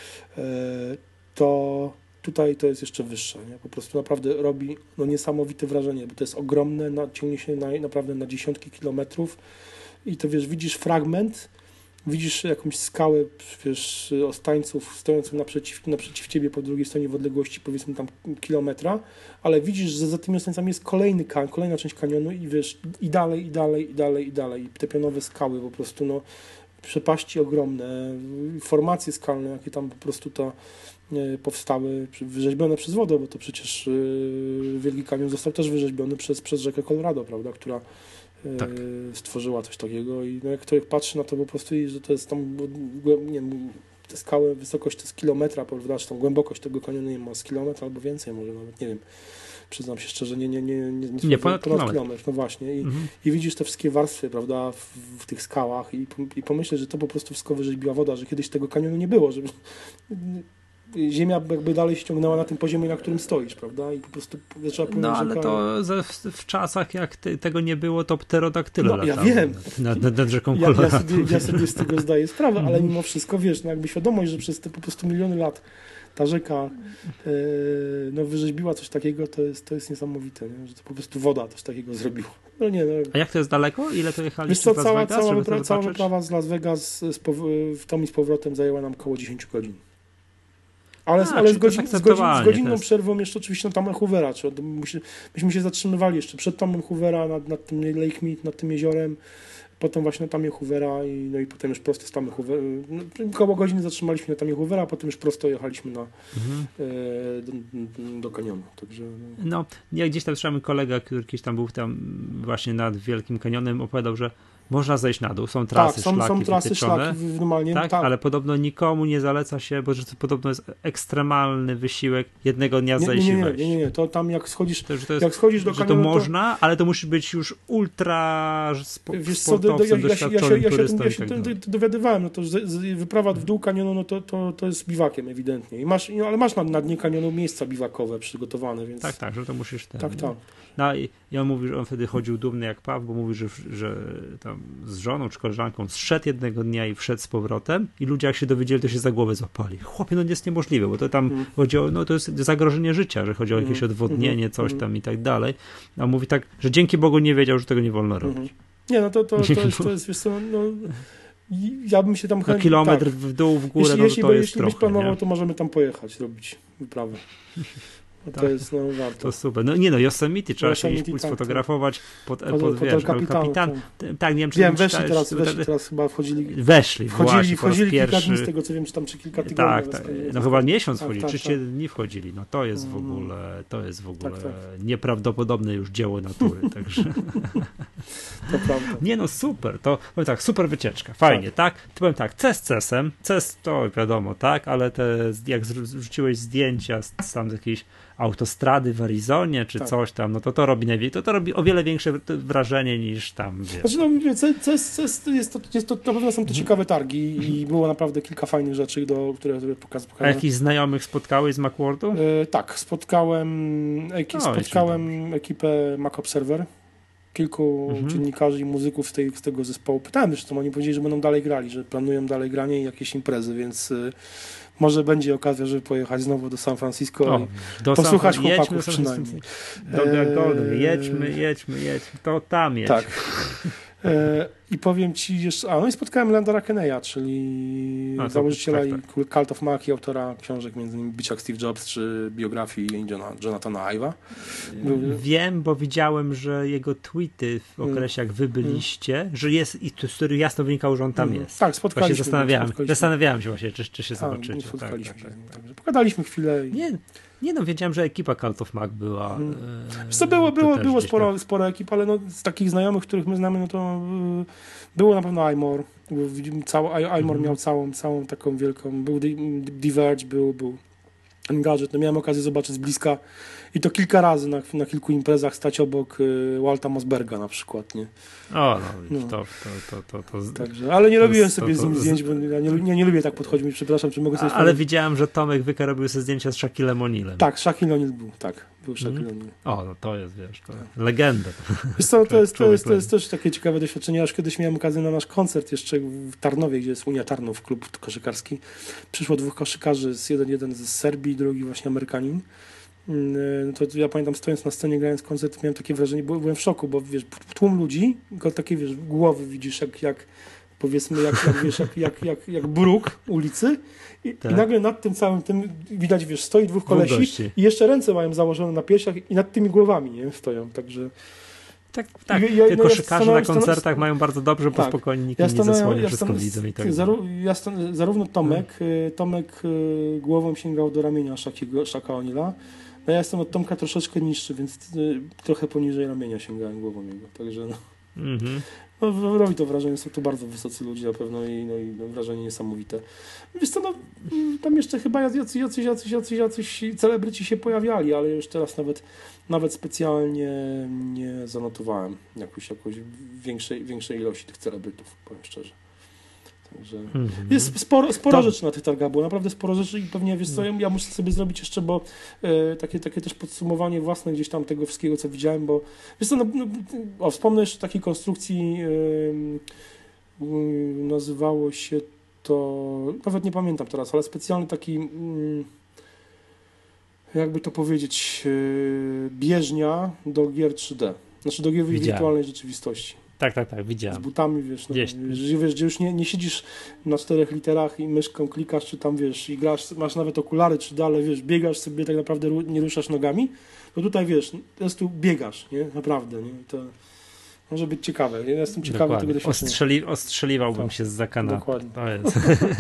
To tutaj to jest jeszcze wyższe. Nie? Po prostu naprawdę robi no, niesamowite wrażenie, bo to jest ogromne, na, ciągnie się na, naprawdę na dziesiątki kilometrów i to wiesz, widzisz fragment, widzisz jakąś skałę, wiesz, ostańców stojącą naprzeciw, naprzeciw ciebie po drugiej stronie w odległości powiedzmy tam kilometra, ale widzisz, że za tymi ostańcami jest kolejny kan, kolejna część kanionu i wiesz, i dalej, i dalej, i dalej, i dalej. I te pionowe skały po prostu, no, przepaści ogromne, formacje skalne, jakie tam po prostu to powstały, wyrzeźbione przez wodę, bo to przecież Wielki Kanion został też wyrzeźbiony przez, przez rzekę Colorado, prawda, która tak. stworzyła coś takiego i no jak ktoś patrzy na to po prostu, że to jest tam, nie wiem, te skały, wysokość to jest kilometra, prawda, czy tą głębokość tego kanionu nie ma z kilometra albo więcej, może nawet, nie wiem. Przyznam się szczerze, nie, nie, nie, nie, nie, nie ponad, ponad kilometr. No właśnie. I, mhm. i widzisz te wszystkie warstwy, prawda, w, w tych skałach i, i pomyśleć, że to po prostu wszystko wyrzeźbiła woda, że kiedyś tego kanionu nie było, że ziemia jakby dalej ściągnęła na tym poziomie, na którym stoisz, prawda? I po prostu zaczęła płynąć. No ale rzeka. to ze, w, w czasach, jak te, tego nie było, to pterodaktyle No ja wiem. Nad, nad, nad rzeką ja, Colorado. ja, sobie, ja sobie z tego zdaję sprawę, ale mimo wszystko, wiesz, no jakby świadomość, że przez te po prostu miliony lat ta rzeka e, no, wyrzeźbiła coś takiego, to jest, to jest niesamowite, nie? Że to po prostu woda coś takiego zrobiła. No nie, no. A jak to jest daleko? Ile to jechaliście? Wiesz co, z Las cała, Vegas, cała, żeby wypra- to cała zobaczyć? wyprawa z Las Vegas z pow- w tom i z powrotem zajęła nam około dziesięć godzin. Ale, A, ale z, czyli to jest godzin, z, godzin, z akceptowalnie, godzinną to jest- przerwą jeszcze oczywiście na Tamem Hoovera. Czy, myśmy, myśmy się zatrzymywali jeszcze przed Tamem Hoovera nad, nad tym Lake Mead, nad tym jeziorem. Potem właśnie na Tamie Hoovera i, no i potem już prosto z Tamy Hoovera. No, około godziny zatrzymaliśmy na Tamie Hoovera, a potem już prosto jechaliśmy na, Mhm. e, do, do kanionu. Także, no. No, ja gdzieś tam słyszałem kolega, który kiedyś tam był tam właśnie nad Wielkim Kanionem, opowiadał, że można zejść na dół, są trasy, tak, są, szlaki są trasy, wytyczone, szlaki w- normalnie. tak, tak. ale podobno nikomu nie zaleca się, bo że to podobno jest ekstremalny wysiłek jednego dnia Nie, zejść nie, i nie, wejść. nie, nie, nie, to tam jak schodzisz, To, że to jest, jak schodzisz do że to kanionu, to- można, ale to musi być już ultra spo, Wiesz co, do, do, sportowcem, ja, ja, się- ja, się, doświadczonym ja, się, turystą ja i się tak tym- dalej. tym dowiadywałem, no to z, z, wyprawa w dół kanionu, no to, to, to jest biwakiem ewidentnie. I masz, no, ale masz na, na dnie kanionu miejsca biwakowe przygotowane, więc... Tak, tak, że to musisz ten, tak, nie? tak. No i i on mówi, że on wtedy chodził dumny jak paw, bo mówi, że, że tam z żoną czy koleżanką zszedł jednego dnia i wszedł z powrotem i ludzie jak się dowiedzieli, to się za głowę złapali. Chłopie, no nie jest niemożliwe, bo to tam Mm. chodzi o, no to jest zagrożenie życia, że chodzi o jakieś Mm. odwodnienie, Mm. coś Mm. tam i tak dalej. A on mówi tak, że dzięki Bogu nie wiedział, że tego nie wolno robić. Mhm. Nie, no to, to, to, jest, to jest, wiesz co, no... i Ja bym się tam No chętnie... kilometr tak. w dół, w górę, Jeśli, no jeśli, to by, jest jeśli byś trochę, planował, nie? to możemy tam pojechać, robić wyprawę. No to Tak. jest, no warto. To super. No nie no, Yosemite trzeba się Yosemite, iść, pójść tak, sfotografować pod, pod, Pod- pod, pod wiesz, El El Capitano, Capitan. tak. Tak, nie wiem, czy Wiem, tam weszli czytałeś, teraz, czy- weszli teraz chyba wchodzili... Weszli, Wchodzili, właśnie, po raz wchodzili kilka pierwszy. dni z tego, co wiem, czy tam czy kilka tygodni. Tak, nawet tak. tam- No chyba miesiąc tak, wchodzili, tak, trzydzieści jeden dni wchodzili. No to jest w Mm. ogóle, to jest w ogóle Tak, tak. nieprawdopodobne już dzieło natury, także To prawda. nie no super, to powiem tak, super wycieczka, fajnie, tak? To powiem tak, C E S C-em, C E S to wiadomo, tak, ale te, jak zrzuciłeś zdjęcia z, z tam z jakiejś autostrady w Arizonie, czy Tak. coś tam, no to to robi najwięcej, to to robi o wiele większe wrażenie niż tam, wiesz. Znaczy, no mówię, co, co jest, co jest, jest, to, jest to, na pewno są to ciekawe targi i było naprawdę kilka fajnych rzeczy, do, które, które pokaz, A pokazałem. jakichś znajomych spotkałeś z Macworldu? E, tak, spotkałem, eki, O, spotkałem ekipę Mac Observer, kilku Mhm. dziennikarzy i muzyków z, tej, z tego zespołu. Pytałem zresztą, oni powiedzieli, że będą dalej grali, że planują dalej granie i jakieś imprezy, więc y, może będzie okazja, żeby pojechać znowu do San Francisco O, i do posłuchać San- jedźmy chłopaków do San przynajmniej. Do Eee, Golden, jedźmy, jedźmy, jedźmy, to tam jedźmy. Tak. E, I powiem ci jeszcze, a no i spotkałem Landora Keneya, czyli A, to- założyciela tak, i Cult of Mac i autora książek, między innymi Być jak Steve Jobs, czy biografii Johna, Jonathana Ive'a. Był- Wiem, bo widziałem, że jego tweety w Mm. okresie, jak wy byliście, że jest, i to, z których jasno wynikało, że on tam Mm. jest. Tak, Właśnie spotkaliśmy. zastanawiałem, spotkaliśmy. zastanawiałem się właśnie, czy, czy się Tak, zobaczycie. spotkaliśmy Tak, się. tak, tak. Także pogadaliśmy chwilę. I... Nie, nie no, wiedziałem, że ekipa Cult of Mac była. Mm. e, Wiesz co, było, to było, też było gdzieś sporo, tam. sporo ekip, ale no, z takich znajomych, których my znamy, no to y, było na pewno iMore. Był- widzimy Cało, I- iMore Mhm. miał całą, całą taką wielką, był Di- Diverge, był, był Engadget, no miałem okazję zobaczyć z bliska i to kilka razy na, na kilku imprezach stać obok y, Walta Mosberga na przykład, nie? O, no, No. to, to, to, to, to, Także, ale nie To robiłem jest- sobie to- z nim to- zdjęć, bo ja nie, nie, nie lubię tak podchodzić, przepraszam, czy mogę coś Ale widziałem, że Tomek Wyka robił sobie zdjęcia z Shaquillem O'Nealem. Tak, Shaquille O'Neal był, tak, był Shaquille Mhm. O'Neal. O, no to jest, wiesz, to legenda. Wiesz co, to, jest, to, Człowiek jest, to jest też takie ciekawe doświadczenie. Ja już kiedyś miałem okazję na nasz koncert jeszcze w Tarnowie, gdzie jest Unia Tarnów, klub koszykarski. Przyszło dwóch koszykarzy, z jeden, jeden z Serbii, drugi właśnie Amerykanin. No to ja pamiętam, stojąc na scenie, grając koncert, miałem takie wrażenie, byłem byłem w szoku, bo wiesz, tłum ludzi, tylko takie wiesz, głowy widzisz, jak, jak powiedzmy, jak, jak, wiesz, jak, jak, jak, jak bruk ulicy i, Tak. i nagle nad tym całym tym widać, wiesz, stoi dwóch kolesi gości. i jeszcze ręce mają założone na piersiach i nad tymi głowami, nie, stoją, także... Tak, tak. I- ja- Te no ja koszykarze na stanąłem- koncertach mają bardzo dobrze, bo Tak. spokojnie nikt Ja im nie stanąłem- zasłoni, ja wszystko stanąłem- widzą i tak dalej. zaru- ja stan- zarówno Tomek, y, Tomek y, głową sięgał do ramienia Szakiego, Szaka O'Neala, no ja jestem od Tomka troszeczkę niższy, więc y, trochę poniżej ramienia sięgałem głową jego, także no. Mhm. No, robi to wrażenie, są to bardzo wysocy ludzie na pewno i, no, i no, wrażenie niesamowite. Wiesz co, no, tam jeszcze chyba jacyś, jacyś, jacyś, jacyś, jacyś celebryci się pojawiali, ale już teraz nawet, nawet specjalnie nie zanotowałem jakoś, jakoś większej, większej ilości tych celebrytów, powiem szczerze. Także mm-hmm. jest sporo, sporo rzeczy na tych targach, było naprawdę sporo rzeczy i pewnie, wiesz co, ja, ja muszę sobie zrobić jeszcze, bo e, takie, takie też podsumowanie własne gdzieś tam tego wszystkiego, co widziałem, bo wiesz co, no, no, o, wspomnę jeszcze takiej konstrukcji, e, e, nazywało się to, nawet nie pamiętam teraz, ale specjalny taki, mm, jakby to powiedzieć, e, bieżnia do gier trzy D, znaczy do gier Widziałem. wirtualnej rzeczywistości. Tak, tak, tak, widziałem. Z butami, wiesz, no, wiesz, wiesz, gdzie już nie, nie siedzisz na czterech literach i myszką klikasz, czy tam, wiesz, i grasz, masz nawet okulary, czy dalej, wiesz, biegasz sobie, tak naprawdę nie ruszasz nogami, to tutaj, wiesz, po prostu biegasz, nie, naprawdę, nie, to może być ciekawe, ja jestem ciekawy Dokładnie. tego doświadczenia. Ostrzeli, ostrzeliwałbym tak. się z kanapy. Dokładnie. To jest.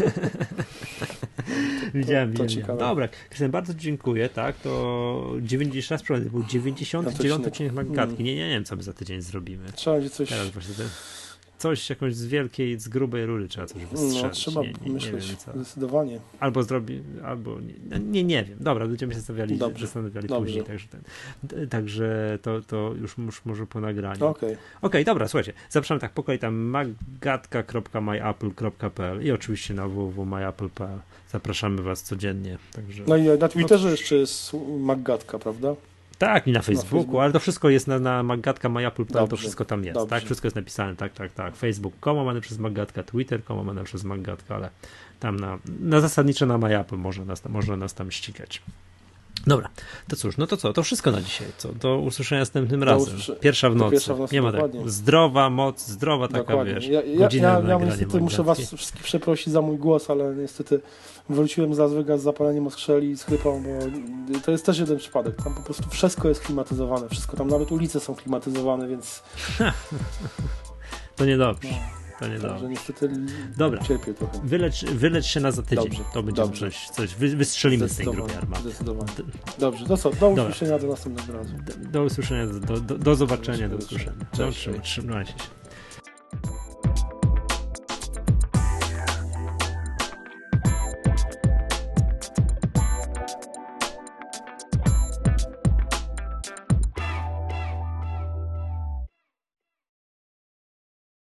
Widziałem, to, to widziałem. Dobra, Krystian, bardzo dziękuję, tak, to dziewięćdziesiąty raz prowadzę, był dziewięćdziesiąty dziewiąty odcinek Maggatki. Nie, nie, nie wiem, co my za tydzień zrobimy. Trzeba będzie coś... Teraz właśnie ten... Coś jakoś z wielkiej, z grubej rury trzeba coś wystrzelić. No, trzeba nie, nie, myśleć, nie wiem, co. zdecydowanie. Albo zrobi, albo nie, nie, nie wiem. Dobra, będziemy się zastanawiali, Dobrze. zastanawiali Dobrze. później, także, ten, także to, to już, już może po nagraniu. Okej. Okay. Okej, okay, dobra, słuchajcie, zapraszamy tak po kolei tam maggatka kropka my apple kropka p l i oczywiście na w w w kropka my apple kropka p l. Zapraszamy was codziennie. Także... No i na Twitterze jeszcze jest Maggatka, prawda? Tak, i na Facebooku, na Facebooku, ale to wszystko jest na, na maggatka my apple kropka p l, to wszystko tam jest, dobrze. tak? Wszystko jest napisane, tak, tak, tak. Facebook kropka com łamane przez Maggatka, Twitter kropka com łamane przez Maggatka, ale tam na, na zasadniczo na My Apple można nas, można nas tam ścigać. Dobra, to cóż, no to co, to wszystko na dzisiaj. Co? Do usłyszenia następnym do razem. Usłyszy... Pierwsza w nocy. Pierwsza w nocy nie ma tak. Zdrowa moc, zdrowa taka, dokładnie. Wiesz, ja, ja, godzina ja, ja niestety muszę was wszystkich przeprosić za mój głos, ale niestety wróciłem z Las Vegas z zapaleniem oskrzeli i z chrypą, bo to jest też jeden przypadek. Tam po prostu wszystko jest klimatyzowane, wszystko, tam nawet ulice są klimatyzowane, więc... to niedobrze. No. To nie dobrze. Niestety dobra, cierpię trochę. Wylecz, wylecz się na za tydzień. Dobrze, to będzie dobrze. coś, coś wy, wystrzelimy z tej grupy armaty. Zdecydowanie. Dobrze, to co, do usłyszenia do następnego razu. Do, do usłyszenia, do, do, do zobaczenia, do usłyszenia. Cześć, Trzymaj się.